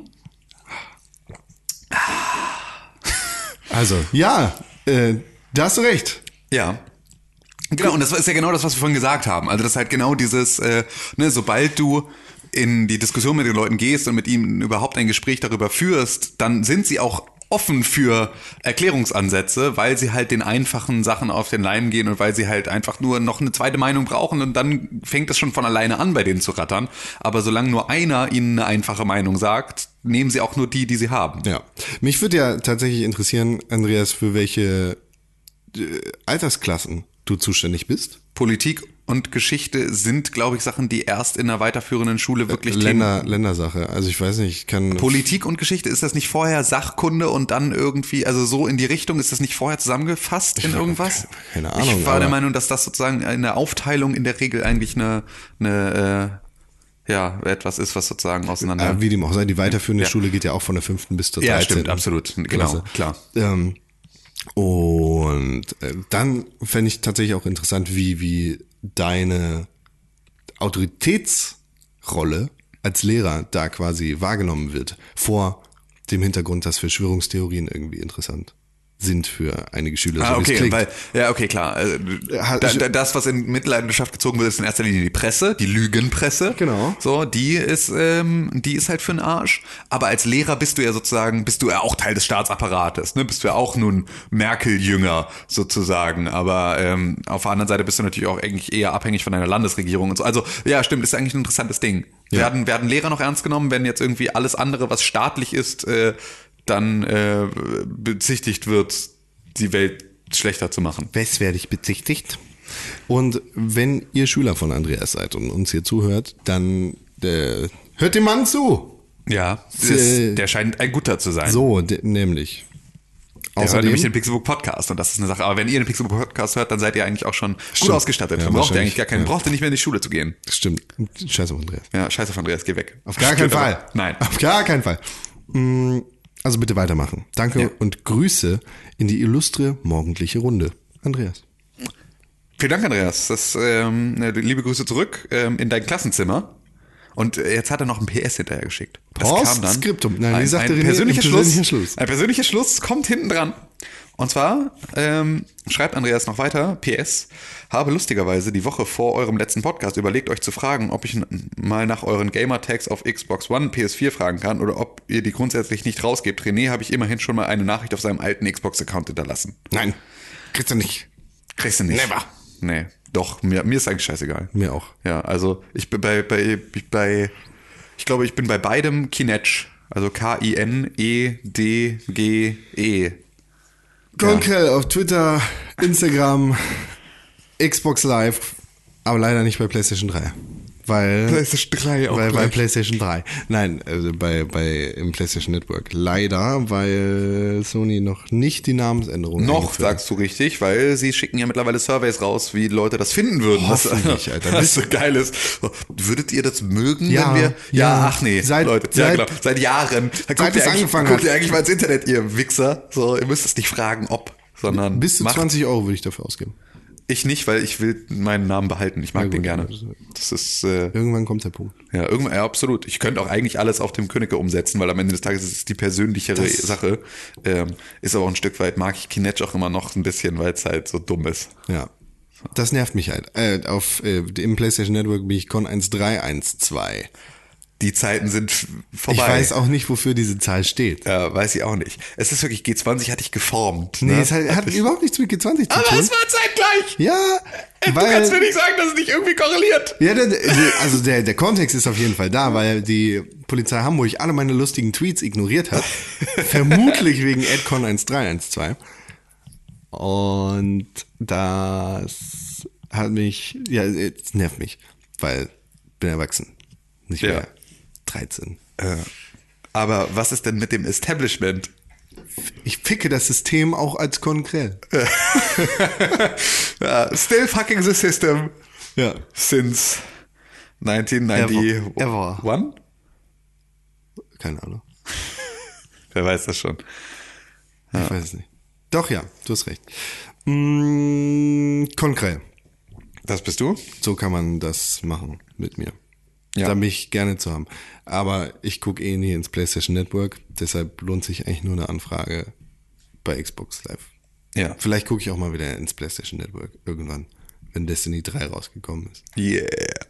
Also, ja, äh, da hast du recht. Ja. Genau, und das ist ja genau das, was wir vorhin gesagt haben. Also das ist halt genau dieses, äh, ne, sobald du in die Diskussion mit den Leuten gehst und mit ihnen überhaupt ein Gespräch darüber führst, dann sind sie auch offen für Erklärungsansätze, weil sie halt den einfachen Sachen auf den Leim gehen und weil sie halt einfach nur noch eine zweite Meinung brauchen und dann fängt es schon von alleine an, bei denen zu rattern. Aber solange nur einer ihnen eine einfache Meinung sagt, nehmen sie auch nur die, die sie haben. Ja, mich würde ja tatsächlich interessieren, Andreas, für welche äh, Altersklassen du zuständig bist. Politik und Geschichte sind, glaube ich, Sachen, die erst in einer weiterführenden Schule wirklich Länder, Themen. Ländersache. Also ich weiß nicht, ich kann... Politik und Geschichte, ist das nicht vorher Sachkunde und dann irgendwie, also so in die Richtung, ist das nicht vorher zusammengefasst in Ich hab irgendwas? keine- keine Ahnung, Ich war der aber- Meinung, dass das sozusagen in der Aufteilung in der Regel eigentlich eine, eine äh, ja, etwas ist, was sozusagen auseinander... Äh, wie dem auch sei, die weiterführende Ja. Schule geht ja auch von der fünften bis zur Ja, dreizehnten stimmt, absolut. Genau, Klasse. klar. Ähm, und äh, dann fände ich tatsächlich auch interessant, wie, wie deine Autoritätsrolle als Lehrer da quasi wahrgenommen wird, vor dem Hintergrund, dass Verschwörungstheorien irgendwie interessant sind für einige Schüler. Ah, so wie es okay, klingt. weil, ja, okay, klar. Also, Ha- da, da, das, was in Mitleidenschaft gezogen wird, ist in erster Linie die Presse, die Lügenpresse. Genau. So, die ist, ähm, die ist halt für den Arsch. Aber als Lehrer bist du ja sozusagen, bist du ja auch Teil des Staatsapparates, ne? Bist du ja auch nun Merkel-Jünger sozusagen. Aber ähm, auf der anderen Seite bist du natürlich auch eigentlich eher abhängig von deiner Landesregierung und so. Also, ja, stimmt, ist eigentlich ein interessantes Ding. Ja. Werden, werden Lehrer noch ernst genommen, wenn jetzt irgendwie alles andere, was staatlich ist, äh, dann äh, bezichtigt wird, die Welt schlechter zu machen. Wes werde ich bezichtigt? Und wenn ihr Schüler von Andreas seid und uns hier zuhört, dann äh, hört dem Mann zu. Ja, Äh, das, der scheint ein guter zu sein. So, de- nämlich. Der hört Außerdem, nämlich den Pixelbook Podcast und das ist eine Sache. Aber wenn ihr den Pixelbook Podcast hört, dann seid ihr eigentlich auch schon gut Stimmt. ausgestattet. Ja, Dann braucht ihr wahrscheinlich, eigentlich gar keinen, ja. braucht ihr nicht mehr in die Schule zu gehen. stimmt. Scheiße auf Andreas. Ja, scheiße auf Andreas, geh weg. Auf gar keinen Stimmt, Fall. aber- Nein. Auf gar keinen Fall. Mm, Also bitte weitermachen. Danke Ja. und Grüße in die illustre morgendliche Runde. Andreas. Vielen Dank, Andreas. Das, ähm, liebe Grüße zurück ähm, in dein Klassenzimmer. Und äh, jetzt hat er noch ein P S hinterher geschickt. Das Postskriptum. Nein, wie ein, sagte ein, René? persönlicher Ein Schluss, persönlicher Schluss. Ein persönlicher Schluss kommt hinten dran. Und zwar ähm, schreibt Andreas noch weiter, P S, habe lustigerweise die Woche vor eurem letzten Podcast überlegt, euch zu fragen, ob ich n- mal nach euren Gamertags auf Xbox One, P S vier fragen kann oder ob ihr die grundsätzlich nicht rausgebt. René habe ich immerhin schon mal eine Nachricht auf seinem alten Xbox-Account hinterlassen. Nein, kriegst du nicht. Kriegst du nicht. Never. Nee, doch, mir, mir ist eigentlich scheißegal. Mir auch. Ja, also ich bin bei, bei, bei ich glaube, ich bin bei beidem Kinetch. Also K I N E D G E. Konkrell auf Twitter, Instagram, Xbox Live, aber leider nicht bei PlayStation drei. weil PlayStation drei auch weil, bei gleich. PlayStation drei. Nein, also bei, bei im PlayStation Network. Leider, weil Sony noch nicht die Namensänderung Noch, eingeführt hat. sagst du richtig, weil sie schicken ja mittlerweile Surveys raus, wie Leute das finden würden. Hoffentlich, das, Alter. Das so geil ist. Würdet ihr das mögen, Ja, wenn wir... ja. ach nee, Seit- Leute. Ja, seit- genau. Seit Jahren. Da guckt es ihr eigentlich, angefangen guckt hat. ihr eigentlich mal ins Internet, ihr Wichser. So, ihr müsst es nicht fragen, ob, sondern Bis zu macht. zwanzig Euro würde ich dafür ausgeben. Ich nicht, weil ich will meinen Namen behalten. Ich mag Ja, den gut, gerne. also- Das ist... Äh, Irgendwann kommt der Punkt. Ja, irgendwann, ja, absolut. Ich könnte auch eigentlich alles auf dem Könnecke umsetzen, weil am Ende des Tages ist es die persönlichere Das- Sache. Ähm, ist aber auch ein Stück weit, mag ich Kinect auch immer noch ein bisschen, weil es halt so dumm ist. Ja. Das nervt mich halt. Äh, auf, äh, im PlayStation Network bin ich Con eins drei eins zwei. Die Zeiten sind f- vorbei. Ich weiß auch nicht, wofür diese Zahl steht. Ja, weiß ich auch nicht. Es ist wirklich, G zwanzig hatte ich geformt. Nee, ne? es hat, hat überhaupt nichts mit G zwanzig zu Aber tun. es war zeitgleich. Ja, Du weil, kannst mir nicht sagen, dass es nicht irgendwie korreliert. ja, der, der, also der, der Kontext ist auf jeden Fall da, weil die Polizei Hamburg alle meine lustigen Tweets ignoriert hat. Vermutlich wegen Adcon eins drei eins zwei. Und das hat mich, ja, es nervt mich, weil ich bin erwachsen, nicht Ja. mehr dreizehn. Äh, aber was ist denn mit dem Establishment? Ich ficke das System auch als Konkrell. Ja, still fucking the system. Ja. Since neunzehnhunderteinundneunzig. Ever. One? Keine Ahnung. Wer weiß das schon. Ich weiß es nicht. Doch, ja, du hast recht. Mm, Konkrell. Das bist du? So kann man das machen mit mir. Ja. Da bin ich gerne zu haben. Aber ich gucke eh nie ins PlayStation Network, deshalb lohnt sich eigentlich nur eine Anfrage bei Xbox Live. Ja. Vielleicht gucke ich auch mal wieder ins PlayStation Network irgendwann, wenn Destiny drei rausgekommen ist. Yeah.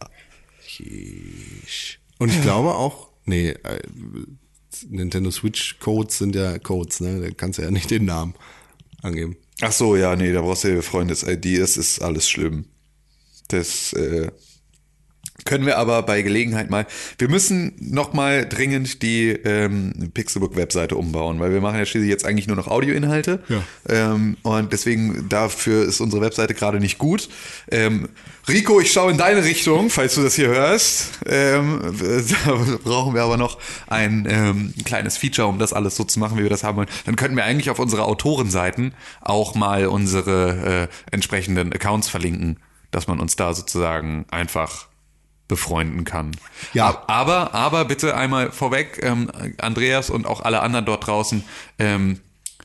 Sheesh. Und ich glaube auch, nee, äh, Nintendo Switch Codes sind ja Codes, ne? Da kannst du ja nicht den Namen angeben. Ach so, ja, nee, da brauchst du ja Freundes-I D, das ist alles schlimm. Das äh, können wir aber bei Gelegenheit mal. Wir müssen nochmal dringend die ähm, Pixelbook-Webseite umbauen, weil wir machen ja schließlich jetzt eigentlich nur noch Audioinhalte. Ja. Ähm, und deswegen, dafür ist unsere Webseite gerade nicht gut. Ähm, Rico, ich schaue in deine Richtung, falls du das hier hörst. Ähm, da brauchen wir aber noch ein ähm, kleines Feature, um das alles so zu machen, wie wir das haben wollen. Dann könnten wir eigentlich auf unsere Autorenseiten auch mal unsere äh, entsprechenden Accounts verlinken, dass man uns da sozusagen einfach befreunden kann. Ja. Aber, aber bitte einmal vorweg, ähm, Andreas und auch alle anderen dort draußen, ähm,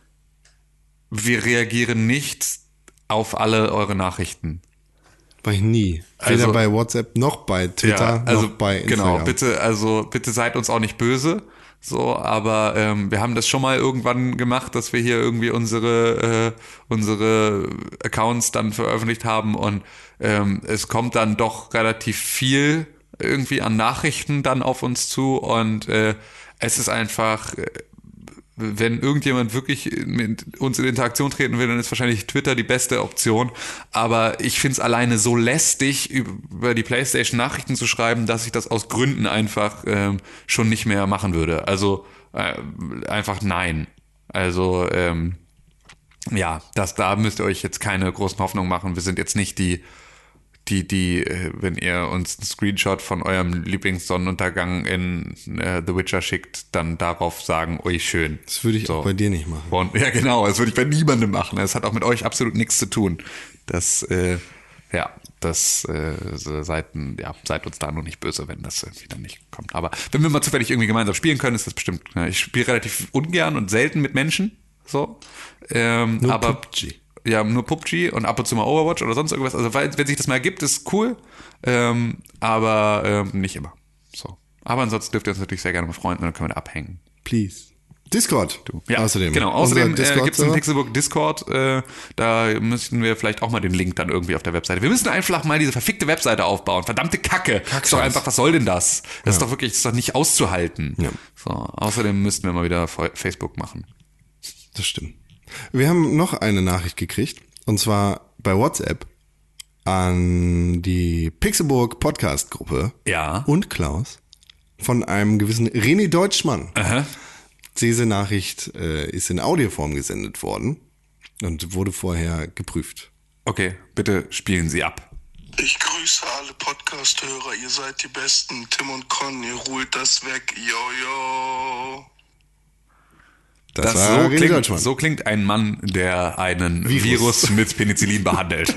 wir reagieren nicht auf alle eure Nachrichten. War ich nie. Weder Also- bei WhatsApp noch bei Twitter also noch bei Instagram. genau, bitte, also bitte seid uns auch nicht böse. So, aber ähm, wir haben das schon mal irgendwann gemacht, dass wir hier irgendwie unsere äh, unsere Accounts dann veröffentlicht haben und ähm, es kommt dann doch relativ viel irgendwie an Nachrichten dann auf uns zu und äh, es ist einfach, äh, wenn irgendjemand wirklich mit uns in Interaktion treten will, dann ist wahrscheinlich Twitter die beste Option. Aber ich finde es alleine so lästig, über die PlayStation Nachrichten zu schreiben, dass ich das aus Gründen einfach ähm, schon nicht mehr machen würde. Also äh, einfach nein. Also ähm, ja, das, da müsst ihr euch jetzt keine großen Hoffnungen machen. Wir sind jetzt nicht die die, die, äh, wenn ihr uns einen Screenshot von eurem Lieblingssonnenuntergang in äh, The Witcher schickt, dann darauf sagen, ui, schön. Das würde ich So. auch bei dir nicht machen. Und, ja, genau, das würde ich bei niemandem machen. Das hat auch mit euch absolut nichts zu tun. Das, äh, ja, das äh, seid, ja, seid uns da nur nicht böse, wenn das irgendwie dann nicht kommt. Aber wenn wir mal zufällig irgendwie gemeinsam spielen können, ist das bestimmt. Ja, ich spiele relativ ungern und selten mit Menschen. So. Ähm, Nur aber P U B G. Ja, nur P U B G und ab und zu mal Overwatch oder sonst irgendwas. Also weil, wenn sich das mal ergibt, ist cool, ähm, aber ähm, nicht immer. So. Aber ansonsten dürft ihr uns natürlich sehr gerne befreunden und dann können wir da abhängen. Please. Discord. Du. Ja, Außerdem. genau. Außerdem Unser äh, gibt es einen Discord-Server. Pixelbook Discord. Äh, da müssten wir vielleicht auch mal den Link dann irgendwie auf der Webseite. Wir müssen einfach mal diese verfickte Webseite aufbauen. Verdammte Kacke. Das ist doch einfach, was soll denn das? Das ist doch wirklich, das ist doch nicht auszuhalten. Ja. So. Außerdem müssten wir mal wieder Facebook machen. Das stimmt. Wir haben noch eine Nachricht gekriegt, und zwar bei WhatsApp an die Pixelburg Podcast Gruppe Ja. und Klaus von einem gewissen René Deutschmann. Aha. Diese Nachricht äh, ist in Audioform gesendet worden und wurde vorher geprüft. Okay, bitte spielen Sie ab. Ich grüße alle Podcast-Hörer, ihr seid die Besten. Tim und Con, ihr ruht das weg. Yo, yo. Das, Das war so, René klingt, Deutschmann. so klingt ein Mann, der einen Virus. Virus, mit Penicillin behandelt.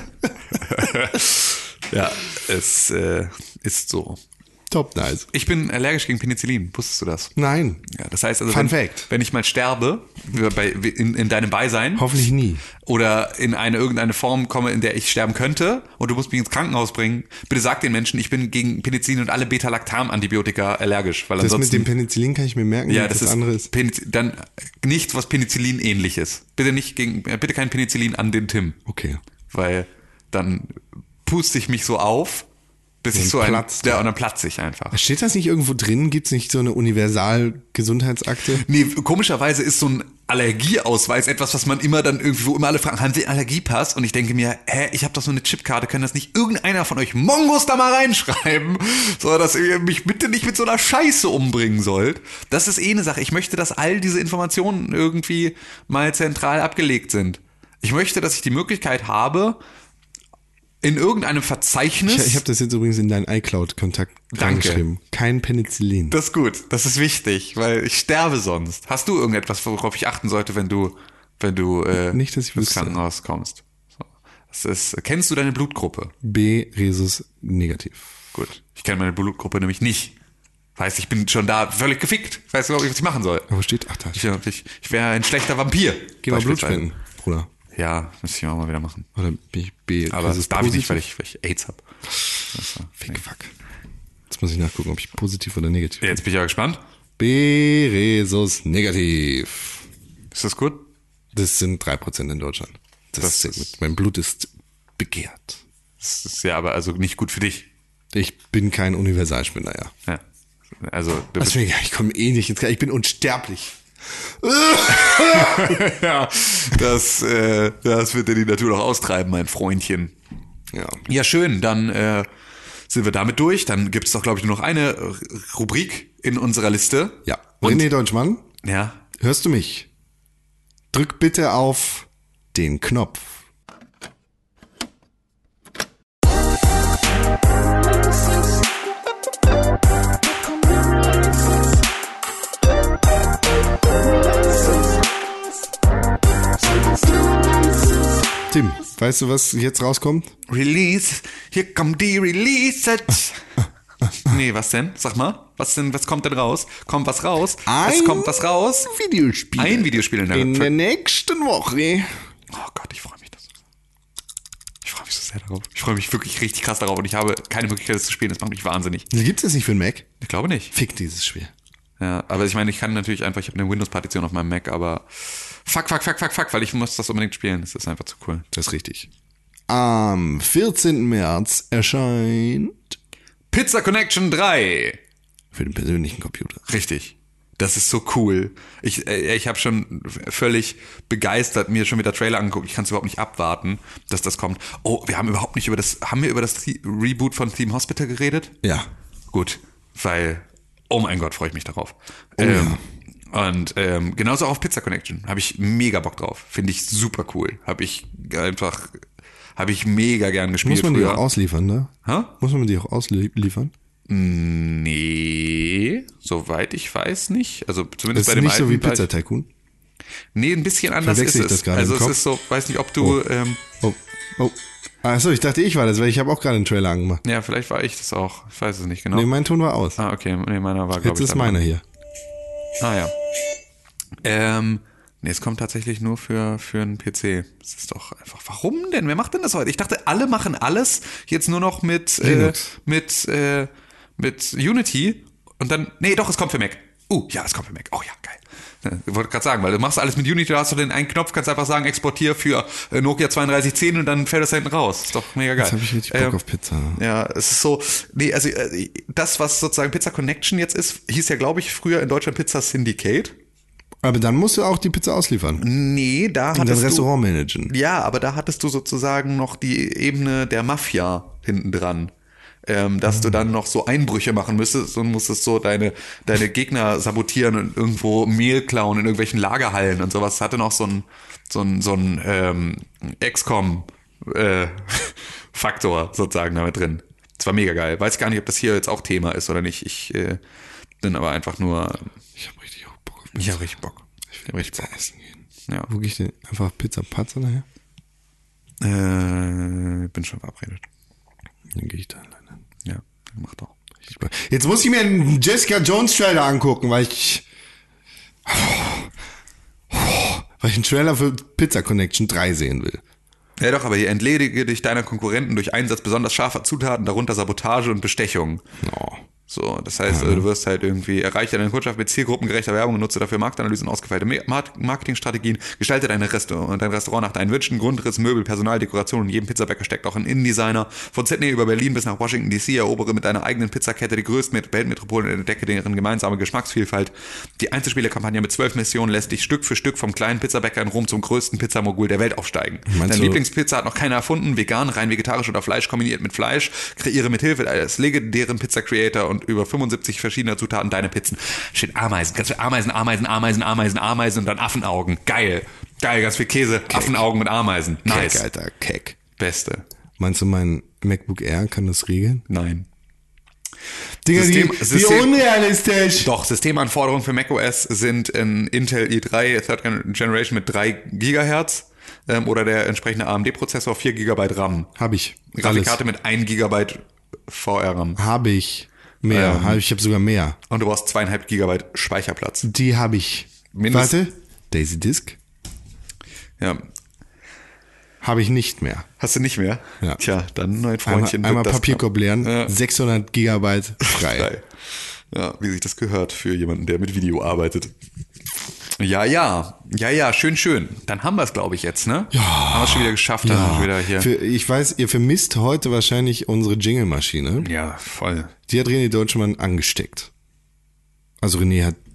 Ja, es äh, ist so. Top nice. Ich bin allergisch gegen Penicillin. Wusstest du das? Nein. Ja, das heißt also, Fun wenn, Fact. wenn ich mal sterbe, bei, in, in deinem Beisein, Hoffentlich nie. oder in eine irgendeine Form komme, in der ich sterben könnte und du musst mich ins Krankenhaus bringen, bitte sag den Menschen, ich bin gegen Penicillin und alle Beta-Lactam-Antibiotika allergisch, weil Das ansonsten mit dem Penicillin kann ich mir merken, ja, das, das, andere ist ist. Peniz- dann nichts, was Penicillin ähnliches. Bitte nicht gegen, bitte kein Penicillin an den Tim, Okay. weil dann puste ich mich so auf, bis ich so ein, platzt. ja, und dann platze ich einfach. Steht das nicht irgendwo drin? Gibt es nicht so eine Universal-Gesundheitsakte? Nee, komischerweise ist so ein Allergieausweis etwas, was man immer dann irgendwie, wo immer alle fragen, haben Sie einen Allergiepass? Und ich denke mir, hä, ich habe doch so eine Chipkarte, kann das nicht irgendeiner von euch Mongos da mal reinschreiben? So, dass ihr mich bitte nicht mit so einer Scheiße umbringen sollt. Das ist eh eine Sache. Ich möchte, dass all diese Informationen irgendwie mal zentral abgelegt sind. Ich möchte, dass ich die Möglichkeit habe, in irgendeinem Verzeichnis. Ich, ich habe das jetzt übrigens in deinen iCloud-Kontakt Danke. reingeschrieben. Kein Penicillin. Das ist gut, das ist wichtig, weil ich sterbe sonst. Hast du irgendetwas, worauf ich achten sollte, wenn du, wenn du äh, Nicht, dass ich ins wüsste. Krankenhaus kommst? So. Das ist, kennst du deine Blutgruppe? B, Rhesus negativ. Gut, ich kenne meine Blutgruppe nämlich nicht. Heißt, ich bin schon da völlig gefickt. Ich weiß überhaupt nicht, was ich machen soll. Aber wo steht? Ach, da. Ich, ich, ich wäre ein schlechter Vampir. Geh mal Blut beispielsweise. spenden, Bruder. Ja, müsste ich auch mal wieder machen. Oder B, B Aber Rhesus das darf ich nicht, weil positiv? ich, weil ich AIDS habe. Fick, fuck. Jetzt muss ich nachgucken, ob ich positiv oder negativ bin. Jetzt bin ich aber gespannt. B, Rhesus negativ. Ist das gut? Das sind drei Prozent in Deutschland. Das, Das ist sehr ist- gut. Mein Blut ist begehrt. Das ist ja aber also nicht gut für dich. Ich bin kein Universalspender, ja. Ja. Also, du Was bist, mir egal, ich komme eh nicht ins Krankenhaus. Ich bin unsterblich. ja, das, äh, das wird dir die Natur noch austreiben, mein Freundchen. Ja. Ja, schön, dann äh, sind wir damit durch. Dann gibt es doch, glaube ich, nur noch eine äh, Rubrik in unserer Liste. Ja. Und, René Deutschmann, ja, hörst du mich? Drück bitte auf den Knopf. Tim, weißt du, was jetzt rauskommt? Release, hier kommt die Releases. Nee, was denn? Sag mal, was denn, was kommt denn raus? Kommt was raus? Es kommt was raus? Videospiel. Ein Videospiel in der In der nächsten Woche. Oh Gott, ich freue mich das. Ich freue mich so sehr darauf. Ich freue mich wirklich richtig krass darauf und ich habe keine Möglichkeit, das zu spielen. Das macht mich wahnsinnig. Gibt es das nicht für einen Mac? Ich glaube nicht. Fick dieses Spiel. Ja, aber ich meine, ich kann natürlich einfach, ich habe eine Windows-Partition auf meinem Mac, aber fuck, fuck, fuck, fuck, fuck, weil ich muss das unbedingt spielen. Das ist einfach zu cool. Das ist richtig. Am vierzehnten März erscheint Pizza Connection drei. für den persönlichen Computer. Richtig. Das ist so cool. Ich, äh, ich habe schon völlig begeistert mir schon wieder Trailer angeguckt. Ich kann es überhaupt nicht abwarten, dass das kommt. Oh, wir haben überhaupt nicht über das, haben wir über das Re- Reboot von Theme Hospital geredet? Ja. Gut, weil, oh mein Gott, freue ich mich darauf. Oh ähm, Und ähm, genauso auch auf Pizza Connection. Habe ich mega Bock drauf. Finde ich super cool. Habe ich einfach, habe ich mega gern gespielt Muss man die früher. auch ausliefern, ne? Hä? Muss man die auch ausliefern? Nee, soweit ich weiß nicht. Also Das zumindest ist bei dem nicht so wie alten Pizza Tycoon. Nee, ein bisschen anders ist Verwechsel ich es. das gerade Also im es Kopf? ist so, weiß nicht, ob du, Oh. ähm, Oh, oh. Achso, ich dachte, ich war das, weil ich habe auch gerade einen Trailer angemacht. ja, vielleicht war ich das auch. Ich weiß es nicht genau. Nee, mein Ton war aus. ah, okay, nee, meiner war, glaube Jetzt ich. ist dann- meiner hier. Ah, ja. Ähm, nee, es kommt tatsächlich nur für, für einen P C. Das ist doch einfach, warum denn? Wer macht denn das heute? Ich dachte, alle machen alles jetzt nur noch mit, äh, Linux. mit, äh, mit Unity und dann, nee, doch, es kommt für Mac. Uh, ja, es kommt für Mac. Oh ja, geil. Ja, ich wollte gerade sagen, weil du machst alles mit Unity, da hast du den einen Knopf, kannst einfach sagen, exportier für äh, Nokia zweiunddreißig zehn und dann fällt das da hinten raus. Ist doch mega geil. Jetzt habe ich richtig Bock Ähm, auf Pizza. ja, es ist so, nee, also äh, das, was sozusagen Pizza Connection jetzt ist, hieß ja, glaube ich, früher in Deutschland Pizza Syndicate. Aber dann musst du auch die Pizza ausliefern. Nee, da Und das hattest du, Restaurant managen. ja, aber da hattest du sozusagen noch die Ebene der Mafia hinten dran. Ähm, dass du dann noch so Einbrüche machen müsstest und musstest so deine, deine Gegner sabotieren und irgendwo Mehl klauen in irgendwelchen Lagerhallen und sowas. Hatte noch so ein, so ein, so ein ähm, X COM äh, Faktor sozusagen damit drin. Das war mega geil. Weiß gar nicht, ob das hier jetzt auch Thema ist oder nicht. Ich äh, bin aber einfach nur... Ich hab richtig auch Bock auf Ich hab richtig Bock. Ich hab richtig Bock. essen gehen. Ja. Wo gehe ich denn? Einfach Pizza Patzer nachher? Äh, bin schon verabredet. Dann gehe ich da alleine. Ja, mach doch. Jetzt muss ich mir einen Jessica Jones Trailer angucken, weil ich... Weil ich einen Trailer für Pizza Connection drei sehen will. Ja doch, aber hier entledige dich deiner Konkurrenten durch Einsatz besonders scharfer Zutaten, darunter Sabotage und Bestechung. Oh. So, das heißt, also, du wirst halt irgendwie, erreiche deine Kundschaft mit zielgruppengerechter Werbung und nutze dafür Marktanalysen und ausgefeilte Marketingstrategien, gestalte deine Restaurant, dein Restaurant nach deinen Wünschen, Grundriss, Möbel, Personal, Dekoration und in jedem Pizzabäcker steckt auch ein Innendesigner. Von Sydney über Berlin bis nach Washington D C erobere mit deiner eigenen Pizzakette die größten Weltmetropolen und entdecke deren gemeinsame Geschmacksvielfalt. Die Einzelspielerkampagne mit zwölf Missionen lässt dich Stück für Stück vom kleinen Pizzabäcker in Rom zum größten Pizzamogul der Welt aufsteigen. Meinst Deine du- Lieblingspizza hat noch keiner erfunden, vegan, rein vegetarisch oder Fleisch kombiniert mit Fleisch. Kreiere mit Hilfe eines legendären Pizza-Creator und über fünfundsiebzig verschiedener Zutaten deine Pizzen. Steht Ameisen, ganz viel Ameisen, Ameisen, Ameisen, Ameisen, Ameisen und dann Affenaugen. Geil. Geil, ganz viel Käse, Affenaugen mit Ameisen. Nice. Keck, Alter, Keck. Beste. Meinst du, mein MacBook Air kann das regeln? Nein. Digga, System- wie, wie System- unrealistisch. Doch, Systemanforderungen für macOS sind in Intel i drei Third Generation mit drei Gigahertz ähm, oder der entsprechende A M D-Prozessor, vier Gigabyte RAM. Hab ich. Grafikkarte mit ein Gigabyte V R-RAM. Habe ich. Mehr. Ähm. Hab ich ich habe sogar mehr. Und du brauchst zweieinhalb Gigabyte Speicherplatz. Die habe ich. Mindest- Warte. Daisy Disk? Ja. Habe ich nicht mehr. Hast du nicht mehr? Ja. Tja, dann mein Einmal, Freundchen. einmal wird das Papierkorb leeren, Ja. sechshundert Gigabyte frei. Frei. Ja, wie sich das gehört für jemanden, der mit Video arbeitet. Ja, ja, ja, ja, schön, schön. Dann haben wir es, glaube ich, jetzt, ne? Ja. Haben wir es schon wieder geschafft, dann haben wir wieder hier. Für, ich weiß, ihr vermisst heute wahrscheinlich unsere Jingle-Maschine. Ja, voll. Die hat René Deutschmann angesteckt. Also René hat,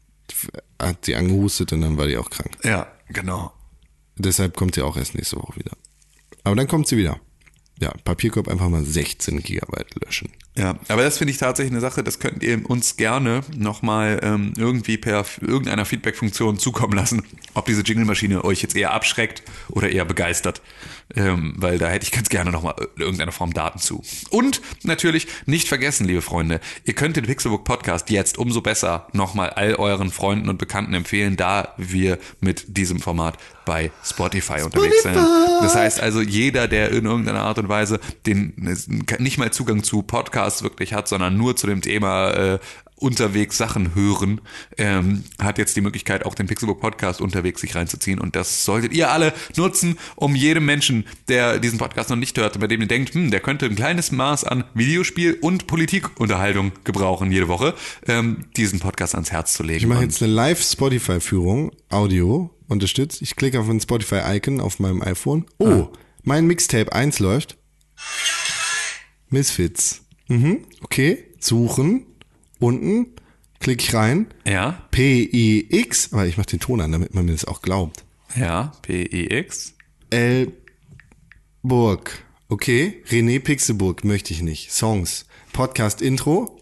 hat sie angehustet und dann war die auch krank. Ja, genau. Deshalb kommt sie auch erst nächste Woche wieder. Aber dann kommt sie wieder. Ja, Papierkorb einfach mal sechzehn Gigabyte löschen. Ja, aber das finde ich tatsächlich eine Sache, das könnt ihr uns gerne nochmal ähm, irgendwie per f- irgendeiner Feedback-Funktion zukommen lassen, ob diese Jingle-Maschine euch jetzt eher abschreckt oder eher begeistert. Ähm, weil da hätte ich ganz gerne nochmal in irgendeiner Form Daten zu. Und natürlich nicht vergessen, liebe Freunde, ihr könnt den Pixelbook Podcast jetzt umso besser nochmal all euren Freunden und Bekannten empfehlen, da wir mit diesem Format bei Spotify, unterwegs sind. Das heißt also, jeder, der in irgendeiner Art und Weise den nicht mal Zugang zu Podcasts wirklich hat, sondern nur zu dem Thema äh, unterwegs Sachen hören, ähm, hat jetzt die Möglichkeit, auch den Pixelbook Podcast unterwegs sich reinzuziehen. Und das solltet ihr alle nutzen, um jedem Menschen, der diesen Podcast noch nicht hört, bei dem ihr denkt, hm, der könnte ein kleines Maß an Videospiel- und Politikunterhaltung gebrauchen jede Woche, ähm, diesen Podcast ans Herz zu legen. Ich mache Und- jetzt eine Live-Spotify-Führung, Audio, unterstützt. Ich klicke auf ein Spotify-Icon auf meinem iPhone. Oh, Ah. mein Mixtape eins läuft. Misfits. Mhm, okay. Suchen. Unten. Klicke ich rein. Ja, P I X. Aber ich mache den Ton an, damit man mir das auch glaubt. ja, P I X. L. Burg. Okay. René Pixelburg möchte ich nicht. Songs. Podcast Intro.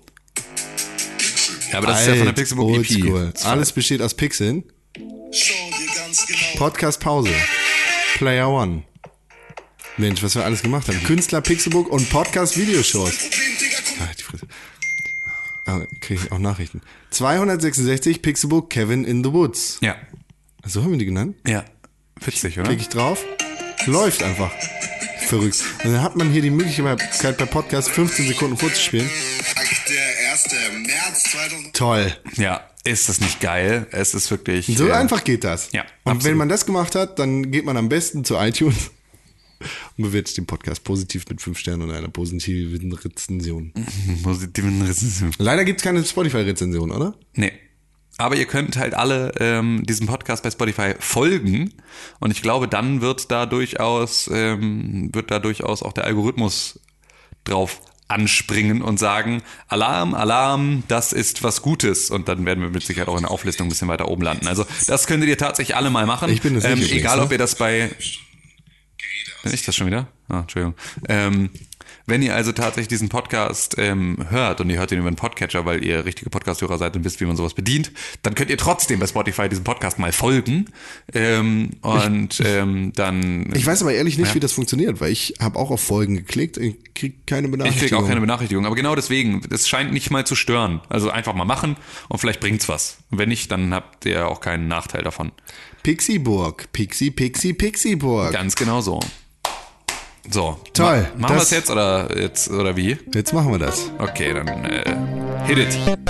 Ja, aber das ist ja von der Alt, Pixelbook E P. oldschool. Alles besteht aus Pixeln. Schau dir ganz genau. Podcast Pause. Player One. Mensch, was wir alles gemacht haben. Künstler Pixelbook und Podcast Videoshows. Ah, die Fresse. Ah, kriege ich auch Nachrichten. zweihundertsechsundsechzig Pixelbook Kevin in the Woods. Ja, So haben wir die genannt. ja. Witzig, oder? Klicke ich drauf. Läuft einfach. Verrückt. Und dann hat man hier die Möglichkeit bei Podcast fünfzehn Sekunden vorzuspielen. Der erste März zweitausend. Toll. Ja, ist das nicht geil? Es ist wirklich... So äh, einfach geht das. Ja, Und absolut. wenn man das gemacht hat, dann geht man am besten zu iTunes und bewertet den Podcast positiv mit fünf Sternen und einer positiven Rezension. positiven Rezension. Leider gibt's keine Spotify-Rezension, oder? Nee. Aber ihr könnt halt alle ähm, diesem Podcast bei Spotify folgen und ich glaube, dann wird da durchaus ähm, wird da durchaus auch der Algorithmus drauf anspringen und sagen, Alarm, Alarm, das ist was Gutes und dann werden wir mit Sicherheit auch in der Auflistung ein bisschen weiter oben landen. Also das könntet ihr tatsächlich alle mal machen. Ich bin das nicht ähm, übrigens, Egal, ne? ob ihr das bei... Bin ich das schon wieder? Ah, Entschuldigung. Ähm, Wenn ihr also tatsächlich diesen Podcast ähm, hört und ihr hört ihn über einen Podcatcher, weil ihr richtige Podcast-Hörer seid und wisst, wie man sowas bedient, dann könnt ihr trotzdem bei Spotify diesem Podcast mal folgen. Ähm, und ähm, dann... Ich weiß aber ehrlich nicht, Ja. wie das funktioniert, weil ich habe auch auf Folgen geklickt, ich krieg keine Ich Benachrichtigung. kriege auch keine Benachrichtigung, aber genau deswegen, das scheint nicht mal zu stören. Also einfach mal machen und vielleicht bringt's was. Und wenn nicht, dann habt ihr auch keinen Nachteil davon. Pixieburg, Pixie, Pixie, Pixieburg. Ganz genau so. So. Toll. Ma- machen wir Das- es jetzt oder jetzt oder wie? Jetzt machen wir das. Okay, dann äh, hit it.